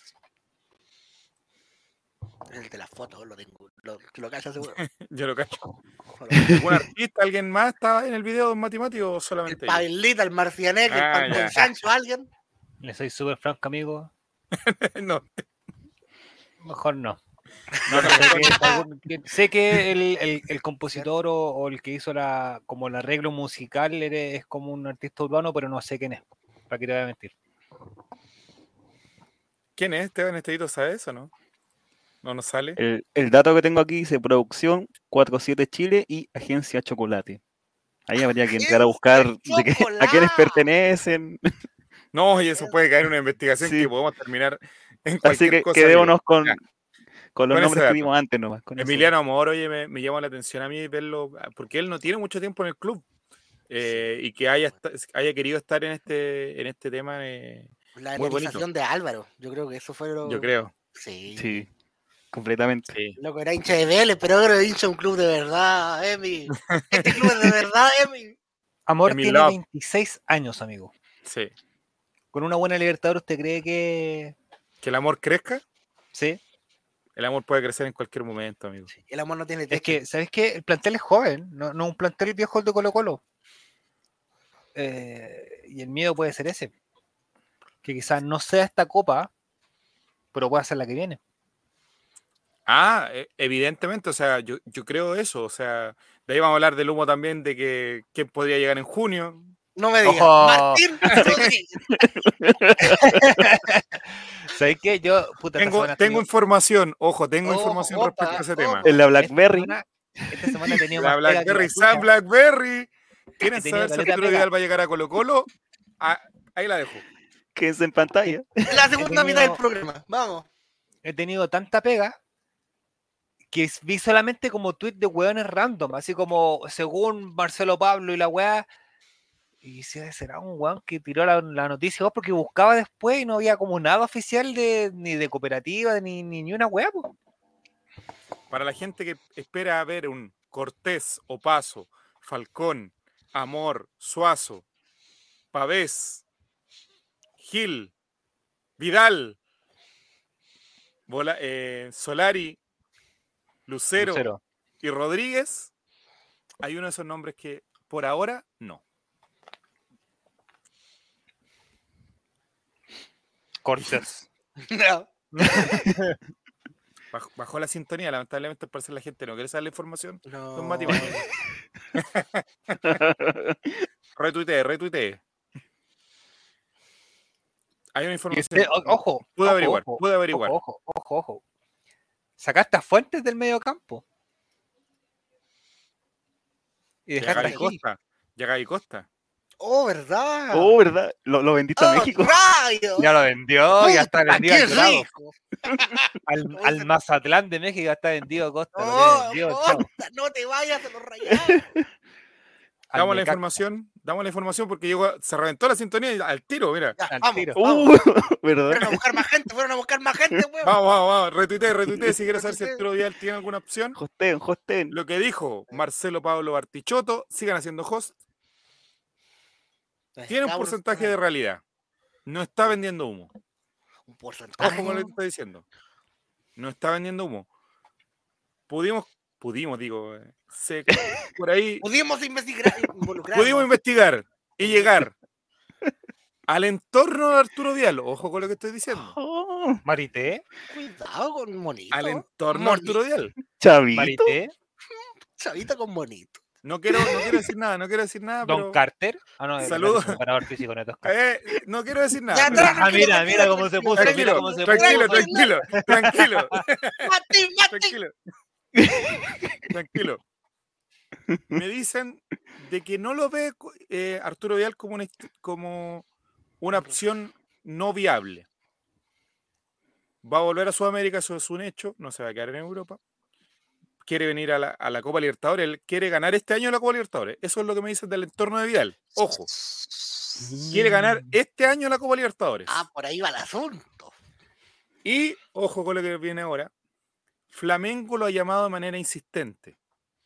Speaker 2: El de las fotos lo tengo, lo, lo cacha seguro.
Speaker 3: Yo lo cacho. ¿Algún artista, alguien más estaba en el video, don Matemático, o
Speaker 2: El
Speaker 3: solamente yo?
Speaker 2: Pailita, el Marcianek, el
Speaker 3: Ah,
Speaker 2: Pantón
Speaker 3: ya.
Speaker 2: Sancho, alguien.
Speaker 1: Le soy súper franco, amigo.
Speaker 3: No,
Speaker 1: Mejor no. No, no, sé, que, algún- que- sé que el, el- el compositor o, o el que hizo la como el arreglo musical eres- es como un artista urbano, pero no sé quién es. ¿Para qué te voy a mentir?
Speaker 3: ¿quién es Esteban Estevito? ¿Sabe eso, no? No nos sale.
Speaker 4: El, el dato que tengo aquí dice Producción cuatro siete Chile y Agencia Chocolate. Ahí habría que entrar a buscar de qué- a quiénes
Speaker 2: Chocolate.
Speaker 4: pertenecen.
Speaker 3: No, y eso puede caer en una investigación
Speaker 4: Sí.
Speaker 3: que podemos terminar en
Speaker 4: Así
Speaker 3: cualquier
Speaker 4: que
Speaker 3: cosa.
Speaker 4: quedémonos
Speaker 3: amigo.
Speaker 4: con,
Speaker 3: Ya.
Speaker 4: con los
Speaker 3: con ese
Speaker 4: nombres que
Speaker 3: dato.
Speaker 4: dimos antes nomás. con eso.
Speaker 3: Emiliano Amor, oye, me, me llama la atención a mí verlo, porque él no tiene mucho tiempo en el club. eh, y que haya, esta- haya querido estar en este, en este tema, eh,
Speaker 2: La
Speaker 3: Muy bonito.
Speaker 2: realización de Álvaro. Yo creo que eso fue lo.
Speaker 3: yo creo.
Speaker 2: Sí.
Speaker 4: Sí, completamente.
Speaker 3: Sí.
Speaker 2: Loco, era hincha de Vélez, pero ahora es hincha de un club de verdad, Emi. Este club es de verdad, Emi.
Speaker 1: Amor
Speaker 3: Emil
Speaker 1: tiene
Speaker 3: Love.
Speaker 1: veintiséis años, amigo.
Speaker 3: Sí.
Speaker 1: Con una buena Libertadores, ¿usted cree que
Speaker 3: Que el amor crezca,
Speaker 1: sí?
Speaker 3: el amor puede crecer en cualquier momento, amigo.
Speaker 2: El amor no tiene
Speaker 1: Es
Speaker 2: techo.
Speaker 1: que, ¿sabes qué? El plantel es joven, no, no un plantel viejo el de Colo Colo. Eh, y el miedo puede ser ese. Que quizás no sea esta copa, pero puede ser la que viene.
Speaker 3: Ah, e- evidentemente, o sea, yo, yo creo eso, o sea, de ahí vamos a hablar del humo también, de que quién podría llegar en junio.
Speaker 2: No me digas.
Speaker 1: Ojo.
Speaker 2: Martín Rodríguez.
Speaker 1: ¿Sabes qué? Yo, puta, esta
Speaker 3: Tengo,
Speaker 1: semana
Speaker 3: tengo
Speaker 1: estoy-
Speaker 3: información, ojo, tengo
Speaker 2: Ojo,
Speaker 3: información
Speaker 2: opa,
Speaker 3: respecto a ese
Speaker 2: opa.
Speaker 3: tema.
Speaker 4: En la
Speaker 1: esta
Speaker 4: Blackberry.
Speaker 1: semana- Esta semana he tenido
Speaker 3: La
Speaker 1: más pega que
Speaker 3: Blackberry,
Speaker 1: la chucha.
Speaker 3: San Blackberry. ¿Quieren
Speaker 1: He tenido
Speaker 3: saber si
Speaker 1: caleta
Speaker 3: Arturo
Speaker 1: pega.
Speaker 3: Vidal va a llegar a Colo Colo? Ah, ahí la dejo.
Speaker 4: Quédense en pantalla.
Speaker 2: La segunda
Speaker 1: He
Speaker 2: mitad del
Speaker 1: tenido-
Speaker 2: programa. Vamos.
Speaker 1: He tenido tanta pega que s- vi solamente como tweet de hueones random, así como según Marcelo Pablo y la weá. Y si será un weón que tiró la, la noticia, oh, porque buscaba después y no había como nada oficial de ni de cooperativa ni, ni, ni una weá, po.
Speaker 3: Para la gente que espera ver un Cortés, Opaso, Falcón, Amor, Suazo, Pavés, Gil, Vidal, Vola- eh, Solari, Lucero,
Speaker 1: Lucero.
Speaker 3: y Rodríguez, hay uno de esos nombres que por ahora no.
Speaker 1: Cortés.
Speaker 2: No.
Speaker 3: Bajó, bajó la sintonía, lamentablemente, al parecer la gente no quiere saber la información.
Speaker 2: No.
Speaker 3: Don Mati, vaya. Retuitee, retuitee. Hay una
Speaker 1: Y
Speaker 3: información.
Speaker 1: usted, o- ojo,
Speaker 3: Pude
Speaker 1: ojo,
Speaker 3: averiguar,
Speaker 1: ojo,
Speaker 3: pude averiguar.
Speaker 1: Ojo, ojo, ojo, ojo. Sacaste a Fuentes del medio campo. Y dejaste a
Speaker 3: Yagai
Speaker 1: Gil.
Speaker 3: Costa. Yagai Costa.
Speaker 2: Oh, ¿verdad?
Speaker 4: Oh, ¿verdad? Lo, lo vendiste a
Speaker 2: ¡Oh,
Speaker 4: México.
Speaker 2: rayos!
Speaker 1: Ya lo vendió, ya está
Speaker 2: Puta,
Speaker 1: vendido
Speaker 2: qué
Speaker 1: al dorado.
Speaker 2: rico.
Speaker 1: Al, al Mazatlán de México ya está vendido Costa. Lo
Speaker 2: Oh,
Speaker 1: tiene vendido, chao.
Speaker 2: Costa, no te vayas a los rayados.
Speaker 1: Al
Speaker 3: Damos la
Speaker 1: Necaxa.
Speaker 3: información. damos la información porque llegó, se reventó la sintonía y al tiro, mira.
Speaker 2: Ya,
Speaker 1: Al
Speaker 2: vamos,
Speaker 1: tiro.
Speaker 2: vamos.
Speaker 4: Uh, ¿verdad?
Speaker 2: Fueron a buscar más gente, fueron a buscar más gente, weón.
Speaker 3: Vamos, vamos, vamos. Retuitee, retuitee si quieres saber si
Speaker 2: Retuitee.
Speaker 3: Arturo Vidal tiene alguna opción.
Speaker 4: Hosten, hosten.
Speaker 3: Lo que dijo Marcelo Pablo Bartichotto, sigan haciendo host. Tiene un
Speaker 2: Cabros,
Speaker 3: porcentaje de realidad. No está vendiendo humo.
Speaker 2: un porcentaje.
Speaker 3: Ojo con lo que estoy diciendo. No está vendiendo humo. Pudimos, pudimos, digo, eh, se- por ahí
Speaker 2: Pudimos investigar, involucrarnos.
Speaker 3: pudimos investigar y llegar al entorno de Arturo Vidal. Ojo con lo que estoy diciendo.
Speaker 4: Oh,
Speaker 1: Marité,
Speaker 2: Cuidado con monito.
Speaker 3: Al entorno de
Speaker 2: Monito.
Speaker 3: Arturo Vidal.
Speaker 4: Chavito.
Speaker 1: Marité,
Speaker 2: Chavita con monito.
Speaker 3: No quiero, no quiero decir nada, no quiero decir nada,
Speaker 1: Don
Speaker 3: pero
Speaker 1: Carter. Ah, no,
Speaker 3: Saludos.
Speaker 1: es un preparador físico, neto Carter.
Speaker 3: eh, no quiero decir nada.
Speaker 2: Ya,
Speaker 3: Mira,
Speaker 2: tranquilo,
Speaker 1: Ah, mira,
Speaker 2: tranquilo,
Speaker 1: mira cómo se
Speaker 2: tranquilo,
Speaker 1: puso, mira
Speaker 3: tranquilo,
Speaker 1: cómo se
Speaker 3: tranquilo,
Speaker 1: puso.
Speaker 3: tranquilo, tranquilo,
Speaker 2: Mati, Mati.
Speaker 3: tranquilo, tranquilo. Me dicen de que no lo ve eh, Arturo Vidal como una, hist- como una opción no viable. Va a volver a Sudamérica, eso es un hecho, no se va a quedar en Europa. Quiere venir a la, a la Copa Libertadores, él quiere ganar este año la Copa Libertadores. Eso es lo que me dicen del entorno de Vidal. Ojo, quiere ganar este año la Copa Libertadores.
Speaker 2: Ah, por ahí va el asunto.
Speaker 3: Y, ojo con lo que viene ahora, Flamengo lo ha llamado de manera insistente.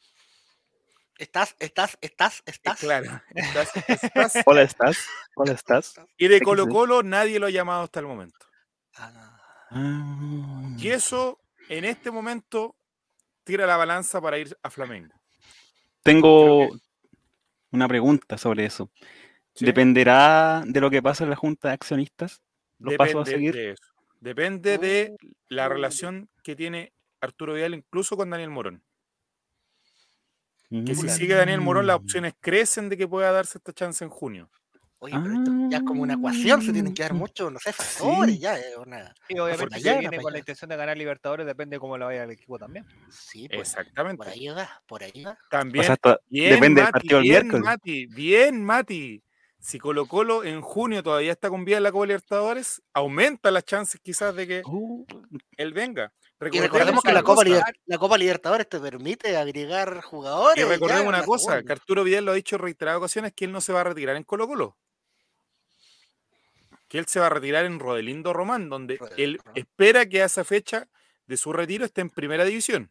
Speaker 2: Estás, estás, estás,
Speaker 3: Eh,
Speaker 2: estás.
Speaker 3: Claro, estás- estás-
Speaker 4: Hola, ¿estás? Hola, ¿estás?
Speaker 3: y de
Speaker 4: Sí,
Speaker 3: Colo
Speaker 4: sí.
Speaker 3: Colo nadie lo ha llamado hasta el momento.
Speaker 2: Ah,
Speaker 4: Ah.
Speaker 3: Y eso, en este momento, tira la balanza para ir a Flamengo.
Speaker 4: Tengo
Speaker 3: Creo
Speaker 4: una pregunta sobre eso.
Speaker 3: ¿Sí?
Speaker 4: ¿Dependerá de lo que pasa en la Junta de Accionistas? ¿Los pasos a
Speaker 3: Depende
Speaker 4: seguir?
Speaker 3: de eso. Depende de la
Speaker 2: Oh.
Speaker 3: relación que tiene Arturo Vidal incluso con Daniel Morón. Que si
Speaker 4: Mm.
Speaker 3: sigue Daniel Morón, las opciones crecen de que pueda darse esta chance en junio.
Speaker 2: oye, pero esto ya es como una ecuación, se tienen que dar
Speaker 4: Ah.
Speaker 2: muchos, no sé, factores,
Speaker 4: Sí.
Speaker 2: ya es una.
Speaker 1: Y obviamente
Speaker 2: Por
Speaker 1: si
Speaker 2: allá,
Speaker 1: viene
Speaker 2: para
Speaker 1: con la
Speaker 2: allá.
Speaker 1: intención de ganar Libertadores, depende de cómo le vaya al equipo también.
Speaker 2: Sí, pues,
Speaker 3: Exactamente.
Speaker 2: por ahí va, por ahí va.
Speaker 3: También.
Speaker 4: O sea, hasta
Speaker 3: bien,
Speaker 4: depende del
Speaker 3: Mati,
Speaker 4: partido del
Speaker 3: bien,
Speaker 4: miércoles.
Speaker 3: Mati, bien, Mati. Si Colo Colo en junio todavía está con vida en la Copa Libertadores, aumenta las chances quizás de que
Speaker 4: Uh,
Speaker 3: él venga.
Speaker 2: Y recordemos que
Speaker 3: una
Speaker 2: la Copa,
Speaker 3: cosa,
Speaker 2: Liber- la Copa Libertadores te permite agregar jugadores.
Speaker 3: Y recordemos
Speaker 2: ya en
Speaker 3: una
Speaker 2: la
Speaker 3: cosa,
Speaker 2: segunda.
Speaker 3: que Arturo Vidal lo ha dicho en reiteradas ocasiones, que él no se va a retirar en Colo Colo. Que él se va a retirar en Rodelindo Román, donde
Speaker 2: Rodelindo
Speaker 3: él
Speaker 2: Román.
Speaker 3: espera que a esa fecha de su retiro esté en primera división.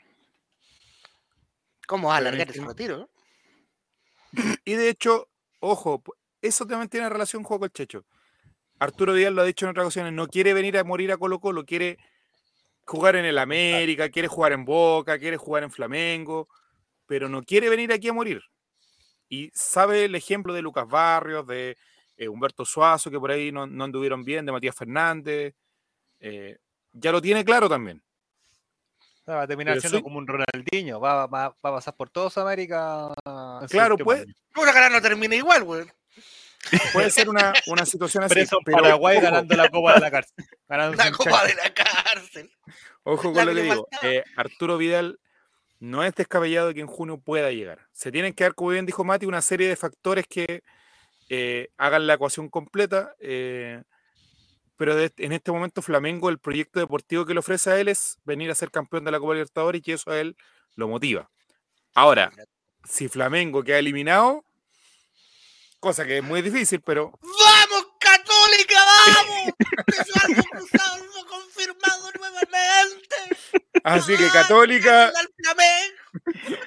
Speaker 2: ¿Cómo va a
Speaker 3: Pero
Speaker 2: alargar
Speaker 3: en
Speaker 2: ese
Speaker 3: el-
Speaker 2: retiro?
Speaker 3: Y de hecho, ojo, p- eso también tiene relación con Juego el Checho. Arturo Vidal lo ha dicho en otras ocasiones, no quiere venir a morir a Colo Colo, quiere jugar en el América, quiere jugar en Boca, quiere jugar en Flamengo, pero no quiere venir aquí a morir. Y sabe el ejemplo de Lucas Barrios, de eh, Humberto Suazo, que por ahí no, no anduvieron bien, de Matías Fernández. eh, ya lo tiene claro también.
Speaker 1: O sea, va a terminar
Speaker 3: Pero
Speaker 1: siendo
Speaker 3: soy-
Speaker 1: como un Ronaldinho. Va, va, va a pasar por toda Sudamérica. en su
Speaker 3: Claro,
Speaker 1: último
Speaker 3: pues,
Speaker 1: año.
Speaker 2: Una cara no termina igual, güey.
Speaker 3: puede ser una, una situación así.
Speaker 1: Preso en
Speaker 3: pero
Speaker 1: Paraguay
Speaker 3: ojo,
Speaker 1: ganando la Copa de la cárcel. Ganando
Speaker 2: La
Speaker 1: un
Speaker 2: Copa
Speaker 1: chancho.
Speaker 2: de la cárcel.
Speaker 3: Ojo
Speaker 2: La
Speaker 3: con lo
Speaker 2: que
Speaker 3: que
Speaker 2: le
Speaker 3: digo.
Speaker 2: faltaba.
Speaker 3: eh, Arturo Vidal no es descabellado de que en junio pueda llegar. Se tienen que dar, como bien dijo Mati, una serie de factores que eh, hagan la ecuación completa. eh, pero de- en este momento Flamengo, el proyecto deportivo que le ofrece a él es venir a ser campeón de la Copa Libertadores y que eso a él lo motiva. Ahora, si Flamengo queda eliminado, cosa que es muy difícil, pero
Speaker 2: ¡Vamos, Católica, vamos! ¡Eso es algo cruzado, algo confirmado nuevamente!
Speaker 3: así que
Speaker 2: ¡Ah,
Speaker 3: Católica,
Speaker 2: al Flamengo!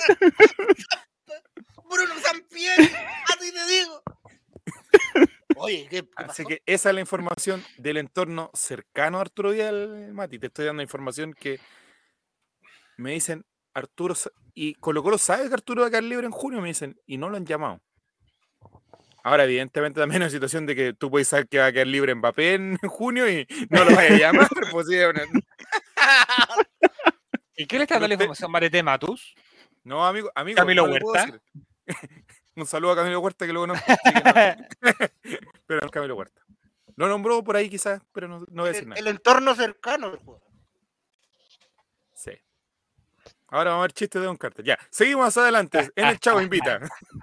Speaker 2: Bruno Sampieri, a ti te digo. Oye, ¿qué, qué
Speaker 3: así
Speaker 2: pasó?
Speaker 3: que esa es la información del entorno cercano a Arturo Vidal, Mati. Te estoy dando información que me dicen, Arturo, sa- y Colo Colo sabe que Arturo va a quedar libre en junio, me dicen, y no lo han llamado. Ahora, evidentemente, también hay una situación de que tú puedes saber que va a quedar libre Mbappé en junio y no lo vayas a llamar. Pues, sí, una-
Speaker 1: ¿Y qué le está dando la
Speaker 3: Pero usted-
Speaker 1: información Marete Matus?
Speaker 3: No, amigo, amigo.
Speaker 1: ¿Camilo
Speaker 3: no le puedo
Speaker 1: Huerta?
Speaker 3: decir. Un saludo a Camilo Huerta que luego no. así que no. Pero no es Camilo Huerta. Lo nombró por ahí quizás, pero no, no voy a decir
Speaker 2: El,
Speaker 3: nada.
Speaker 2: el entorno cercano del jugador.
Speaker 3: Sí. Ahora vamos a ver chistes de Don Carter. Ya, seguimos más adelante en el Chavo Invita.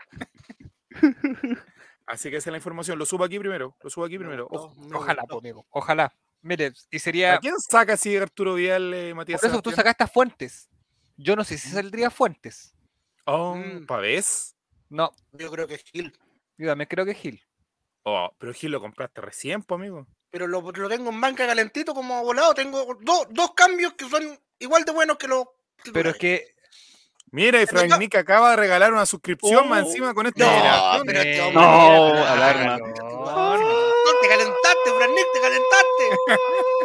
Speaker 3: Así que esa es la información. Lo subo aquí primero. Lo subo aquí primero. Ojo.
Speaker 2: No, me
Speaker 1: Ojalá,
Speaker 2: gustó.
Speaker 1: po, amigo. Ojalá. Mire, y sería.
Speaker 3: ¿A quién saca así Arturo Vidal, eh, Matías
Speaker 1: Por eso tú
Speaker 3: Sebastián?
Speaker 1: sacaste Fuentes. Yo no sé si saldría Fuentes.
Speaker 3: Oh,
Speaker 2: Mm.
Speaker 3: ¿Pavés?
Speaker 1: No,
Speaker 2: Yo creo que es Gil.
Speaker 1: yo también creo que es Gil.
Speaker 3: Oh, pero Gil lo compraste recién, pues, amigo.
Speaker 2: Pero lo, lo tengo en banca calentito como volado. Tengo do- dos cambios que son igual de buenos que los
Speaker 1: Pero es
Speaker 2: titulares.
Speaker 1: que
Speaker 3: Mira, y Frank
Speaker 2: no.
Speaker 3: Nick acaba de regalar una suscripción
Speaker 1: Uh,
Speaker 3: más encima con esta
Speaker 2: no,
Speaker 3: generación.
Speaker 2: pero este
Speaker 1: Eh,
Speaker 2: hombre
Speaker 4: no,
Speaker 2: tiene-
Speaker 4: alarma.
Speaker 2: No, no, te calentaste, Fran Nick, te calentaste.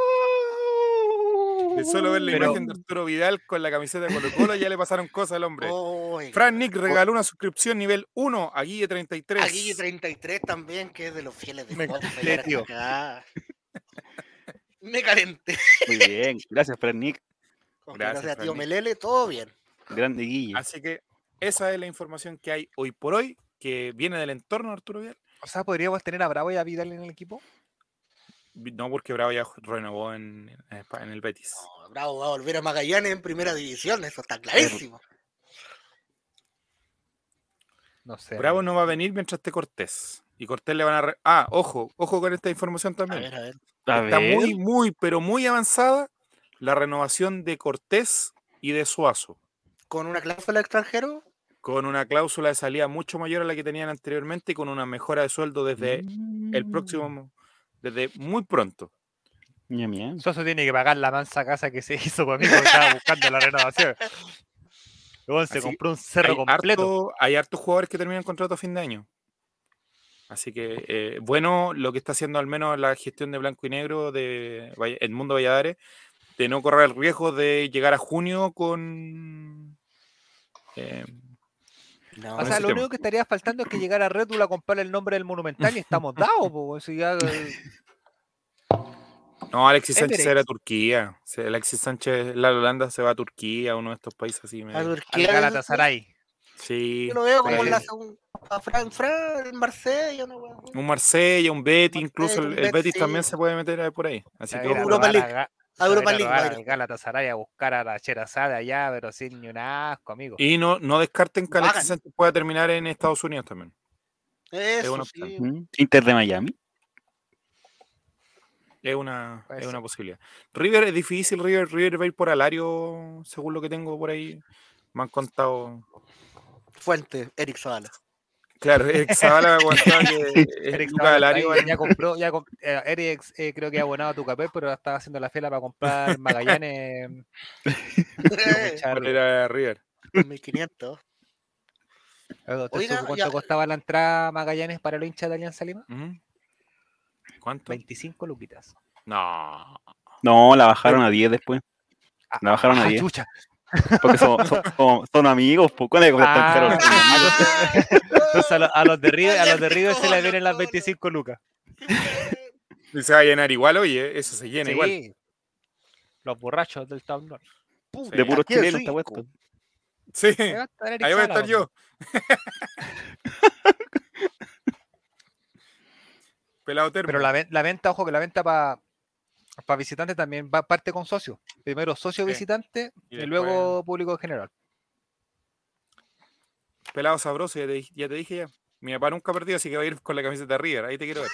Speaker 3: De solo ver la
Speaker 1: Pero-
Speaker 3: imagen de Arturo Vidal con la camiseta de Colo Colo ya le pasaron cosas al hombre.
Speaker 2: Oiga.
Speaker 3: Frank Nick regaló una suscripción nivel uno a Guille treinta y tres.
Speaker 2: Aquí treinta y tres también, que es de los fieles de
Speaker 1: Me
Speaker 2: Spotify,
Speaker 1: calenté,
Speaker 2: ahora
Speaker 1: tío.
Speaker 2: acá. Me calenté.
Speaker 4: Muy bien, gracias, Fran Nick.
Speaker 2: Con
Speaker 3: Gracias,
Speaker 2: gracias a tío
Speaker 3: Fran Nick.
Speaker 2: Melele, todo bien.
Speaker 4: Grande Guille.
Speaker 3: Así que esa es la información que hay hoy por hoy, que viene del entorno de Arturo Vidal.
Speaker 1: O sea, ¿podríamos tener a Bravo y a Vidal en el equipo?
Speaker 3: No, porque Bravo ya renovó en, en Espa- en el Betis.
Speaker 2: No, Bravo va a volver a Magallanes en primera división, eso está clarísimo.
Speaker 1: No sé.
Speaker 3: Bravo no va a venir mientras esté Cortés. Y Cortés le van a... re- Ah, ojo, ojo con esta información
Speaker 2: A
Speaker 3: también.
Speaker 2: ver, a ver.
Speaker 4: A
Speaker 3: Está
Speaker 4: ver.
Speaker 3: muy, muy, pero muy avanzada la renovación de Cortés y de Suazo,
Speaker 2: Con una cláusula extranjero,
Speaker 3: con una cláusula de salida mucho mayor a la que tenían anteriormente y con una mejora de sueldo desde el
Speaker 4: Mm.
Speaker 3: próximo, desde muy pronto.
Speaker 4: Ña, ña.
Speaker 1: Soso tiene que pagar la mansa casa que se hizo conmigo que estaba buscando la renovación. Luego se
Speaker 3: Así,
Speaker 1: compró un cerro
Speaker 3: Hay,
Speaker 1: completo.
Speaker 3: harto- hay hartos jugadores que terminan contrato a fin de año. Así que eh, bueno lo que está haciendo al menos la gestión de Blanco y Negro de Vall- Edmundo Valladares, de no correr el riesgo de llegar a junio con... eh,
Speaker 2: no,
Speaker 1: O
Speaker 3: con
Speaker 1: sea,
Speaker 3: ese
Speaker 1: lo
Speaker 3: tema.
Speaker 1: único que estaría faltando es que llegara Red Bull a comprarle el nombre del Monumental y estamos dados, po, si ya, eh,
Speaker 3: No, Alexis Sánchez se
Speaker 1: Emirates.
Speaker 3: va a Turquía. Se- Alexis Sánchez, la Holanda, se va a Turquía, a uno de estos países así.
Speaker 2: a
Speaker 3: medio-
Speaker 1: al
Speaker 2: Turquía,
Speaker 1: Galatasaray.
Speaker 3: Sí,
Speaker 2: yo lo veo
Speaker 3: por
Speaker 2: como
Speaker 3: ahí.
Speaker 2: la segunda. A Fran, Fran, en Marsella, no, weón.
Speaker 3: Un Marsella, un Betis,
Speaker 2: Marsella,
Speaker 3: incluso el,
Speaker 2: un
Speaker 3: el
Speaker 2: Betis,
Speaker 3: Betis
Speaker 2: sí.
Speaker 3: también se puede meter ahí por ahí. Así
Speaker 1: Se va
Speaker 3: que
Speaker 1: a ir a
Speaker 3: ojo.
Speaker 2: Europa
Speaker 1: robar
Speaker 2: League.
Speaker 1: a Ga-
Speaker 2: A
Speaker 1: se va a ir
Speaker 2: Europa
Speaker 1: a
Speaker 2: League
Speaker 1: robar
Speaker 2: va a ir.
Speaker 1: al Galatasaray a buscar a la Cherazada allá, pero sin ni un asco, amigo.
Speaker 3: Y no, no descarten que Alexis
Speaker 2: Pagan.
Speaker 3: Sánchez pueda terminar en Estados Unidos también.
Speaker 2: Eso
Speaker 3: una
Speaker 2: sí.
Speaker 4: Mm. Inter de Miami.
Speaker 3: Es una,
Speaker 1: Puede
Speaker 3: es una
Speaker 1: ser.
Speaker 3: posibilidad. River es difícil, River, River va a ir por Alario, según lo que tengo por ahí. Me han contado.
Speaker 2: Fuente, Eric Zavala.
Speaker 3: Claro, Eric Zavala me ha contado que eh,
Speaker 1: Eric
Speaker 3: Lucas
Speaker 1: Zavala está
Speaker 3: Alario
Speaker 1: ahí,
Speaker 3: va-
Speaker 1: ya compró, ya comp- eh, Eric eh, creo que ha abonado a tu capé, pero estaba haciendo la fila para comprar Magallanes. como hincha de
Speaker 3: va a ir
Speaker 1: River.
Speaker 3: a River.
Speaker 2: mil quinientos.
Speaker 1: Oiga, ¿usted
Speaker 2: Oiga,
Speaker 1: supo cuánto
Speaker 2: ya-
Speaker 1: costaba la entrada a Magallanes para los hinchas de Alianza Lima?
Speaker 3: Ujú. ¿Cuánto?
Speaker 1: veinticinco luquitas.
Speaker 3: No.
Speaker 4: No, la bajaron a diez después. La bajaron a
Speaker 1: Ah,
Speaker 4: diez.
Speaker 1: chucha.
Speaker 4: Porque son, son, son- son amigos. ¿Por qué le cobran tan caro?
Speaker 1: Ah,
Speaker 4: Son amigos.
Speaker 1: entonces a, lo- a los de River, a los de River se les vienen las veinticinco lucas.
Speaker 3: Y se va a llenar igual, oye, eso se llena igual.
Speaker 1: Sí. Los borrachos del Town North.
Speaker 4: De puro
Speaker 2: Aquí es
Speaker 4: chileno
Speaker 2: rico.
Speaker 4: está puesto.
Speaker 3: Sí,
Speaker 1: Ahí va a estar Eric
Speaker 3: ahí voy a
Speaker 1: Sala,
Speaker 3: estar yo. Pelado termo.
Speaker 1: Pero la, ven- la venta, ojo que la venta para para visitantes también va parte con socios. Primero socio
Speaker 3: Sí.
Speaker 1: visitante
Speaker 3: Y
Speaker 1: y,
Speaker 3: después-
Speaker 1: luego público en general.
Speaker 3: Pelado sabroso, ya te, di- ya te dije ya. Mi papá nunca ha perdido, así que va a ir con la camiseta de River. Ahí te quiero ver.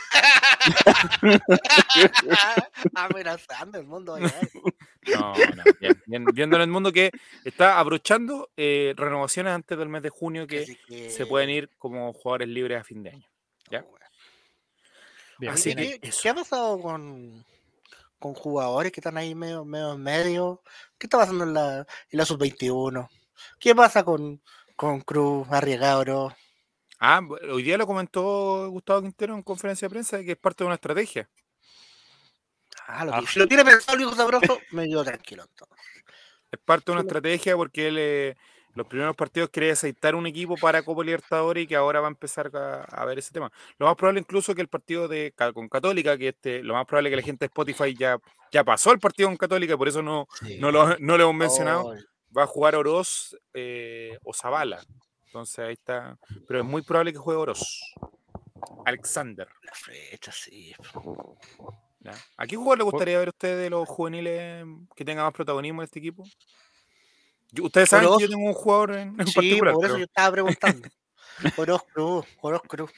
Speaker 2: Amenazando el mundo. allá.
Speaker 3: No, no, bien, bien, viendo en el mundo que está abrochando eh, renovaciones antes del mes de junio que
Speaker 2: Así que-
Speaker 3: se pueden ir como jugadores libres a fin de año. ¿ya?
Speaker 1: Bien,
Speaker 3: Así
Speaker 1: bien
Speaker 2: Oye,
Speaker 1: ahí.
Speaker 2: ¿qué,
Speaker 3: eso.
Speaker 2: qué ha pasado con, con jugadores que están ahí medio, medio en medio? ¿Qué está pasando en la, en la sub veintiuno? ¿Qué pasa con, con Cruz, Arriagabro?
Speaker 3: Ah, hoy día lo comentó Gustavo Quintero en conferencia de prensa de que es parte de una estrategia.
Speaker 2: Ah, lo
Speaker 1: Ah.
Speaker 2: que- si lo tiene pensado el hijo sabroso, me quedo tranquilo. Entonces.
Speaker 3: Es parte de una
Speaker 2: Sí.
Speaker 3: estrategia porque él eh, los primeros partidos quería aceitar un equipo para Copa Libertadores y que ahora va a empezar a, a ver ese tema. Lo más probable incluso que el partido de Ca- con Católica, que este, lo más probable que la gente de Spotify ya, ya pasó el partido con Católica, por eso no, no, lo, no lo hemos mencionado.
Speaker 2: Oh,
Speaker 3: Va a jugar Oroz eh, o Zavala. Entonces ahí está. Pero es muy probable que juegue Oroz. Alexander.
Speaker 2: la fecha, sí.
Speaker 3: ¿ya? ¿A qué jugador le gustaría ver a usted de los juveniles que tenga más protagonismo en este equipo? Yo- ustedes saben
Speaker 2: Oroz.
Speaker 3: que yo tengo un jugador en, en
Speaker 2: Sí,
Speaker 3: particular.
Speaker 2: por eso
Speaker 3: pero-
Speaker 2: yo estaba preguntando. Oroz Cruz, Oroz Cruz.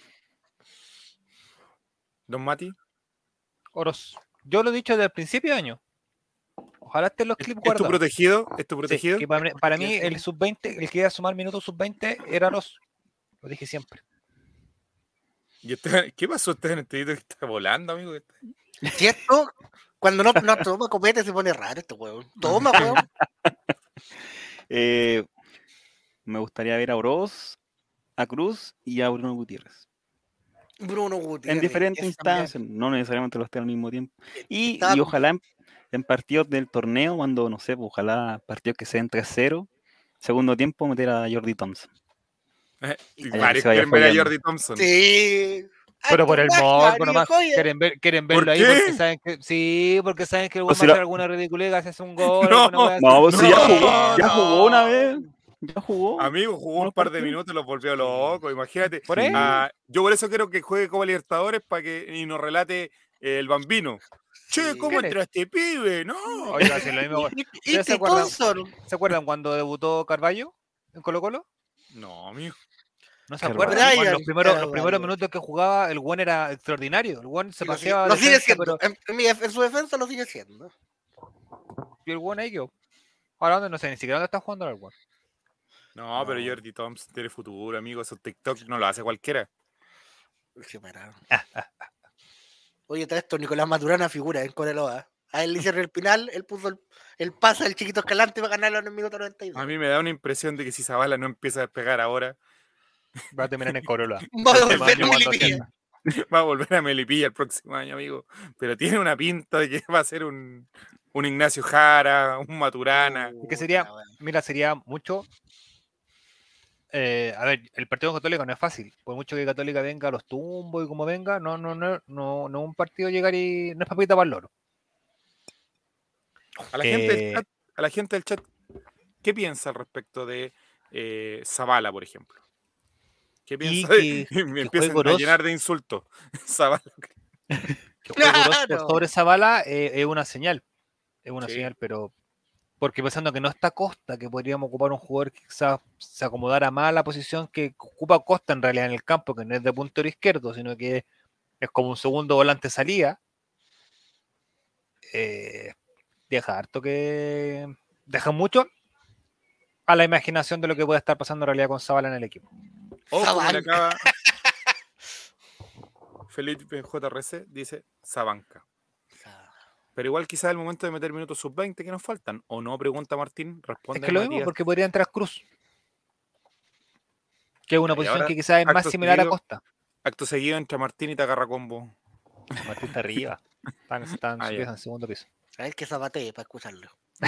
Speaker 3: Don Mati.
Speaker 1: Oros. Yo lo he dicho desde el principio de año. Ojalá estén los
Speaker 3: ¿Es,
Speaker 1: clips
Speaker 3: es tu
Speaker 1: guardados.
Speaker 3: protegido? ¿Es tu
Speaker 1: Sí,
Speaker 3: protegido?
Speaker 1: que para, mí- para mí
Speaker 2: Sí, sí.
Speaker 1: el sub veinte, el que iba a sumar minutos sub veinte era Oros. Lo dije siempre.
Speaker 3: ¿Y este, qué pasó este en este video que está volando, amigo?
Speaker 2: ¿Cierto? Cuando no, no toma copete se pone raro este weón. Toma, weón.
Speaker 4: Eh, me gustaría ver a Oroz, a Cruz y a Bruno Gutiérrez.
Speaker 2: Bruno Gutiérrez.
Speaker 4: En diferentes
Speaker 2: esa mierda.
Speaker 4: instancias, no necesariamente los tres al mismo tiempo. Y,
Speaker 2: Estaba-
Speaker 4: y ojalá en, en partidos del torneo, cuando, no sé, pues, ojalá partidos que sean tres cero, segundo tiempo meter a Jordi Thompson.
Speaker 3: Y
Speaker 4: Allá
Speaker 3: varios
Speaker 4: se vaya
Speaker 3: quieren ver a
Speaker 4: fogueando.
Speaker 3: Jordi Thompson.
Speaker 2: Sí.
Speaker 1: Pero por el
Speaker 2: Magia,
Speaker 1: morbo nomás.
Speaker 2: viejo, oye.
Speaker 1: Quieren, ver, quieren verlo
Speaker 3: ¿Por
Speaker 1: ahí
Speaker 3: qué?
Speaker 1: porque saben que. Sí, porque saben que el weón
Speaker 4: Pues
Speaker 1: va a
Speaker 4: si
Speaker 1: hacer
Speaker 4: lo-
Speaker 1: alguna ridiculez, hace un gol.
Speaker 3: No,
Speaker 1: alguna wea así.
Speaker 4: No, pues si ya
Speaker 3: No,
Speaker 4: jugó, ya
Speaker 3: no.
Speaker 4: jugó una vez. Ya jugó.
Speaker 3: Amigo, jugó un
Speaker 4: Unos
Speaker 3: par de
Speaker 4: partidos.
Speaker 3: minutos y los volvió loco. Imagínate.
Speaker 1: Por ahí.
Speaker 3: Ah, yo por eso quiero que juegue Copa Libertadores para que y nos relate eh, el Bambino. Che,
Speaker 2: Sí.
Speaker 3: ¿cómo
Speaker 1: ¿Quién es?
Speaker 3: entró este pibe? No.
Speaker 1: Oiga, si lo mismo.
Speaker 2: Y- y
Speaker 1: ¿Ustedes se
Speaker 2: Tito
Speaker 1: acuerdan?
Speaker 2: Thompson.
Speaker 1: ¿Se acuerdan cuando debutó Carballo en Colo Colo?
Speaker 3: No, amigo.
Speaker 1: ¿No se
Speaker 4: Carvalho.
Speaker 1: acuerdan? Bueno,
Speaker 2: Brian
Speaker 1: los, primeros, los
Speaker 2: Carvalho.
Speaker 1: primeros minutos que jugaba, el buen era extraordinario. El buen se
Speaker 2: Lo sigue-
Speaker 1: paseaba.
Speaker 2: Lo sigue
Speaker 1: defensa,
Speaker 2: siendo.
Speaker 1: pero
Speaker 2: En, en mi- en su defensa lo sigue siendo.
Speaker 1: y el buen ahí quedó. Ahora dónde no sé ni siquiera dónde está jugando el buen.
Speaker 3: No, pero
Speaker 2: No.
Speaker 3: Jordi Thompson tiene futuro, amigo. Esos TikTok no lo hace cualquiera.
Speaker 2: Se pararon. Oye, todo esto, Nicolás Maturana figura en Coreloa. A él le hicieron el penal, él puso el, el pase al chiquito Escalante para ganarlo en el minuto noventa y dos.
Speaker 3: A mí me da una impresión de que si Zavala no empieza a despegar ahora,
Speaker 1: Va a terminar en Corolla.
Speaker 2: Va a
Speaker 1: El
Speaker 2: volver
Speaker 1: próximo año cuando
Speaker 2: Melipilla.
Speaker 1: ascienda.
Speaker 3: va a volver a Melipilla el próximo año, amigo. Pero tiene una pinta de que va a ser un, un Ignacio Jara, un Maturana.
Speaker 1: Y que sería,
Speaker 2: Puta, weón.
Speaker 1: mira, sería mucho. eh, a ver, el partido con Católica no es fácil. Por mucho que Católica venga a los tumbos y como venga, no, no, no, no, no es un partido llegar y no es papita para el loro.
Speaker 3: A la, gente del
Speaker 1: Eh,
Speaker 3: chat, a la gente del chat, ¿qué piensa al respecto de eh, Zavala, por ejemplo? ¿Qué piensa?
Speaker 1: que-
Speaker 3: de- me
Speaker 1: que
Speaker 3: empiezan
Speaker 1: juegue
Speaker 3: a
Speaker 1: Oroz.
Speaker 3: llenar de insultos. Zavala.
Speaker 1: Que juegue Orozco
Speaker 2: Claro.
Speaker 1: sobre Zavala eh, es una señal. Es una
Speaker 3: Sí.
Speaker 1: señal, pero. Porque pensando que no está Costa, que podríamos ocupar un jugador que quizás se acomodara más a la posición que ocupa Costa en realidad en el campo, que no es de puntero izquierdo, sino que es como un segundo volante salida. Eh, deja harto que. Deja mucho a la imaginación de lo que puede estar pasando en realidad con Zavala en el equipo.
Speaker 3: O como le
Speaker 2: Zabanca.
Speaker 3: acaba Felipe J R C, dice Zabanca. Pero igual quizás es el momento de meter minutos sub veinte que nos faltan. ¿O no? Pregunta Martín. Responde
Speaker 1: Es que lo mismo,
Speaker 3: Matías.
Speaker 1: porque podría entrar Cruz. Que es una
Speaker 3: Y
Speaker 1: posición
Speaker 3: ahora,
Speaker 1: que quizás es más
Speaker 3: acto
Speaker 1: similar a
Speaker 3: seguido,
Speaker 1: Costa.
Speaker 3: Acto seguido entra Martín y te agarra combo.
Speaker 1: Martín está arriba. Están, están
Speaker 3: Ah,
Speaker 1: su
Speaker 3: ya.
Speaker 1: pieza en segundo piso.
Speaker 2: A ver que zapatee para escucharlo.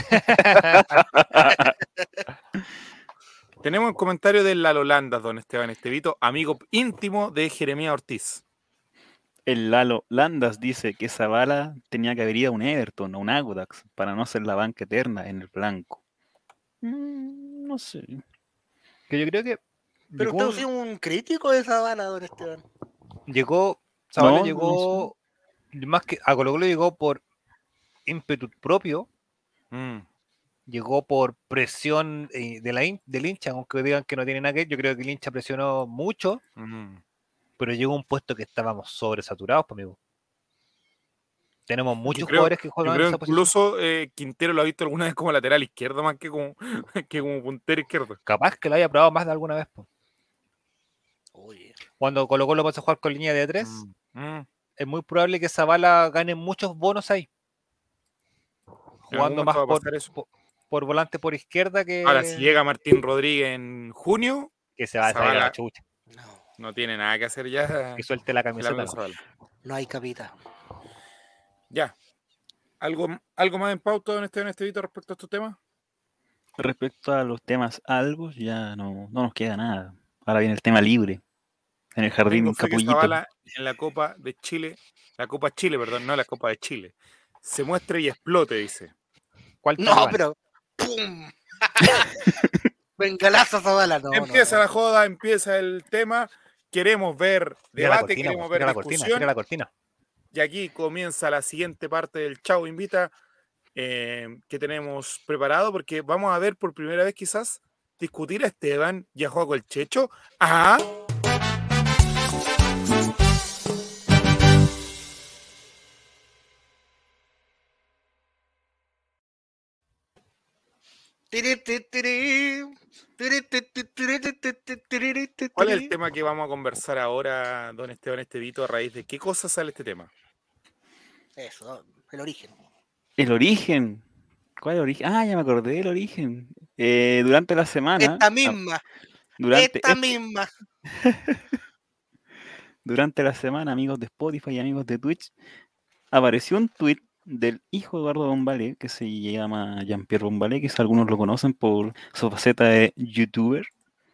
Speaker 3: Tenemos un comentario de la Holanda, don Esteban Estevito, amigo íntimo de Jeremías Ortiz.
Speaker 4: El Lalo Landas dice que Zavala tenía que haber ido a un Everton o un Audax para no ser la banca eterna en el blanco. Mm, no sé.
Speaker 1: Que yo creo que
Speaker 2: Pero
Speaker 1: llegó,
Speaker 2: usted es un crítico de esa bala, don Esteban.
Speaker 1: llegó Zavala
Speaker 4: No,
Speaker 1: llegó más que a Colo Colo llegó por ímpetu propio,
Speaker 3: Mm.
Speaker 1: llegó por presión eh, de la hin- del hincha, aunque digan que no tiene nada que ver, yo creo que el hincha presionó mucho,
Speaker 3: Mm.
Speaker 1: pero llegó a un puesto que estábamos sobresaturados, pues, amigo. Tenemos muchos
Speaker 3: creo-
Speaker 1: jugadores que
Speaker 3: Yo
Speaker 1: juegan en
Speaker 3: creo
Speaker 1: esa posición.
Speaker 3: incluso eh, Quintero lo ha visto alguna vez como lateral izquierdo más que como, que como puntero izquierdo.
Speaker 1: Capaz que lo haya probado más de alguna vez. Pues.
Speaker 2: Oye.
Speaker 1: Cuando Colo Colo pasa a jugar con línea de tres,
Speaker 3: Mm. Mm.
Speaker 1: es muy probable que Zavala gane muchos bonos ahí.
Speaker 3: En algún
Speaker 1: Jugando más
Speaker 3: momento va a
Speaker 1: por,
Speaker 3: pasar eso.
Speaker 1: por, por volante por izquierda que,
Speaker 3: Ahora, si llega Martín Rodríguez en junio,
Speaker 1: que se va a salir a
Speaker 3: Zavala-
Speaker 1: la chucha.
Speaker 2: No,
Speaker 3: no tiene nada que hacer ya.
Speaker 1: Que suelte la
Speaker 3: el
Speaker 1: camiseta.
Speaker 3: Álvaro
Speaker 1: ¿no?
Speaker 3: Zavala.
Speaker 2: no hay capita.
Speaker 3: Ya. ¿Algo, ¿Algo más en pauta, don Esteban Estevito, respecto a estos temas?
Speaker 4: Respecto a los temas algo, ya no, no nos queda nada. Ahora viene el tema libre. En el jardín
Speaker 3: Tengo fe que
Speaker 4: Capullito.
Speaker 3: Zavala en la Copa de Chile, la Copa Chile, perdón, no la Copa de Chile, se muestre y explote, dice.
Speaker 1: ¿Cuál
Speaker 2: No,
Speaker 1: talibán?
Speaker 2: pero. ¡Pum! Bengalazo esa bala, no.
Speaker 3: empieza
Speaker 2: no,
Speaker 3: la joda, empieza el tema. Queremos ver
Speaker 1: Mira la
Speaker 3: debate,
Speaker 1: cortina,
Speaker 3: queremos
Speaker 1: po,
Speaker 3: ver
Speaker 1: mira la cortina,
Speaker 3: discusión.
Speaker 1: mira la cortina.
Speaker 3: Y aquí comienza la siguiente parte del Chavo Invita eh, que tenemos preparado, porque vamos a ver por primera vez quizás discutir a Esteban y a Juaco el Checho. Ah, ¿Cuál es el tema que vamos a conversar ahora, don Esteban Estevito, a raíz de qué cosa sale este tema?
Speaker 2: Eso, el origen.
Speaker 4: El origen. ¿Cuál es el origen? Ah, ya me acordé del origen. Eh, durante la semana.
Speaker 2: Esta
Speaker 4: ah,
Speaker 2: misma,
Speaker 4: durante,
Speaker 2: esta
Speaker 4: est-
Speaker 2: misma.
Speaker 4: durante la semana, amigos de Spotify y amigos de Twitch, apareció un tweet del hijo de Eduardo Bombalé, que se llama Jean-Pierre Bombalé, que algunos lo conocen por su faceta de youtuber,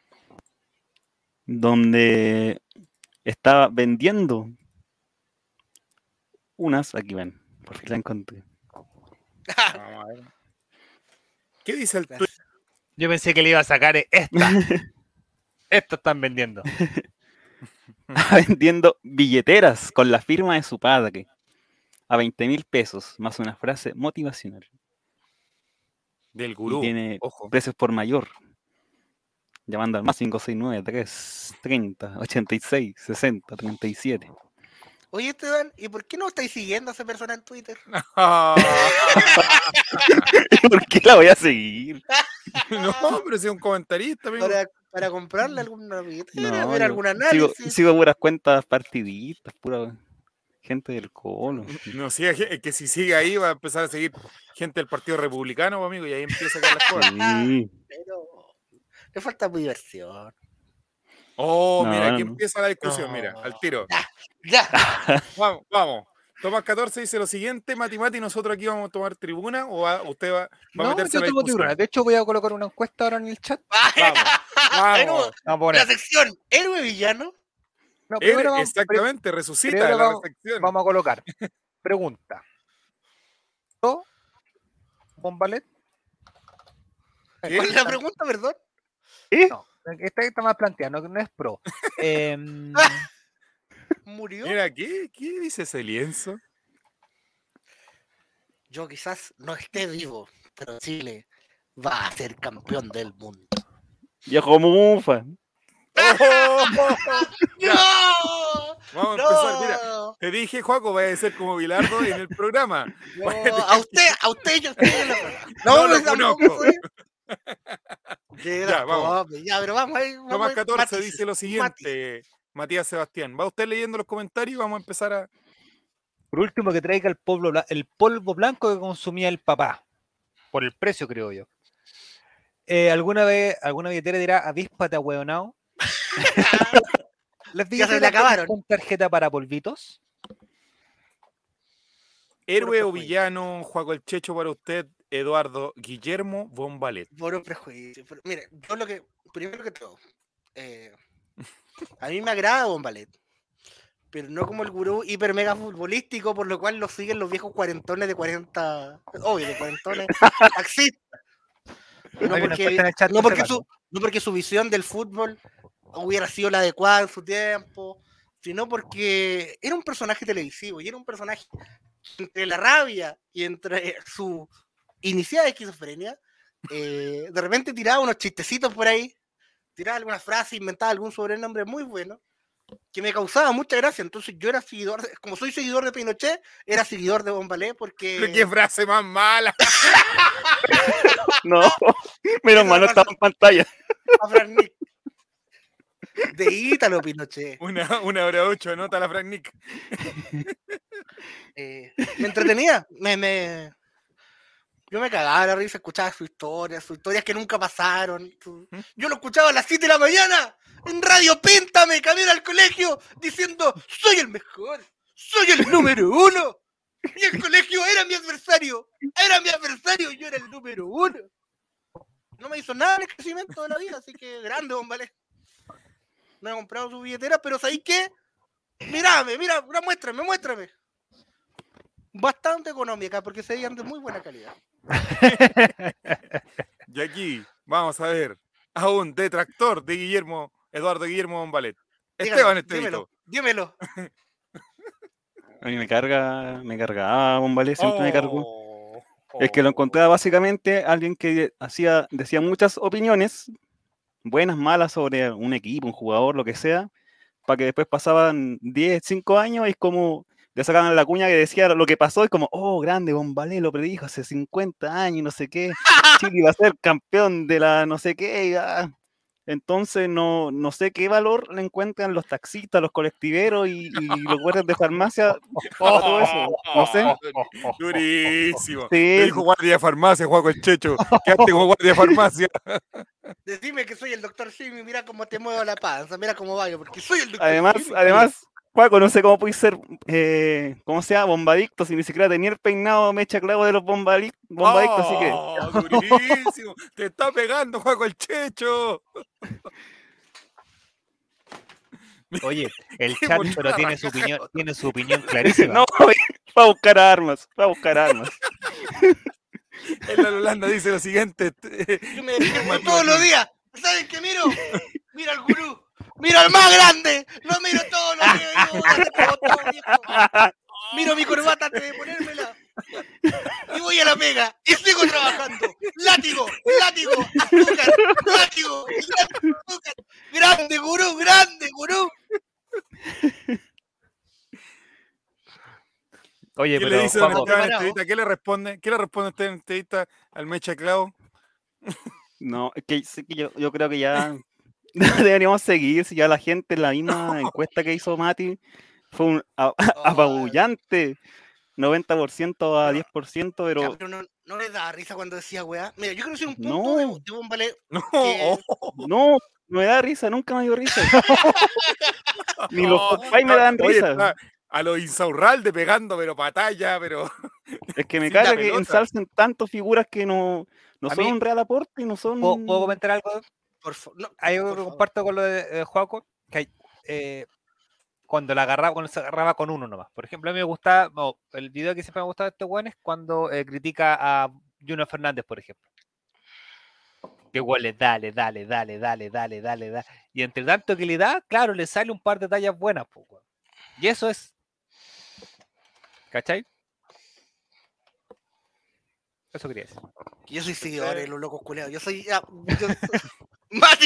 Speaker 4: donde estaba vendiendo unas, aquí ven, por fin la encontré.
Speaker 3: Vamos a ver. ¿Qué dice el tweet?
Speaker 1: Yo pensé que le iba a sacar esta. Esto están vendiendo.
Speaker 4: Estaba vendiendo billeteras con la firma de su padre a veinte mil pesos, más una frase motivacional.
Speaker 3: Del
Speaker 4: Y
Speaker 3: gurú.
Speaker 4: tiene
Speaker 3: Ojo.
Speaker 4: precios por mayor. Llamando al más cinco seis nueve, tres, treinta, ochenta y seis, sesenta, treinta y siete.
Speaker 2: Oye, Esteban, ¿y por qué no estáis siguiendo a esa persona en Twitter?
Speaker 4: ¿Por qué la voy a seguir?
Speaker 3: No, pero si es un comentarista, amigo.
Speaker 2: Para, para comprarle alguna billetera,
Speaker 4: No,
Speaker 2: ver
Speaker 4: yo
Speaker 2: algún
Speaker 4: sigo,
Speaker 2: análisis.
Speaker 4: sigo puras cuentas partidistas, pura gente del Colo.
Speaker 3: No, sí, es que si sigue ahí va a empezar a seguir gente del Partido Republicano, amigo, y ahí empieza a caer las cosas.
Speaker 4: Sí.
Speaker 2: Pero le falta diversión.
Speaker 3: Oh,
Speaker 4: No,
Speaker 3: mira, aquí
Speaker 4: no.
Speaker 3: empieza la discusión,
Speaker 2: No.
Speaker 3: mira, al tiro.
Speaker 2: Ya.
Speaker 3: Vamos, vamos. Tomás catorce dice lo siguiente, Mati Mati, nosotros aquí vamos a tomar tribuna o va- usted va, va a
Speaker 1: No,
Speaker 3: meterse
Speaker 1: yo
Speaker 3: a la
Speaker 1: tengo
Speaker 3: discusión.
Speaker 1: tribuna. De hecho, voy a colocar una encuesta ahora en el chat.
Speaker 3: Vamos, vamos.
Speaker 2: Héroe-
Speaker 1: Vamos a
Speaker 2: La
Speaker 1: poner.
Speaker 2: sección héroe villano.
Speaker 1: No,
Speaker 3: Él,
Speaker 1: primero vamos,
Speaker 3: exactamente, resucita
Speaker 1: primero
Speaker 3: la
Speaker 1: vamos-
Speaker 3: recepción.
Speaker 1: vamos a colocar. Pregunta. ¿Pro Bombalet?
Speaker 3: ¿Qué?
Speaker 2: ¿Cuál es la pregunta, perdón?
Speaker 1: No, esta está más planteada, no, no es pro. Em,
Speaker 2: ¿Murió?
Speaker 3: Mira, ¿qué, ¿qué dice ese lienzo?
Speaker 2: Yo quizás no esté vivo, pero Chile va a ser campeón del mundo.
Speaker 4: Viejo mufa.
Speaker 3: ¡Oh!
Speaker 2: ¡No!
Speaker 3: Vamos a
Speaker 2: ¡No!
Speaker 3: empezar, mira. Te dije, Joaco, vaya a ser como Bilardo en el programa.
Speaker 2: No, a usted, a usted, yo estoy en la
Speaker 3: No lo
Speaker 2: tampoco
Speaker 3: conozco.
Speaker 2: fue. Ya,
Speaker 3: Ya, vamos.
Speaker 2: fome, ya, pero vamos ahí. Vamos
Speaker 3: Tomás
Speaker 2: ahí,
Speaker 3: catorce
Speaker 2: matices,
Speaker 3: dice lo siguiente, Matías Sebastián. ¿Va usted leyendo los comentarios y vamos a empezar a...
Speaker 1: por último, que traiga el polvo, bla- el polvo blanco que consumía el papá. Por el precio, creo yo. Eh, ¿Alguna vez, alguna billetera dirá avíspate, ahueonao? ¿Las
Speaker 2: Ya se le
Speaker 1: billeteras
Speaker 2: acabaron.
Speaker 1: con tarjeta para polvitos?
Speaker 3: Héroe
Speaker 2: Puro
Speaker 3: o
Speaker 2: prejuicio.
Speaker 3: villano, Juaco el Checho para usted, Eduardo Guillermo Bombalet.
Speaker 2: Por un prejuicio. Pero, mire, yo lo que. Primero que todo. eh, a mí me agrada Bombalet. Pero no como el gurú hiper mega futbolístico, por lo cual lo siguen los viejos cuarentones de cuarenta. Obvio, de cuarentones taxistas. No
Speaker 1: Hay una
Speaker 2: porque,
Speaker 1: encuesta en el chat,
Speaker 2: no,
Speaker 1: por si
Speaker 2: porque
Speaker 1: acaso.
Speaker 2: su, no porque su visión del fútbol hubiera sido la adecuada en su tiempo, sino porque era un personaje televisivo y era un personaje entre la rabia y entre su iniciada esquizofrenia, eh, de repente tiraba unos chistecitos por ahí, tiraba alguna frase, inventaba algún sobrenombre muy bueno, que me causaba mucha gracia. Entonces yo era seguidor, de- como soy seguidor de Pinochet, era seguidor de Bombalé porque...
Speaker 3: Pero qué frase más mala.
Speaker 4: No, menos mal no estaba en pantalla.
Speaker 2: a Fran Nick. De Ítalo Pinochet.
Speaker 3: Una, una hora ocho, nota la Frank Nick.
Speaker 2: Eh, me entretenía, me, me... yo me cagaba la risa, escuchaba su historia, sus historias que nunca pasaron. su- Yo lo escuchaba a las siete de la mañana en Radio Píntame, camino al colegio, diciendo, soy el mejor, soy el número uno. Y el colegio era mi adversario, era mi adversario y yo era el número uno. No me hizo nada en el crecimiento de la vida, así que grande, Bombalé. No he comprado su billetera, pero ¿sabéis qué? Mírame, mira, mira, muéstrame, muéstrame. Bastante económica, porque se veían de muy buena calidad.
Speaker 3: Y aquí vamos a ver a un detractor de Guillermo, Eduardo Guillermo Bombalet. Esteban
Speaker 2: Dígamelo,
Speaker 3: Estevito.
Speaker 2: dímelo.
Speaker 4: A mí me carga, me cargaba Bombalé, siempre me cargó.
Speaker 3: Oh,
Speaker 4: Es que lo
Speaker 3: oh.
Speaker 4: encontraba básicamente alguien que hacía, decía muchas opiniones, buenas, malas, sobre un equipo, un jugador, lo que sea, para que después pasaban diez, cinco años y es como le sacaban la cuña que decía lo que pasó y como, oh, grande, Bombalé lo predijo hace cincuenta años y no sé qué, Chile iba a ser campeón de la no sé qué, y, ah. Entonces no, no sé qué valor le encuentran los taxistas, los colectiveros y, y los guardias de farmacia para todo eso, no sé.
Speaker 3: Durísimo.
Speaker 4: Sí,
Speaker 3: Te dijo guardia de farmacia, Juaco el Checho. Quedaste como guardia de farmacia.
Speaker 2: Decime que soy el doctor Simi, mira cómo te muevo la panza, mira cómo vaya, porque soy el doctor
Speaker 4: además,
Speaker 2: Simi.
Speaker 4: además, Juaco, no sé cómo puedes ser, eh, ¿cómo se llama? Bombadicto, si ni siquiera tenía el peinado mecha clavo de los bombali- bombadictos, así que...
Speaker 3: Oh, durísimo. Te está pegando, Juaco el Checho.
Speaker 1: Oye, el
Speaker 3: Qué
Speaker 1: chat,
Speaker 3: bonita
Speaker 1: pero tiene su
Speaker 3: raja.
Speaker 1: opinión, tiene su opinión clarísima.
Speaker 4: No, va a buscar armas, va a buscar armas.
Speaker 3: El Holanda dice lo siguiente.
Speaker 2: Yo me despierto todos los días. ¿Saben qué miro? Mira al gurú. Mira al más grande. Lo miro todos los días. Digo, voy a hacer como todo, viejo. Miro mi corbata antes de ponérmela. Y voy a la pega. Y sigo trabajando. Látigo, látigo, azúcar, látigo, látigo, azúcar. Grande, gurú, grande, gurú.
Speaker 1: Oye,
Speaker 3: ¿Qué
Speaker 1: pero
Speaker 3: le dice
Speaker 1: Juaco,
Speaker 3: don Esteban en
Speaker 2: preparado.
Speaker 3: entrevista? ¿Qué le responde? ¿Qué le responde usted en entrevista al Mecha Clavo?
Speaker 4: No, es que, sí que yo, yo creo que ya deberíamos seguir, si ya la gente en la misma encuesta que hizo Mati fue un a- apabullante, noventa por ciento a
Speaker 2: Pero-
Speaker 4: diez por ciento,
Speaker 2: Ya,
Speaker 4: pero
Speaker 2: pero no, no les da risa cuando decía weá. Mira, yo quiero decir un punto
Speaker 4: no,
Speaker 2: de, de Bombalé.
Speaker 3: No.
Speaker 2: Que-
Speaker 4: no, no me da risa, nunca me dio risa. Ni los
Speaker 3: Oh,
Speaker 4: compay me
Speaker 3: no,
Speaker 4: dan
Speaker 3: oye,
Speaker 4: risa.
Speaker 3: está a los Insaurralde pegando, pero batalla, pero.
Speaker 4: Es que me
Speaker 3: sin
Speaker 4: carga
Speaker 3: la
Speaker 4: que
Speaker 3: pelota.
Speaker 4: ensalcen tanto figuras que no, no
Speaker 1: A
Speaker 4: son
Speaker 1: mí-
Speaker 4: un real aporte y no son...
Speaker 1: ¿puedo, puedo comentar algo?
Speaker 2: Por favor, no,
Speaker 1: Ahí
Speaker 2: por
Speaker 1: yo
Speaker 2: favor.
Speaker 1: comparto con lo de eh, Juaco, que hay, eh, cuando la agarraba, cuando se agarraba con uno nomás. Por ejemplo, a mí me gustaba, no, el video que siempre me ha gustado de este weón es cuando eh, critica a Junior Fernández, por ejemplo. Que igual le dale, dale, dale, dale, dale, dale, dale. Y entre tanto que le da, claro, le sale un par de tallas buenas, pues, weón. Y eso es. ¿Cachai? Eso quería decir.
Speaker 2: Yo soy seguidor de los locos culeados. Yo soy. Ya, yo soy- ¡Mati!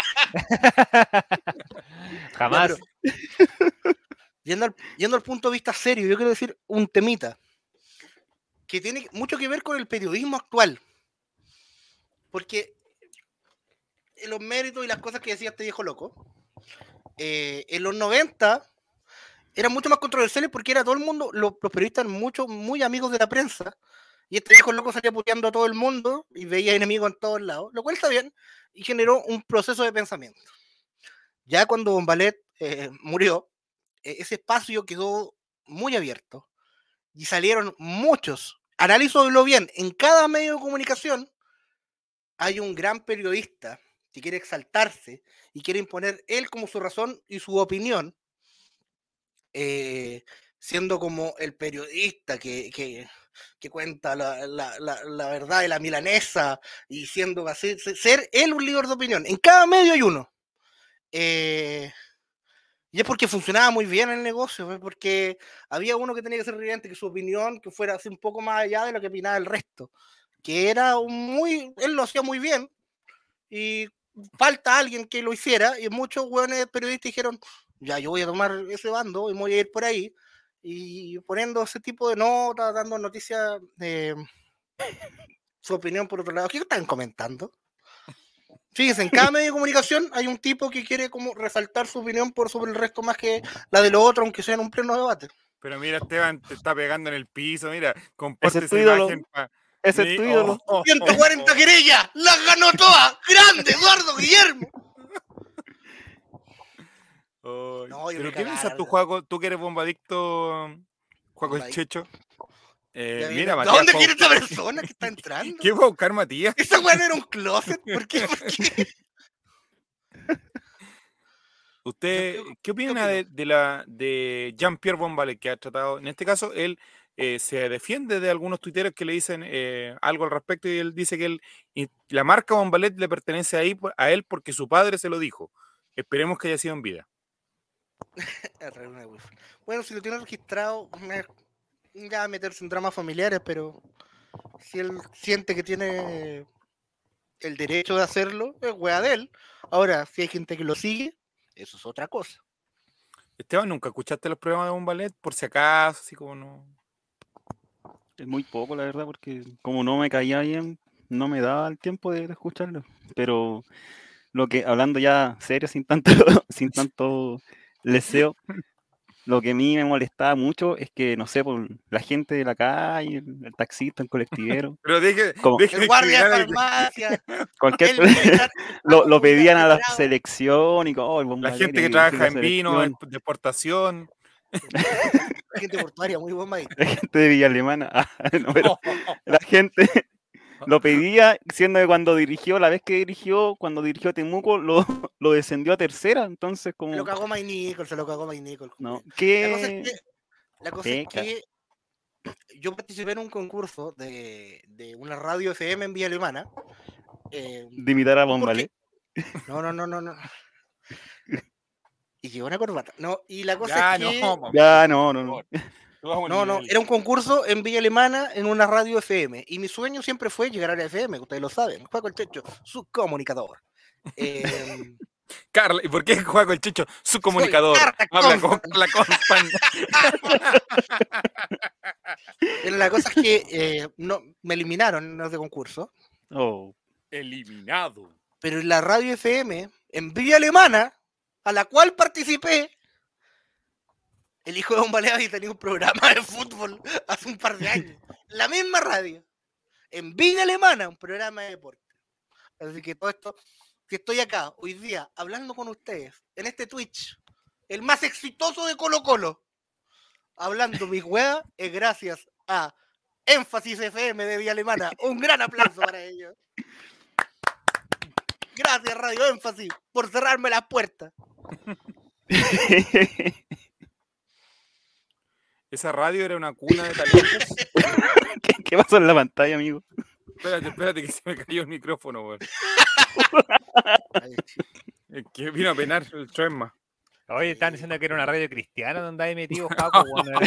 Speaker 1: Jamás.
Speaker 2: Ya, pero- Yendo al, yendo al punto de vista serio, yo quiero decir un temita que tiene mucho que ver con el periodismo actual. Porque en los méritos y las cosas que decía este viejo loco, eh, en los noventa eran mucho más controversiales porque era todo el mundo, los, los periodistas eran mucho, muy amigos de la prensa, y este viejo loco salía puteando a todo el mundo y veía enemigos en todos lados, lo cual está bien, y generó un proceso de pensamiento. Ya cuando Bombalet eh, murió, eh, ese espacio quedó muy abierto y salieron muchos. Analízalo bien, en cada medio de comunicación hay un gran periodista que quiere exaltarse y quiere imponer él como su razón y su opinión, eh, siendo como el periodista que, que, que cuenta la, la, la, la verdad de la milanesa y siendo así, ser él un líder de opinión. En cada medio hay uno. Eh, y es porque funcionaba muy bien el negocio, ¿eh? Porque había uno que tenía que ser evidente, que su opinión que fuera así un poco más allá de lo que opinaba el resto, que era un muy, él lo hacía muy bien y falta alguien que lo hiciera, y muchos hueones periodistas dijeron, ya yo voy a tomar ese bando y me voy a ir por ahí, y poniendo ese tipo de notas, dando noticias de su opinión por otro lado. ¿Qué están comentando? Fíjense, en cada medio de comunicación hay un tipo que quiere como resaltar su opinión por sobre el resto más que la de los otros, aunque sea en un pleno debate.
Speaker 3: Pero mira, Esteban te está pegando en el piso, mira, comparte
Speaker 4: Ese es
Speaker 3: esa
Speaker 4: tu ídolo.
Speaker 3: imagen. Pa...
Speaker 4: Ese es
Speaker 3: Mi-
Speaker 4: tu ídolo.
Speaker 3: oh, oh,
Speaker 2: ciento cuarenta
Speaker 3: oh.
Speaker 2: querellas, las ganó todas. Grande, Eduardo Guillermo.
Speaker 3: Oh,
Speaker 2: No, yo
Speaker 3: ¿Pero
Speaker 2: me
Speaker 3: qué
Speaker 2: cagaba,
Speaker 3: piensas tú,
Speaker 2: la-
Speaker 3: Juaco? Tú que eres bombadicto, Juaco el
Speaker 2: Bombadicto.
Speaker 3: Checho. Eh,
Speaker 2: Ya
Speaker 3: mira,
Speaker 2: viene-
Speaker 3: Matías.
Speaker 2: ¿Dónde
Speaker 3: fue a
Speaker 2: quiere esta
Speaker 3: buscar-
Speaker 2: persona que está entrando?
Speaker 3: ¿Qué fue a buscar Matías?
Speaker 2: ¿Esa weá no era un closet? ¿Por qué? ¿Por qué?
Speaker 3: ¿Usted
Speaker 2: Yo- yo-
Speaker 3: qué opina
Speaker 2: opino?
Speaker 3: de, de la de Jean-Pierre Bombalet, que ha tratado, en este caso, él eh, se defiende de algunos tuiteros que le dicen eh, algo al respecto y él dice que él, y la marca Bombalet le pertenece ahí, por- a él porque su padre se lo dijo. Esperemos que haya sido en vida.
Speaker 2: Bueno, si lo tiene registrado, me- ya meterse en dramas familiares, pero si él siente que tiene el derecho de hacerlo, es wea de él. Ahora, si hay gente que lo sigue, eso es otra cosa.
Speaker 3: Esteban, ¿nunca escuchaste los programas de Bombalet? Por si acaso, así como no.
Speaker 4: Es muy poco, la verdad, porque como no me caía bien, no me daba el tiempo de, de escucharlo. Pero lo que, hablando ya serio, sin tanto, sin tanto leseo, lo que a mí me molestaba mucho es que, no sé, por la gente de la calle, el, el taxista, el colectivero,
Speaker 3: Pero deje,
Speaker 4: como
Speaker 3: deje
Speaker 2: El
Speaker 3: de
Speaker 2: guardia de
Speaker 3: discriminar al-
Speaker 2: farmacia,
Speaker 4: cualquier
Speaker 2: el militar,
Speaker 4: lo, lo pedían a la
Speaker 2: cuidado,
Speaker 4: selección y como, oh, el
Speaker 3: la
Speaker 4: Bombalé
Speaker 3: gente que
Speaker 4: tiene dirigir
Speaker 3: trabaja
Speaker 4: la
Speaker 3: en vino, en
Speaker 4: selección.
Speaker 3: deportación.
Speaker 2: gente portuaria, muy buen maíz.
Speaker 4: La gente de Villa Alemana, ah, no, pero la gente lo pedía, siendo que cuando dirigió, la vez que dirigió, cuando dirigió Temuco, lo, lo descendió a tercera, entonces
Speaker 2: Se lo
Speaker 4: como,
Speaker 2: cagó Mike Nichols, se lo cagó Mike Nichols.
Speaker 4: no,
Speaker 2: La cosa es
Speaker 4: qué
Speaker 2: que, la cosa es
Speaker 4: peca.
Speaker 2: que yo participé en un concurso de, de una radio F M en Villa Alemana. eh,
Speaker 4: De imitar a
Speaker 2: no porque-
Speaker 4: Bombalé.
Speaker 2: No, no, no, no, no. Y llevó una corbata. No, y la cosa
Speaker 3: Ya,
Speaker 2: es que.
Speaker 3: no, mamá,
Speaker 4: Ya,
Speaker 3: por
Speaker 4: no, no, no.
Speaker 3: favor. Subamos
Speaker 2: No,
Speaker 3: el
Speaker 2: no,
Speaker 3: nivel.
Speaker 2: era un concurso en Villa Alemana en una radio F M. Y mi sueño siempre fue llegar a la F M, que ustedes lo saben. Juego el Checho, su comunicador. Eh,
Speaker 3: Carla, ¿y por qué juega con el Chicho? Su comunicador.
Speaker 2: Carla
Speaker 3: Habla con
Speaker 2: Constant.
Speaker 3: la Constant.
Speaker 2: pero la cosa es que eh, no, me eliminaron en ese concurso.
Speaker 4: Oh,
Speaker 3: Eliminado.
Speaker 2: Pero en la radio F M, en Villa Alemana, a la cual participé, el hijo de Bombalé había tenido un programa de fútbol hace un par de años. La misma radio. En Villa Alemana, un programa de deporte. Así que todo esto, que estoy acá hoy día hablando con ustedes en este Twitch, el más exitoso de Colo Colo, hablando mis weas, es gracias a Énfasis F M de Villa Alemana. Un gran aplauso para ellos. Gracias, Radio Énfasis, por cerrarme las puertas.
Speaker 3: Esa radio era una cuna de talentos.
Speaker 4: ¿Qué, qué pasó en la pantalla, amigo?
Speaker 3: Espérate, espérate, que se me cayó el micrófono, weón. Es que vino a penar el Choesma.
Speaker 1: Oye, estaban diciendo que era una radio cristiana donde hay metido Paco. Bueno,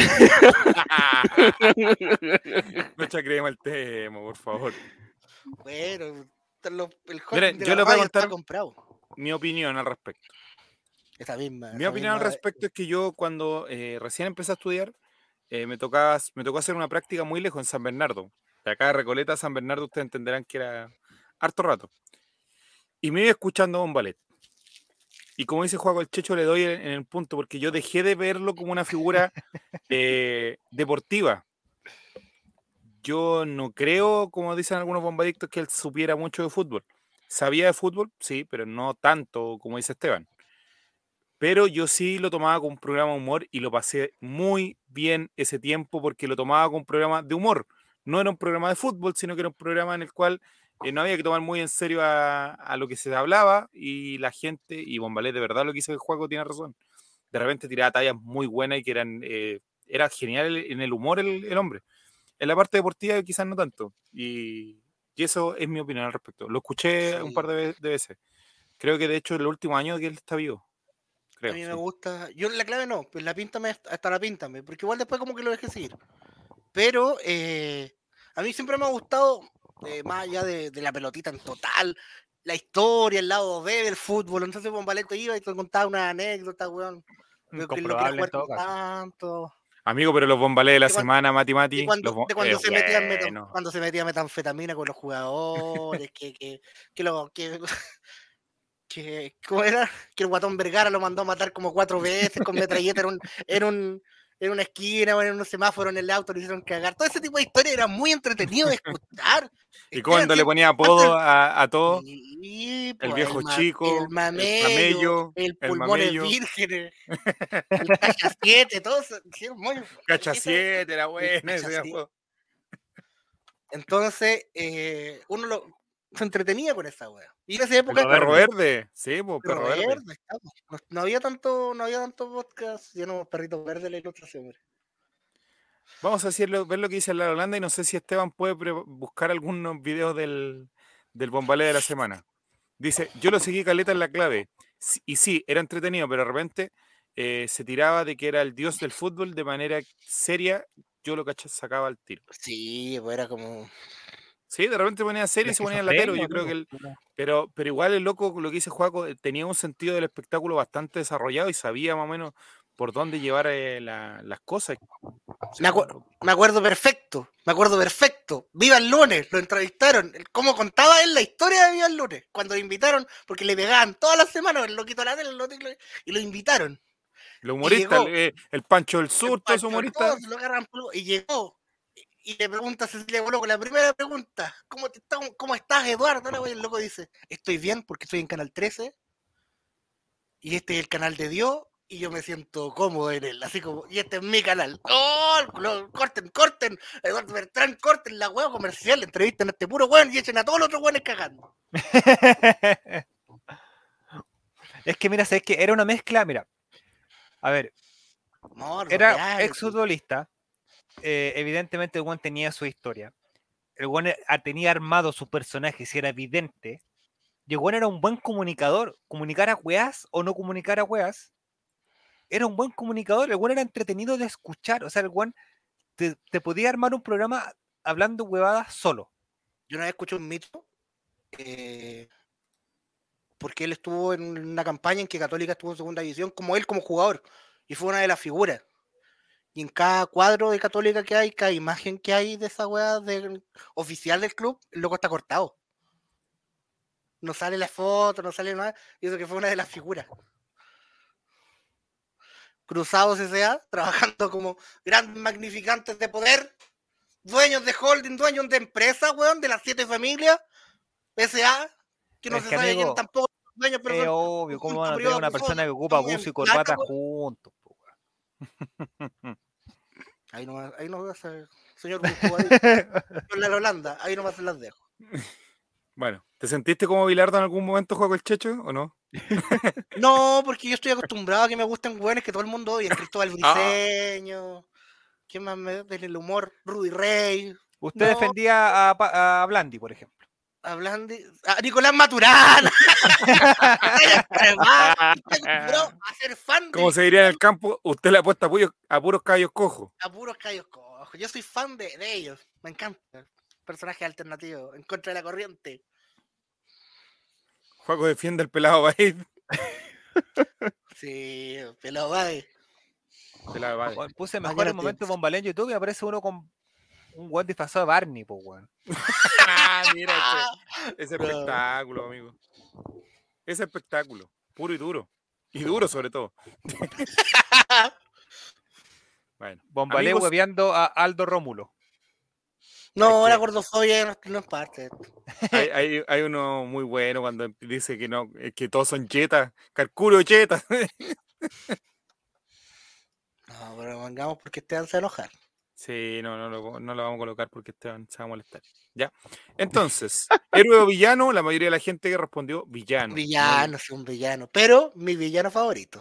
Speaker 3: No chacreemos el tema, por favor.
Speaker 2: Bueno, lo- el hosting
Speaker 3: Miren,
Speaker 2: de
Speaker 3: yo
Speaker 2: la
Speaker 3: les voy a
Speaker 2: radio está
Speaker 3: contar-
Speaker 2: comprado.
Speaker 3: Mi opinión al respecto.
Speaker 2: Esa misma.
Speaker 3: Mi
Speaker 2: esa
Speaker 3: opinión al
Speaker 2: misma-
Speaker 3: respecto es que yo cuando eh, recién empecé a estudiar, eh, me, tocaba, me tocó hacer una práctica muy lejos en San Bernardo. De acá de Recoleta a San Bernardo ustedes entenderán que era harto rato. Y me iba escuchando Bombalet. Y como dice Juaco el Checho, le doy en, en el punto, porque yo dejé de verlo como una figura eh, deportiva. Yo no creo, como dicen algunos bombadictos, que él supiera mucho de fútbol. ¿Sabía de fútbol? Sí, pero no tanto como dice Esteban. Pero yo sí lo tomaba como un programa de humor y lo pasé muy bien ese tiempo porque lo tomaba como un programa de humor. No era un programa de fútbol, sino que era un programa en el cual eh, no había que tomar muy en serio a, a lo que se hablaba y la gente, y Bombalé de verdad lo que hizo el juego tiene razón. De repente tiraba tallas muy buenas y que eran, eh, era genial en el humor el, el hombre. En la parte deportiva quizás no tanto. Y, y eso es mi opinión al respecto. Lo escuché
Speaker 2: Sí.
Speaker 3: un par de, ve- de veces. Creo que de hecho el último año que él está vivo. Creo,
Speaker 2: a mí me
Speaker 3: sí.
Speaker 2: gusta. Yo la clave no, pues la píntame hasta la píntame, porque igual después como que lo dejé seguir. Pero eh, a mí siempre me ha gustado, eh, más allá de, de la pelotita en total, la historia, el lado B del fútbol. Entonces Bombaleto iba y te contaba una anécdota, weón. de que él no quería
Speaker 1: incomprobable en
Speaker 2: jugar
Speaker 1: todo caso.
Speaker 2: tanto.
Speaker 3: Amigo, pero los bombalés de la
Speaker 2: De cuando-
Speaker 3: semana, Mati Mati.
Speaker 2: De cuando,
Speaker 3: los bo-
Speaker 2: de cuando
Speaker 3: eh,
Speaker 2: se metía en metan-
Speaker 3: bueno.
Speaker 2: cuando se metía metanfetamina con los jugadores, que, que, que lo que, que ¿cómo era? Que el Guatón Vergara lo mandó a matar como cuatro veces con metralleta en un, en un en una esquina o en un semáforo en el auto, le hicieron cagar. Todo ese tipo de historias era muy entretenido de escuchar.
Speaker 3: Y cuando le ponía apodo a, a todo,
Speaker 2: Sí,
Speaker 3: el
Speaker 2: pues,
Speaker 3: viejo
Speaker 2: ma-
Speaker 3: chico,
Speaker 2: el mamello,
Speaker 3: camello,
Speaker 2: el
Speaker 3: el
Speaker 2: pulmones
Speaker 3: mamello.
Speaker 2: vírgenes, el cacha siete, todo eso, sí, muy-
Speaker 3: Cacha
Speaker 2: eso-
Speaker 3: siete, era bueno.
Speaker 2: Cacha
Speaker 3: ese
Speaker 2: siete.
Speaker 3: juego.
Speaker 2: Entonces, eh, uno lo, se entretenía con esa wea. Y en esa época,
Speaker 1: Perro
Speaker 3: Perro verde, sí, pues,
Speaker 2: Perro
Speaker 3: perro verde.
Speaker 2: Verde, estamos. no, no había tanto, no había tanto podcast, lleno perrito verde la ilustración. hombre.
Speaker 3: Vamos a decirlo, ver lo que dice la Holanda y no sé si Esteban puede pre- buscar algunos videos del, del bombalé de la semana. Dice, yo lo seguí caleta en la clave. Sí- Y sí, era entretenido, pero de repente eh, se tiraba de que era el dios del fútbol de manera seria. Yo lo caché, sacaba al tiro.
Speaker 2: Sí, pues era como.
Speaker 3: Sí, de repente ponía serio y se ponía en latero. Yo creo que el, pero, pero igual el loco, lo que dice Juaco, eh, tenía un sentido del espectáculo bastante desarrollado y sabía más o menos por dónde llevar eh, la- las cosas.
Speaker 2: Me, acu- me acuerdo perfecto, me acuerdo perfecto. Viva el lunes, lo entrevistaron. El- ¿Cómo contaba él la historia de Viva el lunes? Cuando lo invitaron, porque le pegaban todas las semanas, el loquito de la tele, el loquito- y lo invitaron.
Speaker 3: El humorista,
Speaker 2: llegó.
Speaker 3: el, eh, el Pancho del
Speaker 2: El
Speaker 3: Sur, todos
Speaker 2: Pancho,
Speaker 3: humoristas.
Speaker 2: todos lo agarran por- y llegó. Y, y le pregunta a Cecilia Boloco, la primera pregunta, ¿cómo, te está- ¿cómo estás, Eduardo? La wea, el loco dice, estoy bien porque estoy en Canal trece y este es el canal de Dios y yo me siento cómodo en él, así como, y este es mi canal. ¡Oh! Lo- corten, corten, Eduardo Bertrán, corten la hueá comercial, entrevisten a este puro weón y echen a todos los otros weones cagando.
Speaker 1: Es que mira, sabes que era una mezcla, mira. A ver,
Speaker 2: No, los
Speaker 1: era
Speaker 2: reales,
Speaker 1: ex futbolista. Eh, evidentemente el weón tenía su historia. El weón eh, tenía armado su personaje, si era evidente. Y el weón era un buen comunicador. Comunicar a weas o no comunicar a weas. Era un buen comunicador. El weón era entretenido de escuchar. O sea, el weón te, te podía armar un programa hablando huevadas solo.
Speaker 2: Yo una vez escuché un mito, eh, porque él estuvo en una campaña en que Católica estuvo en segunda división, como él como jugador, y fue una de las figuras. Y en cada cuadro de Católica que hay, cada imagen que hay de esa weá del oficial del club, el loco está cortado. No sale la foto, no sale nada, y eso que fue una de las figuras. Cruzados S A, trabajando como grandes magnificantes de poder, dueños de holding, dueños de empresas, weón, de las siete familias, S A, que no
Speaker 1: Es
Speaker 2: se
Speaker 1: que,
Speaker 2: sabe quién
Speaker 1: amigo,
Speaker 2: tampoco son dueños, pero
Speaker 1: es
Speaker 2: son
Speaker 1: obvio,
Speaker 2: un
Speaker 1: ¿cómo
Speaker 2: culto
Speaker 1: van a tener
Speaker 2: privado
Speaker 1: una
Speaker 2: que son,
Speaker 1: persona que ocupa
Speaker 2: estamos
Speaker 1: buzo y
Speaker 2: en plata,
Speaker 1: corbata
Speaker 2: weón.
Speaker 1: juntos? Po, weón?
Speaker 2: Ahí no, ahí no va a ser, señor en la Holanda, ahí nomás se las dejo.
Speaker 3: Bueno, ¿te sentiste como Bilardo en algún momento, Juego el Checho, o no?
Speaker 2: No, porque yo estoy acostumbrado a que me gusten hueones que todo el mundo odia. Cristóbal
Speaker 3: Ah.
Speaker 2: Briceño. ¿Quién más me da el humor? Rudy Rey.
Speaker 1: Usted
Speaker 2: No,
Speaker 1: defendía a, Pa- a Blandi, por ejemplo.
Speaker 2: hablando de... A Nicolás Maturana. Estoy enfermado, estoy acostumbrado a ser fan de...
Speaker 3: Como se diría en el campo, usted le apuesta a, puyo- a puros callos cojos.
Speaker 2: A puros callos cojos. Yo soy fan de, de ellos. Me encanta. Personaje alternativo. En contra de la corriente.
Speaker 3: Juego defiende el pelado Baid.
Speaker 2: Sí, pelado bye.
Speaker 3: Pelado Baid.
Speaker 1: O- Puse
Speaker 2: Mañana
Speaker 1: mejores
Speaker 2: te-
Speaker 1: momentos de Bombalén en YouTube y aparece uno con un weón disfrazado de Barney, pues weón.
Speaker 3: Ah, mira ese, ese
Speaker 2: No.
Speaker 3: espectáculo, amigo. Ese espectáculo, puro y duro. Y duro sobre todo. Bueno,
Speaker 1: Bombalé
Speaker 3: amigos,
Speaker 1: hueveando a Aldo Rómulo.
Speaker 2: No,
Speaker 3: Es
Speaker 2: la
Speaker 3: que-
Speaker 2: gordofobia no, no es parte de esto.
Speaker 3: hay, hay, hay uno muy bueno cuando dice que no, eh, que todos son chetas, Carcuro chetas.
Speaker 2: No, pero vengamos porque Esteban se va a enojar.
Speaker 3: Sí, no, no, lo, no lo vamos a colocar porque Esteban se va a molestar. Ya. Entonces, héroe o villano, la mayoría de la gente que respondió villano.
Speaker 2: Villano, sí, un villano. Pero mi villano favorito.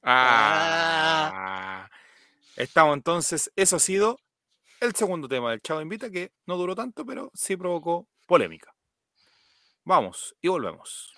Speaker 3: Ah, estamos entonces, eso ha sido el segundo tema del Chavo Invita, que no duró tanto, pero sí provocó polémica. Vamos y volvemos.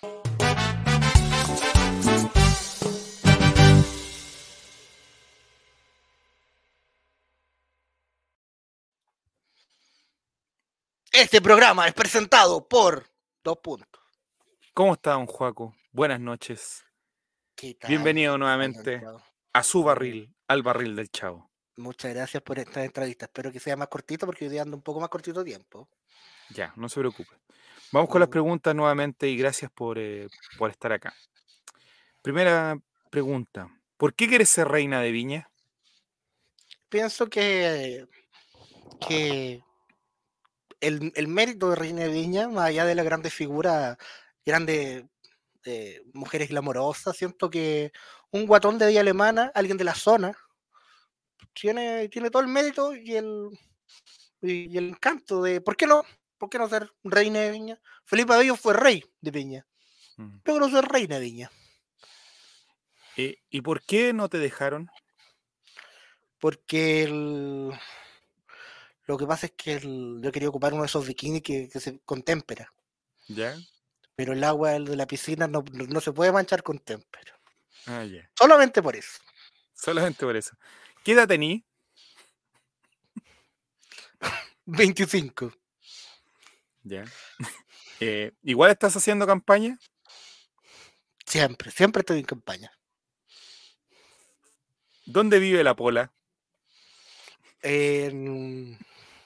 Speaker 2: Este programa es presentado por Dos Puntos.
Speaker 3: ¿Cómo está, don Juaco? Buenas noches.
Speaker 2: ¿Qué tal?
Speaker 3: Bienvenido
Speaker 2: Ay,
Speaker 3: nuevamente
Speaker 2: Chavo.
Speaker 3: a su barril, al barril del Chavo.
Speaker 2: Muchas gracias por esta entrevista. Espero que sea más cortito porque hoy día ando un poco más cortito de tiempo.
Speaker 3: Ya, no se preocupe. Vamos con las
Speaker 2: Mm.
Speaker 3: preguntas nuevamente y gracias por, eh, por estar acá. Primera pregunta. ¿Por qué quieres ser reina de Viña?
Speaker 2: Pienso que, que el, el mérito de Reina de Viña, más allá de las grandes figuras, grandes eh, mujeres glamorosas, siento que un guatón de Villa Alemana, alguien de la zona, tiene, tiene todo el mérito y el, y, y el encanto de, ¿por qué no? ¿Por qué no ser reina de Viña? Felipe Abello fue rey de Viña.
Speaker 3: Mm.
Speaker 2: Yo quiero ser reina de Viña.
Speaker 3: Eh, ¿Y por qué no te dejaron?
Speaker 2: Porque el, lo que pasa es que el, yo quería ocupar uno de esos bikinis que, que se con témpera.
Speaker 3: ¿Ya?
Speaker 2: Pero el agua de la piscina no, no, no se puede manchar con témpera.
Speaker 3: Ah, ya.
Speaker 2: Solamente por eso.
Speaker 3: Solamente por eso. ¿Qué edad tení?
Speaker 2: veinticinco.
Speaker 3: Ya. Eh, ¿Igual estás haciendo campaña?
Speaker 2: Siempre, siempre estoy en campaña.
Speaker 3: ¿Dónde vive la Pola?
Speaker 2: En-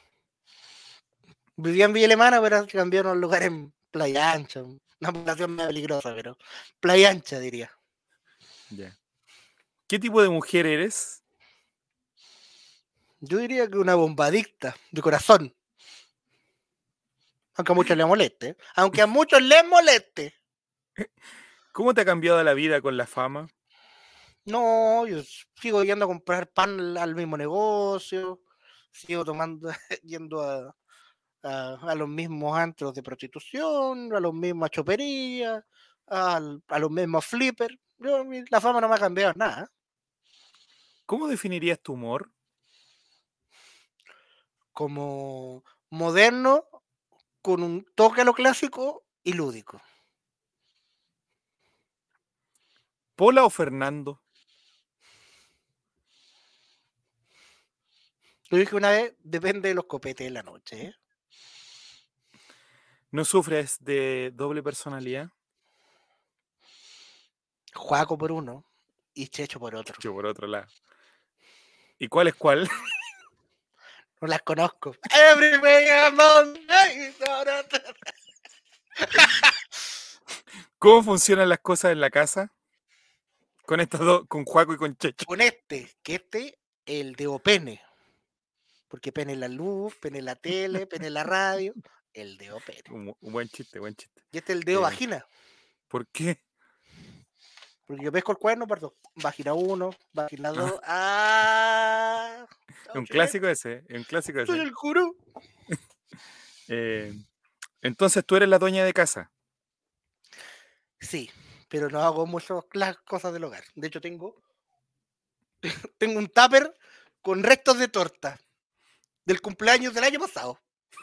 Speaker 2: Vivía en Villa Alemana, pero cambiaron un lugar en Playa Ancha. Una población más peligrosa, pero Playa Ancha diría.
Speaker 3: Ya. ¿Qué tipo de mujer eres?
Speaker 2: Yo diría que una bombadicta de corazón. Aunque a muchos les moleste. ¿eh? Aunque a muchos les moleste.
Speaker 3: ¿Cómo te ha cambiado la vida con la fama?
Speaker 2: No, yo sigo yendo a comprar pan al- al mismo negocio. Sigo tomando, yendo a, a, a los mismos antros de prostitución, a los mismas choperías, al- a los mismos flippers. Yo, mi- la fama no me ha cambiado nada.
Speaker 3: ¿Cómo definirías tu humor?
Speaker 2: Como moderno, con un toque a lo clásico y lúdico.
Speaker 3: ¿Pola o Fernando?
Speaker 2: Lo dije una vez, depende de los copetes de la noche. ¿eh?
Speaker 3: ¿No sufres de doble personalidad?
Speaker 2: Juaco por uno y Checho por otro.
Speaker 3: Yo por otro lado. ¿Y cuál es cuál?
Speaker 2: No las conozco. Everywhere I'm on, hey,
Speaker 3: ¿Cómo funcionan las cosas en la casa? Con estos dos, con Juaco y con Checho.
Speaker 2: Con este, que este, el dedo pene. Porque pene la luz, pene la tele, pene la radio, el dedo pene.
Speaker 3: Un, un buen chiste, buen chiste.
Speaker 2: Y este es el dedo
Speaker 3: Eh,
Speaker 2: vagina.
Speaker 3: ¿Por qué?
Speaker 2: Porque yo pesco el cuerno, perdón. Vagina uno, vagina dos. ¡Ah!
Speaker 3: Es un clásico ese, es un clásico
Speaker 2: Soy
Speaker 3: ese.
Speaker 2: el gurú.
Speaker 3: Eh, entonces tú eres la dueña de casa.
Speaker 2: Sí, pero no hago muchas las cosas del hogar. De hecho, tengo, tengo un tupper con restos de torta del cumpleaños del año pasado.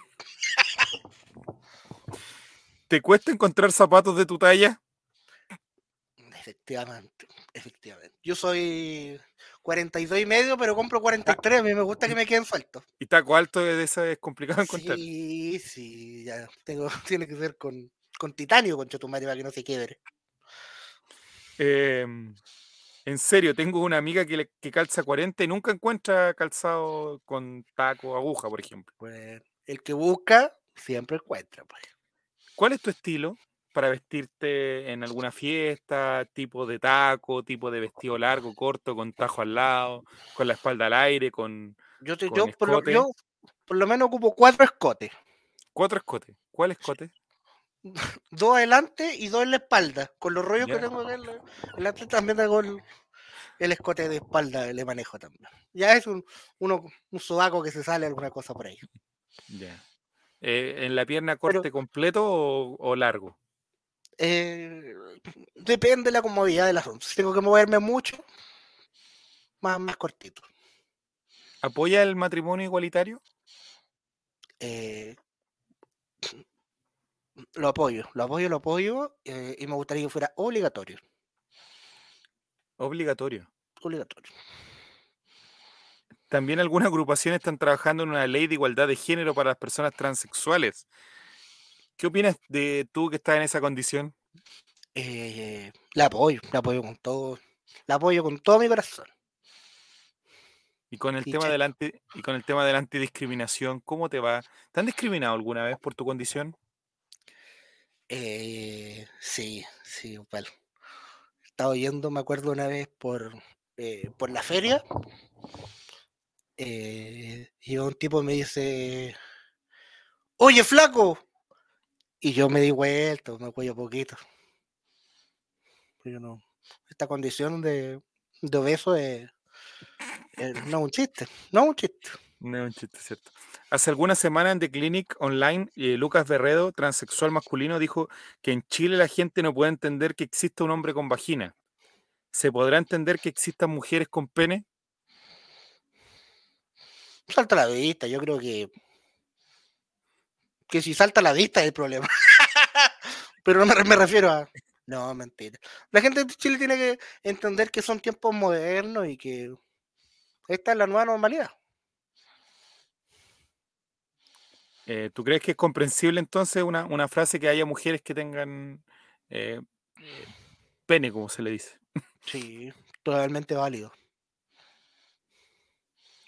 Speaker 3: ¿Te cuesta encontrar zapatos de tu talla?
Speaker 2: Efectivamente, efectivamente. Yo soy cuarenta y dos y medio, pero compro cuarenta y tres. A mí me gusta que me queden sueltos.
Speaker 3: Y taco alto de esa es complicado encontrar.
Speaker 2: Sí, sí, ya tengo, tiene que ser con, con titanio, con chotumare, para que no se quiebre.
Speaker 3: Eh, en serio, tengo una amiga que, le, que calza cuarenta y nunca encuentra calzado con taco, aguja, por ejemplo.
Speaker 2: Pues el que busca siempre encuentra, pues.
Speaker 3: ¿Cuál es tu estilo para vestirte en alguna fiesta? ¿Tipo de taco, tipo de vestido largo, corto, con tajo al lado, con la espalda al aire, con,
Speaker 2: Yo, te-
Speaker 3: con
Speaker 2: yo, por lo,
Speaker 3: escote?
Speaker 2: yo por lo menos ocupo cuatro escotes.
Speaker 3: Cuatro escotes. ¿Cuál escote?
Speaker 2: Dos adelante y dos en la espalda. Con los rollos
Speaker 3: Ya.
Speaker 2: que tengo acá en la, en la teta, también tengo el, el escote de espalda, le manejo también. Ya es un, uno, un sobaco que se sale alguna cosa por ahí.
Speaker 3: Ya. Eh, ¿en la pierna
Speaker 2: Pero
Speaker 3: corte completo o, o largo?
Speaker 2: eh, depende de la comodidad del asunto. Si tengo que moverme mucho, más, más cortito.
Speaker 3: ¿Apoya el matrimonio igualitario?
Speaker 2: Eh, lo apoyo, lo apoyo, lo apoyo eh, y me gustaría que fuera obligatorio.
Speaker 3: Obligatorio.
Speaker 2: Obligatorio.
Speaker 3: También algunas agrupaciones están trabajando en una ley de igualdad de género para las personas transexuales. ¿Qué opinas de tú que estás en esa condición?
Speaker 2: Eh, la apoyo, la apoyo con todo, la apoyo con todo mi corazón.
Speaker 3: Y con el
Speaker 2: Y
Speaker 3: tema
Speaker 2: che-
Speaker 3: del anti, y con el tema de la antidiscriminación, ¿cómo te va? ¿Te han discriminado alguna vez por tu condición?
Speaker 2: eh, sí, sí, bueno. Estaba yendo, me acuerdo una vez por, eh, por la feria. Eh, y un tipo me dice, oye, flaco. Y yo me di vuelta, me cuello poquito. Yo no, esta condición de, de obeso es, es- no es un chiste, no es un chiste.
Speaker 3: No es un chiste, ¿cierto? Hace algunas semanas en The Clinic Online, eh, Lucas Berredo, transexual masculino, dijo que en Chile la gente no puede entender que exista un hombre con vagina. ¿Se podrá entender que existan mujeres con pene?
Speaker 2: Salta a la vista, yo creo que, que si salta a la vista es el problema. Pero no me, me refiero a... No, mentira. La gente de Chile tiene que entender que son tiempos modernos y que esta es la nueva normalidad.
Speaker 3: Eh, ¿tú crees que es comprensible entonces una, una frase que haya mujeres que tengan eh, eh, pene, como se le dice?
Speaker 2: Sí, totalmente válido.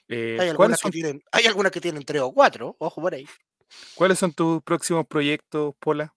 Speaker 3: Eh,
Speaker 2: Hay algunas
Speaker 3: ¿cuáles,
Speaker 2: que
Speaker 3: son,
Speaker 2: tienen, hay algunas que tienen tres o cuatro, ojo por ahí.
Speaker 3: ¿Cuáles son tus próximos proyectos, Pola?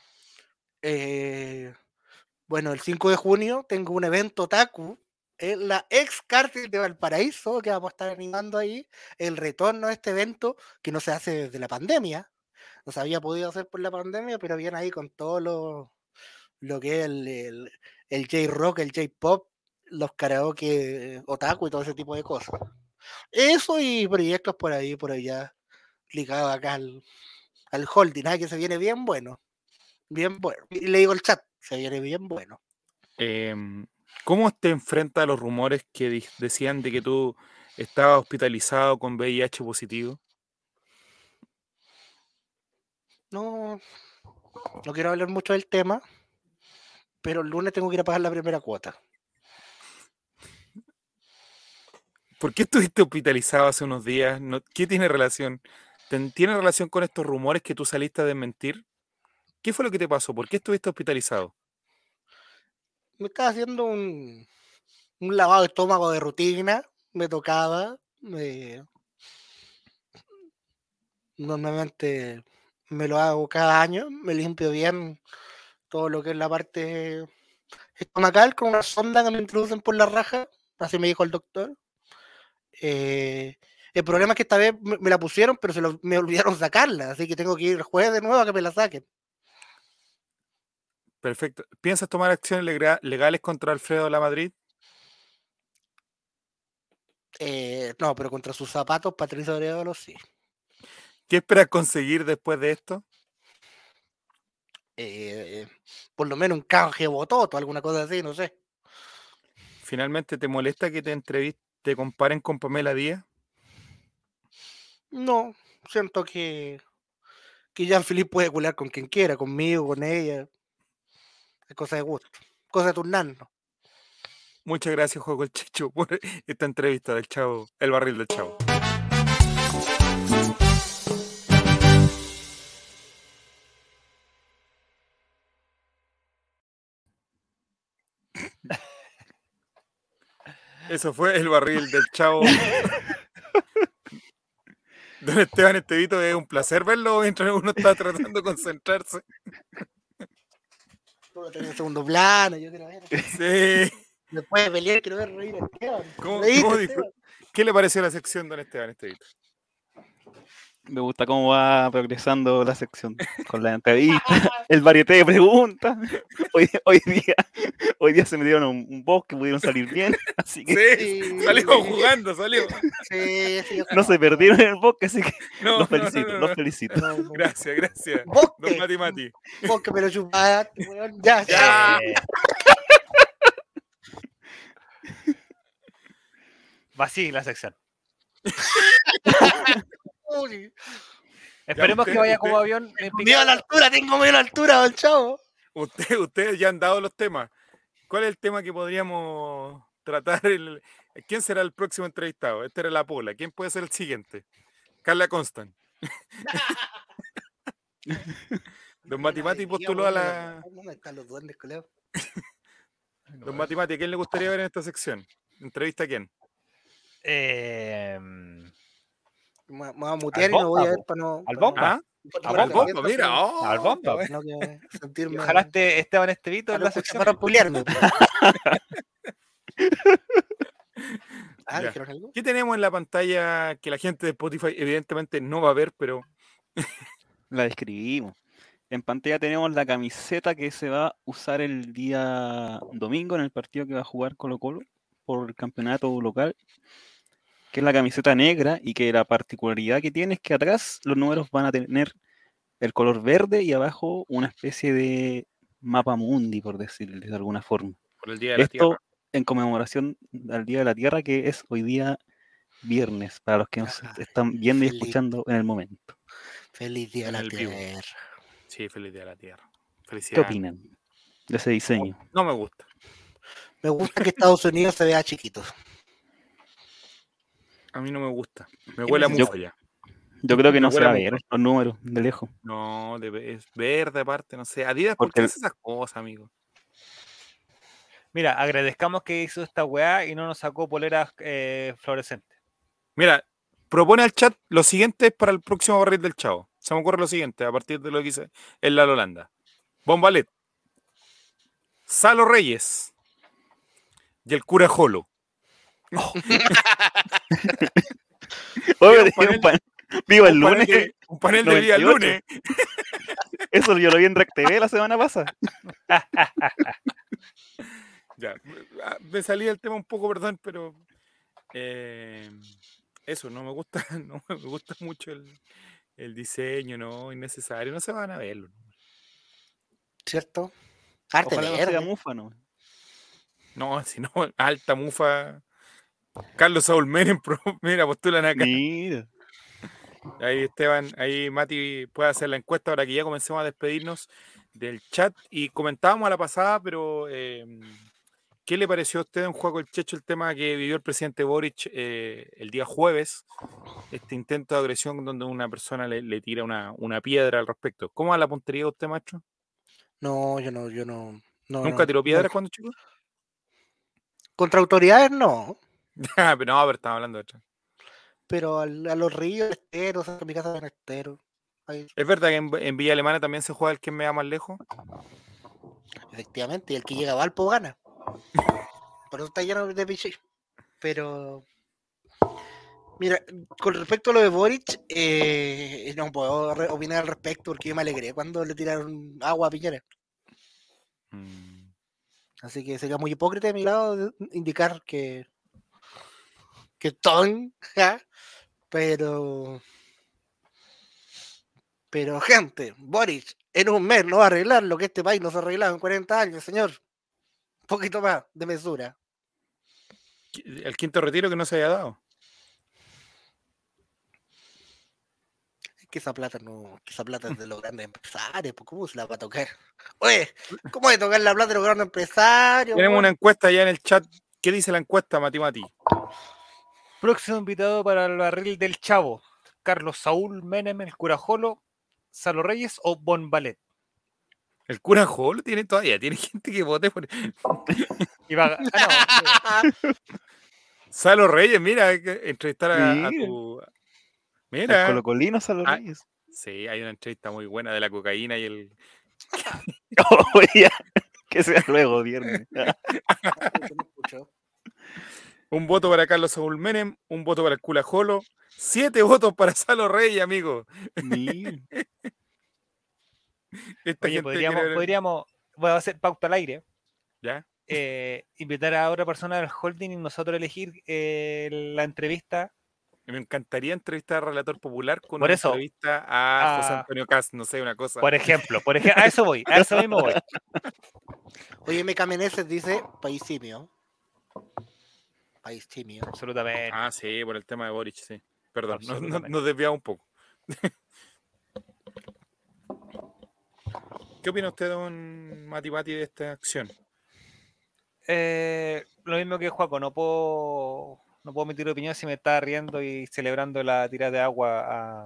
Speaker 2: Eh, bueno, el cinco de junio tengo un evento otaku en la ex cárcel de Valparaíso, que vamos a estar animando ahí el retorno a este evento que no se hace desde la pandemia. No se había podido hacer por la pandemia, pero viene ahí con todo lo, lo que es el, el, el J-Rock, el J-Pop, los karaoke otaku y todo ese tipo de cosas. Eso y proyectos por ahí, por allá, ligados acá al, al holding, ¿ah? Que se viene bien bueno. Bien bueno. Y le digo al chat, se viene bien bueno.
Speaker 3: Em, ¿Cómo te enfrentas a los rumores que di- decían de que tú estabas hospitalizado con V I H positivo?
Speaker 2: No, no quiero hablar mucho del tema, pero el lunes tengo que ir a pagar la primera cuota.
Speaker 3: ¿Por qué estuviste hospitalizado hace unos días? No- ¿Qué tiene relación? ¿Ten- ¿Tiene relación con estos rumores que tú saliste a desmentir? ¿Qué fue lo que te pasó? ¿Por qué estuviste hospitalizado?
Speaker 2: Me estaba haciendo un, un lavado de estómago de rutina, me tocaba, me, normalmente me lo hago cada año, me limpio bien todo lo que es la parte estomacal con una sonda que me introducen por la raja, así me dijo el doctor. Eh, el problema es que esta vez me, me la pusieron, pero se lo- me olvidaron sacarla, así que tengo que ir el jueves de nuevo a que me la saquen.
Speaker 3: Perfecto. ¿Piensas tomar acciones legra- legales contra Alfredo Lamadrid?
Speaker 2: Eh, no, pero contra sus zapatos, Patricio Arevalo sí.
Speaker 3: ¿Qué esperas conseguir después de esto?
Speaker 2: Eh, por lo menos un canje bototo, alguna cosa así, no sé.
Speaker 3: ¿Finalmente te molesta que te entrevist- te comparen con Pamela Díaz?
Speaker 2: No, siento que, que Jean-Philippe puede culiar con quien quiera, conmigo, con ella. Es cosa de gusto, cosa de turnarnos.
Speaker 3: Muchas gracias, Juego el Checho, por esta entrevista del Chavo, el barril del Chavo. Eso fue el barril del Chavo. Don Esteban Estevito, es un placer verlo mientras uno está tratando de concentrarse.
Speaker 2: Todo tenía segundo plano, yo quiero ver.
Speaker 3: Sí.
Speaker 2: Después de pelear, quiero ver reír a Esteban.
Speaker 3: ¿Cómo,
Speaker 2: Reíste,
Speaker 3: cómo
Speaker 2: Esteban.
Speaker 3: disfrut- ¿Qué le pareció la sección, don Esteban Estevito?
Speaker 4: Me gusta cómo va progresando la sección con la entrevista, el varieté de preguntas. Hoy, hoy día, hoy día se me dieron un, un boss que pudieron salir bien, así que
Speaker 3: Sí,
Speaker 2: Sí.
Speaker 3: salimos jugando, salió.
Speaker 2: Sí, sí,
Speaker 4: no se perdieron en el bosque, así que
Speaker 3: No,
Speaker 4: los
Speaker 3: no,
Speaker 4: felicito,
Speaker 3: no, no,
Speaker 4: los
Speaker 3: no.
Speaker 4: felicito.
Speaker 2: No, no.
Speaker 3: Gracias, gracias.
Speaker 2: Vos
Speaker 3: Don
Speaker 2: que,
Speaker 3: Mati Mati.
Speaker 2: vos que me lo chupaste, weón. Ya, ya.
Speaker 3: Ya.
Speaker 1: Eh, va así la sección.
Speaker 2: Uy,
Speaker 1: Esperemos
Speaker 3: usted-
Speaker 1: que vaya
Speaker 3: usted-
Speaker 1: como avión en
Speaker 2: tengo miedo a la
Speaker 1: picada.
Speaker 2: altura, tengo miedo a la altura, don Chavo.
Speaker 3: Usted, ustedes ya han dado los temas. ¿Cuál es el tema que podríamos tratar? El- ¿Quién será el próximo entrevistado? Esta era la Pola. ¿Quién puede ser el siguiente? Carla Constant. Don Mati Mati postuló a la...
Speaker 2: ¿Dónde están los duendes, colega?
Speaker 3: Don Mati Mati, ¿a quién le gustaría ver en esta sección? ¿Entrevista a quién?
Speaker 1: Eh,
Speaker 2: Me me voy a mutear
Speaker 1: Al
Speaker 2: y no voy a
Speaker 1: bomba,
Speaker 2: ver
Speaker 1: po.
Speaker 2: para no.
Speaker 1: Al
Speaker 2: pa no-
Speaker 1: bomba.
Speaker 3: ¿Ah?
Speaker 2: pa
Speaker 1: A
Speaker 2: tomar
Speaker 3: Al
Speaker 1: bomba.
Speaker 3: bomba, mira.
Speaker 2: para
Speaker 3: Oh,
Speaker 1: Al bomba.
Speaker 3: está
Speaker 2: no que
Speaker 1: Y
Speaker 2: sentirme.
Speaker 1: ojalá esté Esteban Estevito en
Speaker 2: para
Speaker 1: la
Speaker 2: no
Speaker 1: sección.
Speaker 2: para pulearme. Ah,
Speaker 3: Ya.
Speaker 2: ¿dijeron algo?
Speaker 3: ¿Qué tenemos en la pantalla que la gente de Spotify evidentemente no va a ver, pero
Speaker 4: La describimos. En pantalla tenemos la camiseta que se va a usar el día domingo en el partido que va a jugar Colo Colo por el campeonato local, que es la camiseta negra y que la particularidad que tiene es que atrás los números van a tener el color verde y abajo una especie de mapa mundi, por decirlo de alguna forma.
Speaker 3: por el Día de la
Speaker 4: Esto
Speaker 3: Tierra?
Speaker 4: en conmemoración al Día de la Tierra, que es hoy día viernes, para los que nos
Speaker 2: Ay,
Speaker 4: están viendo y
Speaker 2: feliz.
Speaker 4: escuchando en el momento.
Speaker 2: Feliz día
Speaker 3: En
Speaker 2: a la
Speaker 3: el vivo.
Speaker 2: tierra.
Speaker 3: Sí, feliz Día de la Tierra.
Speaker 4: ¿Qué
Speaker 3: Felicidades.
Speaker 4: opinan de ese diseño?
Speaker 3: No me gusta.
Speaker 2: Me gusta que Estados Unidos se vea chiquito.
Speaker 3: A mí no me gusta. Me
Speaker 1: ¿Qué
Speaker 3: huele a
Speaker 1: necesita?
Speaker 3: mufo ya.
Speaker 4: Yo creo que
Speaker 3: Me
Speaker 4: no se
Speaker 3: huele
Speaker 4: va
Speaker 3: a
Speaker 4: a
Speaker 3: mufa.
Speaker 4: ver los números de lejos.
Speaker 3: No, de- es verde aparte, no sé. Adidas, ¿por
Speaker 4: Porque
Speaker 3: qué
Speaker 4: el-
Speaker 3: hace esas cosas, amigo?
Speaker 1: Mira, agradezcamos que hizo esta weá y no nos sacó poleras eh, fluorescentes.
Speaker 3: Mira, propone al chat lo siguiente para el próximo barril del Chavo. Se me ocurre lo siguiente, a partir de lo que dice el Lalo Landa. Bombalet, Salo Reyes y el cura Jolo.
Speaker 4: Oye,
Speaker 3: un panel-
Speaker 4: un pan- Viva el
Speaker 3: un panel
Speaker 4: lunes.
Speaker 3: de, un panel de día
Speaker 4: noventa y ocho.
Speaker 3: lunes.
Speaker 4: Eso yo lo vi en Rec T V la semana pasada.
Speaker 3: Ya, me salí del tema un poco, perdón, pero eh, eso, no me gusta, no me gusta mucho el, el diseño, no, innecesario, no se van a verlo.
Speaker 2: ¿Cierto? Arte
Speaker 4: Ojalá no
Speaker 2: verde.
Speaker 4: sea Múfano.
Speaker 3: No, si no, alta mufa. Carlos Saúl Menem, pro- mira, postulan acá.
Speaker 4: Mira.
Speaker 3: Ahí Esteban, ahí Mati puede hacer la encuesta ahora que ya comencemos a despedirnos del chat. Y comentábamos a la pasada, pero eh, ¿qué le pareció a usted, don Juaco el Checho, el tema que vivió el presidente Boric eh, el día jueves? Este intento de agresión donde una persona le, le tira una, una piedra al respecto. ¿Cómo va la puntería de usted, maestro?
Speaker 2: No, yo no, yo no. no
Speaker 3: ¿Nunca
Speaker 2: no,
Speaker 3: tiró piedras
Speaker 2: nunca.
Speaker 3: cuando chico?
Speaker 2: Contra autoridades no.
Speaker 3: Ah, pero no, pero estamos hablando de otra.
Speaker 2: Pero al- a los ríos, esteros, a mi casa en estero. Ahí,
Speaker 3: ¿Es verdad que en, en Villa Alemana también se juega el que me da más lejos?
Speaker 2: efectivamente, y el que llega a Valpo gana. Por eso está lleno de pichis. Pero, mira, con respecto a lo de Boric, eh, no puedo re- opinar al respecto porque yo me alegré cuando le tiraron agua a Piñera.
Speaker 3: Mm.
Speaker 2: Así que sería muy hipócrita de mi lado de- indicar que que ton, ja, pero pero gente, Boric en un mes no va a arreglar lo que este país no se ha arreglado en cuarenta años, señor. Un poquito más de mesura.
Speaker 3: El quinto retiro que no se haya dado.
Speaker 2: Es que esa plata no, que esa plata es de los grandes empresarios, pues ¿cómo se la va a tocar? Oye, ¿cómo va a tocar la plata de los grandes empresarios?
Speaker 3: Tenemos
Speaker 2: weón?
Speaker 3: una encuesta ya en el chat. ¿Qué dice la encuesta, Mati Mati?
Speaker 1: Próximo invitado para el barril del Chavo. Carlos Saúl Menem, el cura Jolo, Salo Reyes o Bon Ballet.
Speaker 3: El cura Jolo tiene todavía, tiene gente que vote por
Speaker 1: Y va a- ah, no,
Speaker 3: Salo Reyes, mira, hay que entrevistar a, a
Speaker 4: Mira.
Speaker 3: tu.
Speaker 4: El
Speaker 3: Mira.
Speaker 4: Colocolino Salo
Speaker 3: Ah,
Speaker 4: Reyes.
Speaker 3: Sí, hay una entrevista muy buena de la cocaína y el.
Speaker 4: Oye, que sea luego, viernes.
Speaker 2: Que no escucho.
Speaker 3: Un voto para Carlos Saúl Menem, un voto para el cura Jolo, siete votos para Salo Reyes, amigo.
Speaker 4: Mira.
Speaker 3: Esta
Speaker 1: Oye,
Speaker 3: gente
Speaker 1: podríamos,
Speaker 3: quiere ver-
Speaker 1: podríamos, voy a hacer pauta al aire,
Speaker 3: ¿Ya?
Speaker 1: eh, invitar a otra persona del holding y nosotros elegir eh, la entrevista.
Speaker 3: Me encantaría entrevistar al relator popular con
Speaker 1: Por
Speaker 3: una
Speaker 1: eso,
Speaker 3: entrevista a José
Speaker 1: a-
Speaker 3: Antonio Cast, no sé, una cosa.
Speaker 1: Por ejemplo, por ejemplo, a eso voy, a eso mismo voy.
Speaker 2: Oye, Meca Meneses dice país simio. País simio.
Speaker 1: Absolutamente.
Speaker 3: Ah, sí, por el tema de Boric, sí. Perdón, no- no-
Speaker 1: Absolutamente.
Speaker 3: nos desviamos un poco. ¿Qué opina usted, don Mati Mati, de esta acción?
Speaker 1: Eh, lo mismo que Juaco, no puedo, no puedo emitir opinión si me está riendo y celebrando la tirada de agua a,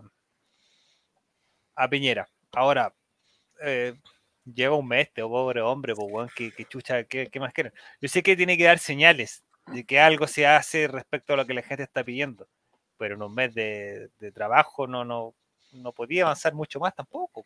Speaker 1: a Piñera. Ahora, eh, lleva un mes, este pobre hombre, pues, weón, que, que chucha, ¿qué, qué más quieren? Yo sé que tiene que dar señales de que algo se hace respecto a lo que la gente está pidiendo, pero en un mes de, de trabajo no, no, no podía avanzar mucho más tampoco.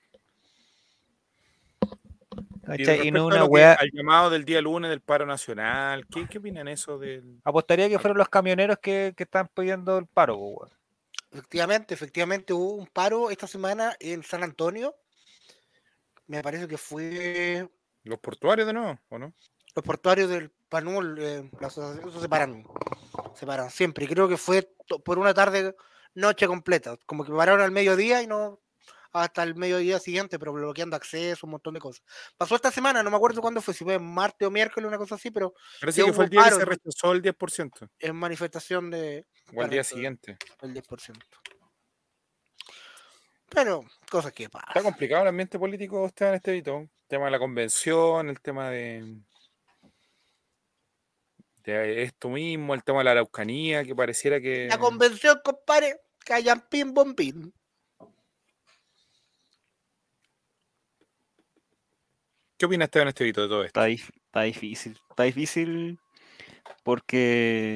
Speaker 3: Y
Speaker 1: ¿Cachai? Y no
Speaker 3: respecto a
Speaker 1: una
Speaker 3: lo que-
Speaker 1: weá.
Speaker 3: al llamado del día lunes del paro nacional, ¿qué, qué opinan eso del...?
Speaker 1: Apostaría que fueron los camioneros que, que están pidiendo el paro, pues, weón.
Speaker 2: Efectivamente, efectivamente hubo un paro esta semana en San Antonio. Me parece que fue
Speaker 3: ¿Los portuarios de nuevo, o no?
Speaker 2: los portuarios del Panul, eh, la asociación se separan, se paran siempre. Y creo que fue to- por una tarde, noche completa. Como que pararon al mediodía y no hasta el mediodía siguiente, pero bloqueando acceso, un montón de cosas. Pasó esta semana, no me acuerdo cuándo fue, si fue martes o miércoles, una cosa así, pero
Speaker 3: Parece
Speaker 2: ya
Speaker 3: que fue
Speaker 2: hubo
Speaker 3: el día que
Speaker 2: paro,
Speaker 3: se
Speaker 2: ¿no?
Speaker 3: rechazó el diez por ciento,
Speaker 2: en manifestación de
Speaker 3: o al día
Speaker 2: correcto,
Speaker 3: siguiente.
Speaker 2: el diez por ciento. Pero cosas que
Speaker 3: Está
Speaker 2: pasan.
Speaker 3: complicado el ambiente político, Esteban Estevito. El tema de la convención, el tema de, de esto mismo, el tema de la Araucanía, que pareciera que...
Speaker 2: La convención, compadre, callan pin bombín.
Speaker 3: ¿Qué opina Esteban Estevito de todo esto?
Speaker 4: Está, dif- está difícil. Está difícil porque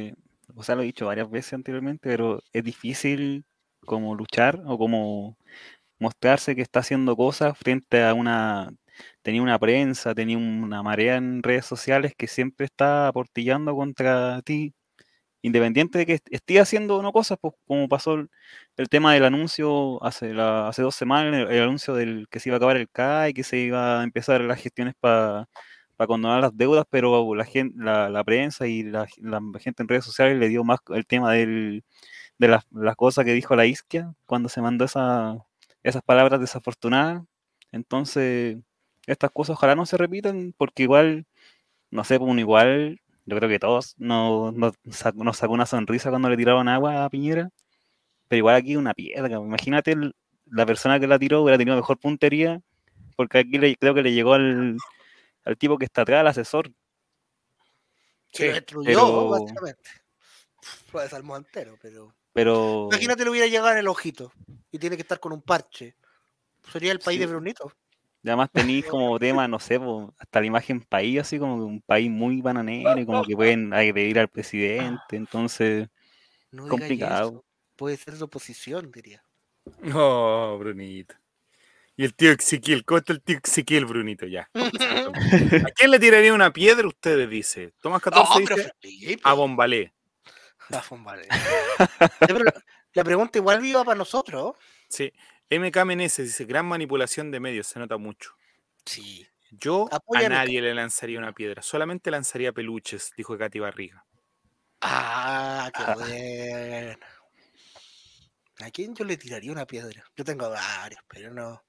Speaker 4: o sea, lo he dicho varias veces anteriormente, pero es difícil como luchar o como mostrarse que está haciendo cosas frente a una, tenía una prensa, tenía una marea en redes sociales que siempre está aportillando contra ti, independiente de que est- esté haciendo o no cosas, pues como pasó el, el tema del anuncio hace, la, hace dos semanas, el, el anuncio del que se iba a acabar el C A I, que se iba a empezar las gestiones para condonar las deudas, pero la, gen- la, la prensa y la, la gente en redes sociales le dio más el tema del, de las, las cosas que dijo la Isquia cuando se mandó esa, esas palabras desafortunadas. Entonces, estas cosas ojalá no se repitan, porque igual, no sé, pues uno igual, yo creo que todos nos, nos, sacó, nos sacó una sonrisa cuando le tiraron agua a Piñera, pero igual aquí una piedra. Imagínate el- la persona que la tiró hubiera tenido mejor puntería, porque aquí le, creo que le llegó al, al tipo que está atrás, al asesor.
Speaker 2: Que lo
Speaker 3: Sí,
Speaker 2: destruyó,
Speaker 4: pero,
Speaker 2: básicamente. Fue desarmó entero, pero.
Speaker 4: pero
Speaker 2: Imagínate le hubiera llegado en el ojito y tiene que estar con un parche. Sería el país
Speaker 4: sí,
Speaker 2: de Brunito.
Speaker 4: y además tenéis como tema, no sé, po, hasta la imagen país, así como que un país muy bananero y como que pueden agredir al presidente, entonces
Speaker 2: No digáis
Speaker 4: complicado.
Speaker 2: eso. Puede ser de oposición, diría.
Speaker 3: No, Brunito. Y el tío Ezequiel, ¿cómo está el tío Ezequiel, Brunito? Ya. ¿A quién le tiraría una piedra? Ustedes dice. Tomás catorce
Speaker 2: No, pero
Speaker 3: dice
Speaker 2: Felipe.
Speaker 3: a Bombalé.
Speaker 2: Ah, vale. Ya, pero la pregunta igual viva para nosotros.
Speaker 3: Sí. M K Meneses dice, gran manipulación de medios, se nota mucho.
Speaker 2: Sí.
Speaker 3: Yo
Speaker 2: Apoya
Speaker 3: a
Speaker 2: a M K.
Speaker 3: nadie le lanzaría una piedra, solamente lanzaría peluches, dijo Katy Barriga.
Speaker 2: Ah, qué bueno. ¿A quién yo le tiraría una piedra? Yo tengo varios, pero no.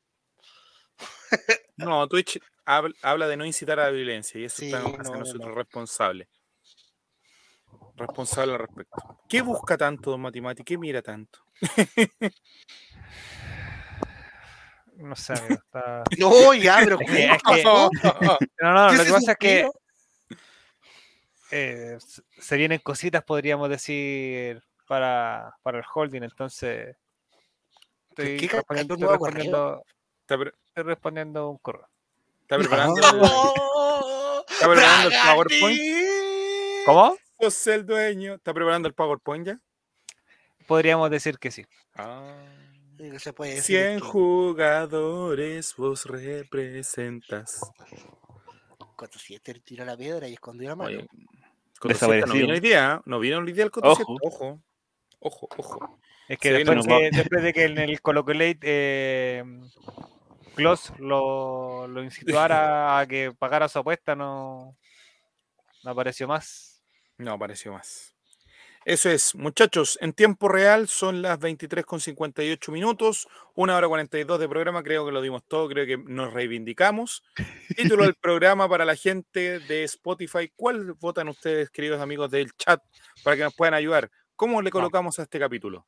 Speaker 3: No, Twitch habla, habla de no incitar a la violencia y eso
Speaker 2: Sí,
Speaker 3: estamos
Speaker 2: no,
Speaker 3: haciendo
Speaker 2: no,
Speaker 3: nosotros
Speaker 2: no.
Speaker 3: responsables. Responsable al respecto. ¿Qué busca tanto, don Matimati? ¿Qué mira tanto?
Speaker 1: No sé, amigo. Está...
Speaker 2: No, ya, pero
Speaker 1: Es que, es que-
Speaker 2: ¿cómo?
Speaker 1: no, no,
Speaker 2: ¿Qué
Speaker 1: lo
Speaker 2: se
Speaker 1: que pasa es que
Speaker 2: sufrió?
Speaker 1: eh, s- se vienen cositas, podríamos decir, para, para el holding, entonces
Speaker 2: ¿Qué,
Speaker 1: estoy
Speaker 2: qué ca-
Speaker 1: respondiendo,
Speaker 2: cayó un
Speaker 1: estoy
Speaker 2: nuevo correo?
Speaker 1: respondiendo,
Speaker 3: ¿Está, pre-
Speaker 1: estoy respondiendo un correo.
Speaker 3: está preparando,
Speaker 4: Ah.
Speaker 3: el,
Speaker 2: ¡Oh!
Speaker 3: ¿está preparando el PowerPoint?
Speaker 2: ¡Bragardín!
Speaker 1: ¿Cómo?
Speaker 3: Sos el dueño. ¿Está preparando el PowerPoint ya?
Speaker 1: Podríamos decir que sí.
Speaker 3: Ah.
Speaker 2: No se puede decir
Speaker 3: cien
Speaker 2: el que.
Speaker 3: jugadores vos representas.
Speaker 2: Coto siete tiró la piedra y escondió la mano.
Speaker 3: Oye, Coto siete no
Speaker 4: Desaparecido.
Speaker 3: viene hoy día, ¿eh? No viene hoy día el Coto siete.
Speaker 4: Ojo.
Speaker 3: Ojo, ojo, ojo.
Speaker 1: Es que
Speaker 3: Se
Speaker 1: después,
Speaker 3: viene
Speaker 4: no
Speaker 1: que, después de que en el Colocolate eh, Kloss lo, lo incitara a que pagara su apuesta, no, no apareció más.
Speaker 3: No, apareció más. Eso es, muchachos, en tiempo real son las veintitrés con cincuenta y ocho minutos, una hora cuarenta y dos de programa, creo que lo dimos todo, creo que nos reivindicamos. Título del programa para la gente de Spotify, ¿cuál votan ustedes, queridos amigos del chat, para que nos puedan ayudar? ¿Cómo le colocamos a este capítulo?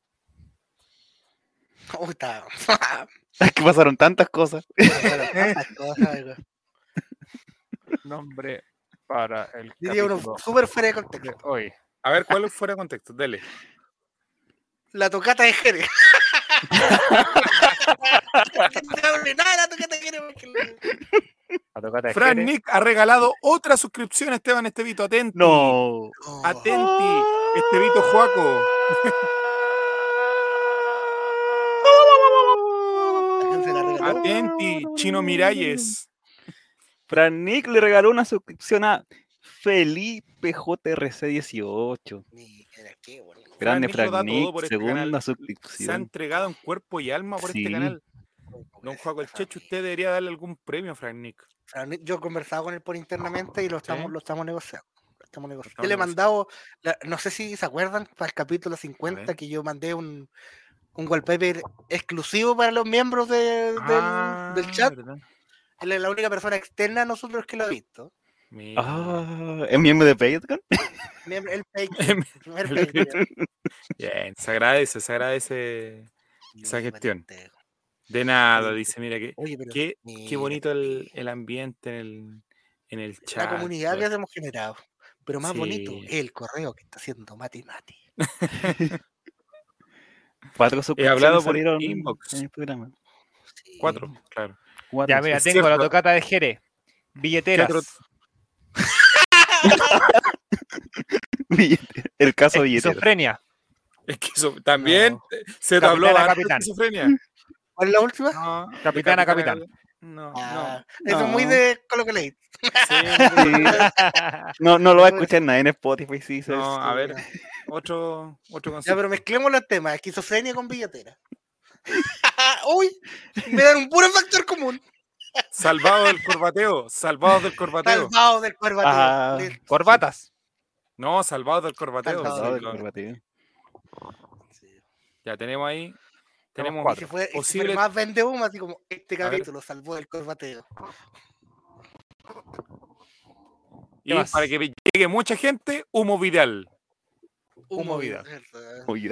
Speaker 2: Puta.
Speaker 4: Es que pasaron tantas cosas.
Speaker 2: Pasaron tantas cosas, güey.
Speaker 1: Nombre para el
Speaker 2: Diría uno
Speaker 1: capítulo
Speaker 2: súper fuera de contexto.
Speaker 1: de hoy.
Speaker 3: A ver, ¿cuál fuera de contexto? Dele.
Speaker 2: La tocata de Jerez. No hable nada de la tocata de Jerez porque lo-
Speaker 1: La tocata de
Speaker 3: Fran
Speaker 1: Jerez.
Speaker 3: Nick ha regalado otra suscripción, Esteban Estevito, atenti.
Speaker 4: No.
Speaker 2: No.
Speaker 3: Atenti, Estevito Juaco.
Speaker 2: La gente se la regaló.
Speaker 3: Atenti, Chino Miralles.
Speaker 4: Fran Nick le regaló una suscripción a Felipe J R C dieciocho.
Speaker 2: Mira, qué bonito.
Speaker 4: Grande
Speaker 3: Nick lo da
Speaker 4: Fran
Speaker 3: todo
Speaker 4: Nick,
Speaker 3: por este
Speaker 4: segunda
Speaker 3: canal. Se ha
Speaker 4: suscripción.
Speaker 3: entregado en cuerpo y alma por
Speaker 4: Sí.
Speaker 3: este canal. Don Juaco el Checho, usted debería darle algún premio a Frank Nick.
Speaker 2: Fran, yo he conversado con él por internamente y lo estamos,
Speaker 3: ¿Sí?
Speaker 2: lo estamos negociando. Lo estamos negociando.
Speaker 3: estamos
Speaker 2: Yo le he
Speaker 3: negociando.
Speaker 2: mandado, la- no sé si se acuerdan, para el capítulo cincuenta
Speaker 3: ver.
Speaker 2: que yo mandé un, un wallpaper exclusivo para los miembros de- del,
Speaker 3: Ah,
Speaker 2: del chat.
Speaker 3: ¿verdad?
Speaker 2: Él es la única persona externa a nosotros que lo ha visto.
Speaker 3: Mira.
Speaker 4: Ah, ¿es miembro de Patreon?
Speaker 2: Miembro- El Patreon, el primer
Speaker 3: El
Speaker 2: Patreon.
Speaker 3: Bien, se agradece, se agradece esa
Speaker 2: Mira,
Speaker 3: gestión.
Speaker 2: Mateo.
Speaker 3: De nada,
Speaker 2: Oye,
Speaker 3: dice, mira, que,
Speaker 2: Oye, pero
Speaker 3: qué, qué
Speaker 2: mira,
Speaker 3: bonito el,
Speaker 2: mira,
Speaker 3: el ambiente en el, en el chat.
Speaker 2: la comunidad
Speaker 3: todo.
Speaker 2: que hemos generado. Pero más bonito,
Speaker 3: Sí.
Speaker 2: el correo que está haciendo Mati Mati.
Speaker 4: Cuatro
Speaker 3: He
Speaker 4: suscripciones
Speaker 3: hablado por
Speaker 4: salieron
Speaker 3: inbox.
Speaker 4: en el programa.
Speaker 2: Sí.
Speaker 3: Cuatro, claro.
Speaker 4: Cuatro,
Speaker 1: Ya, mira,
Speaker 3: Es
Speaker 1: tengo la
Speaker 3: cierto.
Speaker 1: tocata de Jerez. Billeteras.
Speaker 3: otro-
Speaker 4: Billetera. El caso billetera.
Speaker 1: Esquizofrenia.
Speaker 3: Esquizo- También
Speaker 1: No.
Speaker 3: eh, se te habló
Speaker 1: Capitana,
Speaker 3: antes de
Speaker 1: capitán.
Speaker 3: esquizofrenia.
Speaker 2: ¿Cuál es la última?
Speaker 3: No, de
Speaker 1: Capitana, capitán.
Speaker 3: No,
Speaker 2: Ah,
Speaker 3: no.
Speaker 2: Eso es muy
Speaker 4: no.
Speaker 2: de Colo Colate.
Speaker 3: Sí,
Speaker 4: Sí. No, no lo va a escuchar nadie en Spotify, sí. sí,
Speaker 3: no,
Speaker 4: sí.
Speaker 3: a ver, otro, otro
Speaker 2: Ya,
Speaker 3: concepto.
Speaker 2: pero mezclemos los temas. Esquizofrenia con billetera. Uy, me dan un puro factor común.
Speaker 3: Salvado del corbateo, salvados del corbateo.
Speaker 2: Salvado del corbateo.
Speaker 4: Ah.
Speaker 2: Listo.
Speaker 1: Corbatas.
Speaker 3: No, salvados del corbateo.
Speaker 2: Salvados
Speaker 3: sí,
Speaker 4: Salvado del
Speaker 3: claro.
Speaker 4: corbateo.
Speaker 2: Sí.
Speaker 3: Ya tenemos ahí. Tenemos
Speaker 2: Y
Speaker 1: cuatro.
Speaker 2: si fue, y si
Speaker 3: posible.
Speaker 2: fue más vende humo, así como este
Speaker 3: A ver.
Speaker 2: capítulo salvó del corbateo.
Speaker 3: Y
Speaker 1: ¿Qué más?
Speaker 3: para que llegue mucha gente, Humo Vidal.
Speaker 1: Humo vida.
Speaker 2: ¿verdad?
Speaker 4: Oye,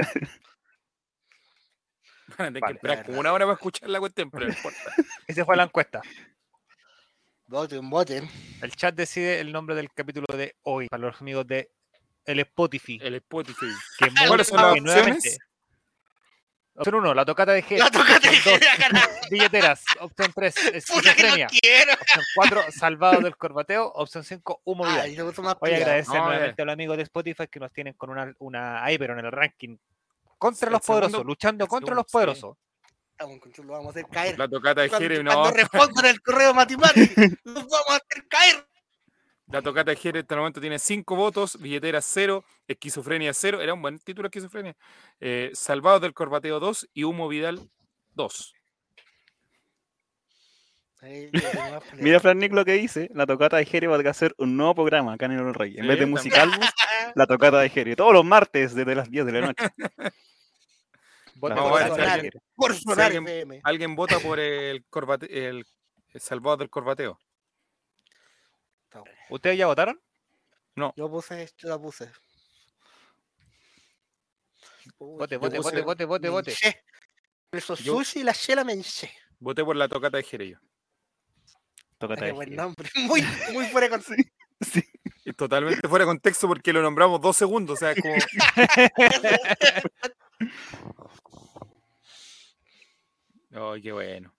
Speaker 3: Van a tener que
Speaker 1: Vale.
Speaker 3: esperar como una hora para escuchar la cuestión, pero no importa.
Speaker 1: Esa fue la encuesta.
Speaker 2: Voten, voten.
Speaker 1: El chat decide el nombre del capítulo de hoy para los amigos de el Spotify.
Speaker 3: El Spotify.
Speaker 1: Que muy-
Speaker 3: ¿Cuáles son las
Speaker 1: que nuevamente-
Speaker 3: opciones?
Speaker 1: Opción uno, la tocata de G.
Speaker 2: La tocata de
Speaker 1: Opción
Speaker 2: G,
Speaker 1: dos,
Speaker 2: carajo.
Speaker 1: billeteras. Opción tres,
Speaker 2: Puta que
Speaker 1: esquizofrenia.
Speaker 2: no quiero.
Speaker 1: Opción cuatro, salvado del corbateo. Opción cinco, humo
Speaker 2: Ah,
Speaker 1: vida.
Speaker 2: y se puso más
Speaker 1: Voy a
Speaker 2: pillado.
Speaker 1: agradecer
Speaker 3: No,
Speaker 1: nuevamente a los amigos de Spotify que nos tienen con una, una ahí, pero en el ranking contra
Speaker 3: El
Speaker 1: los poderosos,
Speaker 3: segundo-
Speaker 1: luchando
Speaker 3: el
Speaker 1: contra
Speaker 3: segundo,
Speaker 1: los poderosos.
Speaker 2: Vamos, control, lo vamos a hacer caer.
Speaker 3: La tocata de
Speaker 2: Cuando,
Speaker 3: Jere,
Speaker 2: cuando
Speaker 3: no.
Speaker 2: respondan el correo matemático, los vamos a hacer caer.
Speaker 3: La tocata de Jere hasta el momento tiene cinco votos, billetera cero, esquizofrenia cero. Era un buen título, esquizofrenia. Eh, Salvados del corbateo dos y Humo Vidal dos.
Speaker 2: Ahí, ya tengo más pelea.
Speaker 4: mira, Fran Nick lo que dice. La tocata de Jerry va a hacer un nuevo programa acá en el Rey. En
Speaker 3: Sí,
Speaker 4: vez de
Speaker 3: también.
Speaker 4: musicalbus, la tocata de Jerry. Todos los martes desde las diez de la noche.
Speaker 1: Voten
Speaker 4: La
Speaker 3: Vamos
Speaker 1: por
Speaker 3: a
Speaker 1: esa
Speaker 3: ver si
Speaker 1: tocata
Speaker 3: alguien-
Speaker 1: de G.
Speaker 2: Por
Speaker 3: Si
Speaker 2: sonar
Speaker 3: alguien-
Speaker 2: F M.
Speaker 3: ¿Alguien vota por el, corbate, el, el Salvados del corbateo?
Speaker 1: ¿Ustedes ya votaron?
Speaker 2: Yo puse, yo la puse. Uy,
Speaker 1: Vote,
Speaker 2: yo
Speaker 1: vote,
Speaker 3: puse-
Speaker 1: vote, vote, vote,
Speaker 2: me
Speaker 1: vote.
Speaker 2: hinché. Eso
Speaker 3: Yo-
Speaker 2: sushi y la chela me hinché.
Speaker 3: Voté por la tocata de Jere yo.
Speaker 4: Tocata
Speaker 2: Qué
Speaker 4: de
Speaker 2: buen
Speaker 4: Jerry.
Speaker 2: nombre. Muy, muy fuera de contexto.
Speaker 4: Sí.
Speaker 3: Y totalmente fuera de contexto porque lo nombramos dos segundos. O sea, es como. Ay, qué bueno.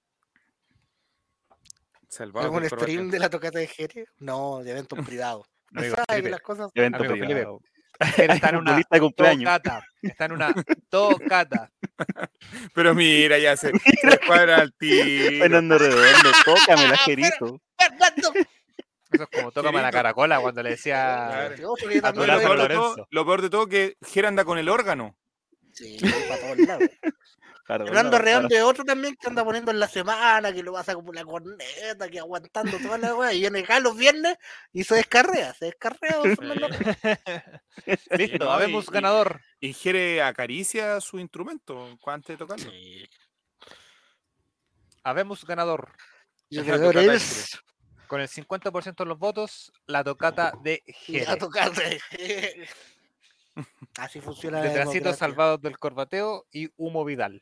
Speaker 3: Salvados
Speaker 2: ¿Algún
Speaker 3: del corbateo.
Speaker 2: stream de la tocata de Jere? No, de eventos privados. No
Speaker 1: Amigo
Speaker 2: sabe que
Speaker 1: Felipe.
Speaker 2: las cosas.
Speaker 4: Evento
Speaker 1: Amigo Felipe.
Speaker 4: privado.
Speaker 1: Él está en una
Speaker 4: Futbolista de cumpleaños.
Speaker 1: tocata. Está en una tocata.
Speaker 3: Pero mira, ya se, se cuadra al tiro.
Speaker 4: Fernando Redondo, tócamela, Jerito.
Speaker 2: Fernando.
Speaker 1: Eso es como tócame la
Speaker 3: Querido.
Speaker 1: caracola cuando le decía.
Speaker 3: Claro.
Speaker 2: Otro que
Speaker 1: A
Speaker 2: también
Speaker 3: No,
Speaker 1: tu
Speaker 3: lo,
Speaker 2: lo
Speaker 1: lado,
Speaker 3: peor de
Speaker 1: Lorenzo.
Speaker 3: todo, lo peor de todo que Jere anda con el órgano.
Speaker 2: Sí, para todos lados.
Speaker 4: Claro,
Speaker 2: Fernando
Speaker 4: claro,
Speaker 2: Redondo es otro también que anda poniendo en la semana, que lo pasa como la corneta, que aguantando toda la weá, y viene acá los viernes y se descarrea, se descarrea don Fernando.
Speaker 1: Listo,
Speaker 3: no,
Speaker 1: habemos
Speaker 3: y- y-
Speaker 1: ganador.
Speaker 3: Y Jere acaricia su instrumento antes de tocarlo.
Speaker 1: Habemos ganador.
Speaker 2: Y el
Speaker 3: La
Speaker 2: ganador
Speaker 3: tocata de
Speaker 2: es
Speaker 1: Con el cincuenta por ciento de los votos, la tocata de
Speaker 2: la
Speaker 1: Jere.
Speaker 2: tocata de Jere. Así funciona la
Speaker 1: Detrásito
Speaker 2: democracia.
Speaker 1: salvados del corbateo y Humo Vidal.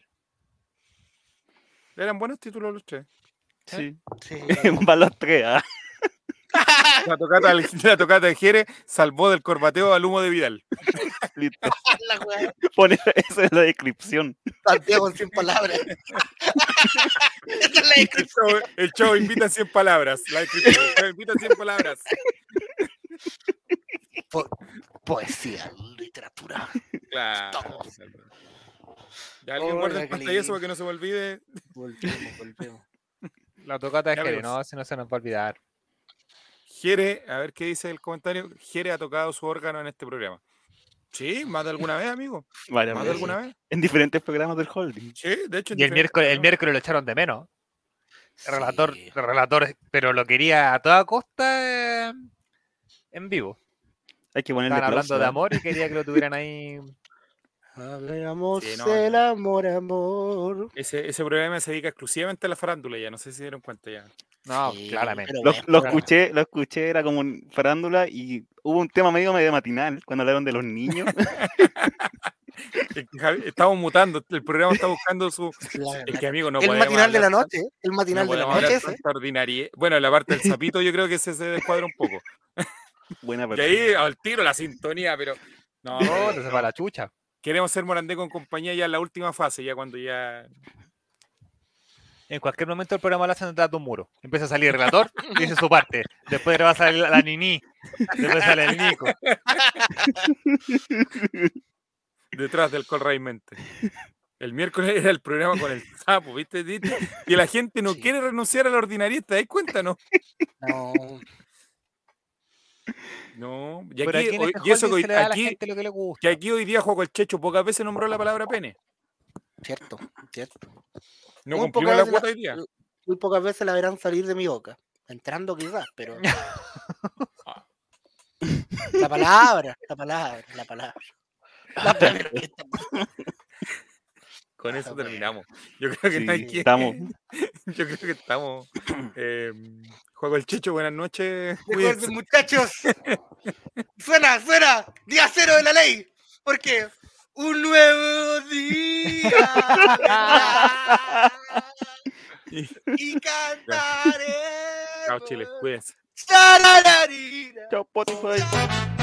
Speaker 3: Eran buenos títulos los tres.
Speaker 4: Sí.
Speaker 2: Sí,
Speaker 4: Van los tres, ¿ah?
Speaker 3: La tocata, la tocata de Jere salvó del corbateo al Humo de Vidal.
Speaker 4: Listo.
Speaker 2: la weá.
Speaker 4: Pone eso en la descripción.
Speaker 2: Santiago sin palabras. Esa es la
Speaker 3: El
Speaker 2: descripción.
Speaker 3: chavo, el chavo invita en cien palabras. La descripción, el chavo invita en cien palabras.
Speaker 2: Po- poesía, literatura.
Speaker 3: Claro.
Speaker 2: Todos.
Speaker 3: Ya alguien
Speaker 2: Hola,
Speaker 3: guarda el
Speaker 2: qué
Speaker 3: pantallazo
Speaker 2: lindo.
Speaker 3: para que no se me olvide.
Speaker 2: Volvemos, volvemos.
Speaker 1: La tocata de
Speaker 3: Ya
Speaker 1: Jere,
Speaker 3: vemos.
Speaker 1: no, si no se nos va a olvidar.
Speaker 3: Jere, a ver qué dice el comentario. Jere ha tocado su órgano en este programa. Sí, más de alguna vez, amigo.
Speaker 4: Varias
Speaker 3: Más de
Speaker 4: veces.
Speaker 3: alguna vez.
Speaker 4: En diferentes programas del holding.
Speaker 3: Sí, de hecho. en
Speaker 1: Y el
Speaker 3: diferentes
Speaker 1: miércoles, el
Speaker 3: programas.
Speaker 1: miércoles lo echaron de menos. El relator,
Speaker 2: Sí.
Speaker 1: el relator, pero lo quería a toda costa eh, en vivo.
Speaker 4: Hay que ponerle
Speaker 1: Estaban hablando de
Speaker 4: cláusula.
Speaker 1: amor y quería que lo tuvieran ahí.
Speaker 2: Hablamos
Speaker 3: Sí, no,
Speaker 2: del
Speaker 3: no.
Speaker 2: amor, amor.
Speaker 3: Ese, ese programa se dedica exclusivamente a la farándula ya. No sé si se dieron cuenta ya.
Speaker 1: No,
Speaker 2: Sí,
Speaker 1: claramente.
Speaker 2: pero
Speaker 4: Lo,
Speaker 2: bueno,
Speaker 4: lo
Speaker 2: pero-
Speaker 4: escuché, lo escuché, era como un farándula y hubo un tema medio medio matinal cuando hablaron de los niños.
Speaker 3: Es que, Javi, estamos mutando. El programa está buscando su.
Speaker 2: la-
Speaker 3: Es que, amigo, no
Speaker 2: el
Speaker 3: podemos
Speaker 2: matinal de la
Speaker 3: hablar
Speaker 2: noche, el
Speaker 3: No
Speaker 2: matinal de la
Speaker 3: podemos
Speaker 2: noche
Speaker 3: hablar
Speaker 2: ese.
Speaker 3: tanta ordinarie- Bueno, la parte del sapito yo creo que ese se descuadra un poco.
Speaker 4: Buena
Speaker 3: Y
Speaker 4: persona.
Speaker 3: ahí al tiro la sintonía, pero no,
Speaker 1: No,
Speaker 3: no,
Speaker 1: se va la chucha.
Speaker 3: queremos ser Morandé con compañía ya en la última fase, ya cuando ya
Speaker 1: En cualquier momento el programa lo hacen detrás de un muro. Empieza a salir el relator, dice su parte. Después va a salir la Nini. Después sale el Nico.
Speaker 3: Detrás del Colray Mente. El miércoles era el programa con el sapo, ¿viste? ¿Viste? Y la gente no
Speaker 2: Sí.
Speaker 3: quiere renunciar a la ordinariedad, ¿te das cuenta, no?
Speaker 2: No,
Speaker 3: No, y,
Speaker 1: Pero
Speaker 3: aquí,
Speaker 1: aquí en
Speaker 3: hoy-
Speaker 1: este
Speaker 3: y eso que
Speaker 1: holding
Speaker 3: hoy,
Speaker 1: se le da a la
Speaker 3: aquí,
Speaker 1: gente lo que le gusta.
Speaker 3: que aquí hoy día Juego el Checho pocas veces nombró la palabra pene.
Speaker 2: cierto, cierto.
Speaker 3: No
Speaker 2: Muy
Speaker 3: cumplimos
Speaker 2: pocas
Speaker 3: la
Speaker 2: veces
Speaker 3: cuota hoy día.
Speaker 2: Muy pocas veces la verán salir de mi boca. Entrando quizás, pero. La palabra, la palabra, la palabra. La palabra que está-
Speaker 3: Con eso
Speaker 2: Ah, bueno.
Speaker 3: terminamos. Yo creo que no hay
Speaker 4: Sí,
Speaker 3: que.
Speaker 4: estamos.
Speaker 3: Yo creo que estamos. Eh, Juego el Checho, buenas noches.
Speaker 2: Recuerden,
Speaker 3: Cuídense.
Speaker 2: muchachos. Suena, suena. Día cero de la ley. Porque un nuevo día vendrá
Speaker 3: Y-
Speaker 2: y cantaré.
Speaker 3: Chao, Chile. Cuídense.
Speaker 2: Charararira.
Speaker 4: Chao, Spotify.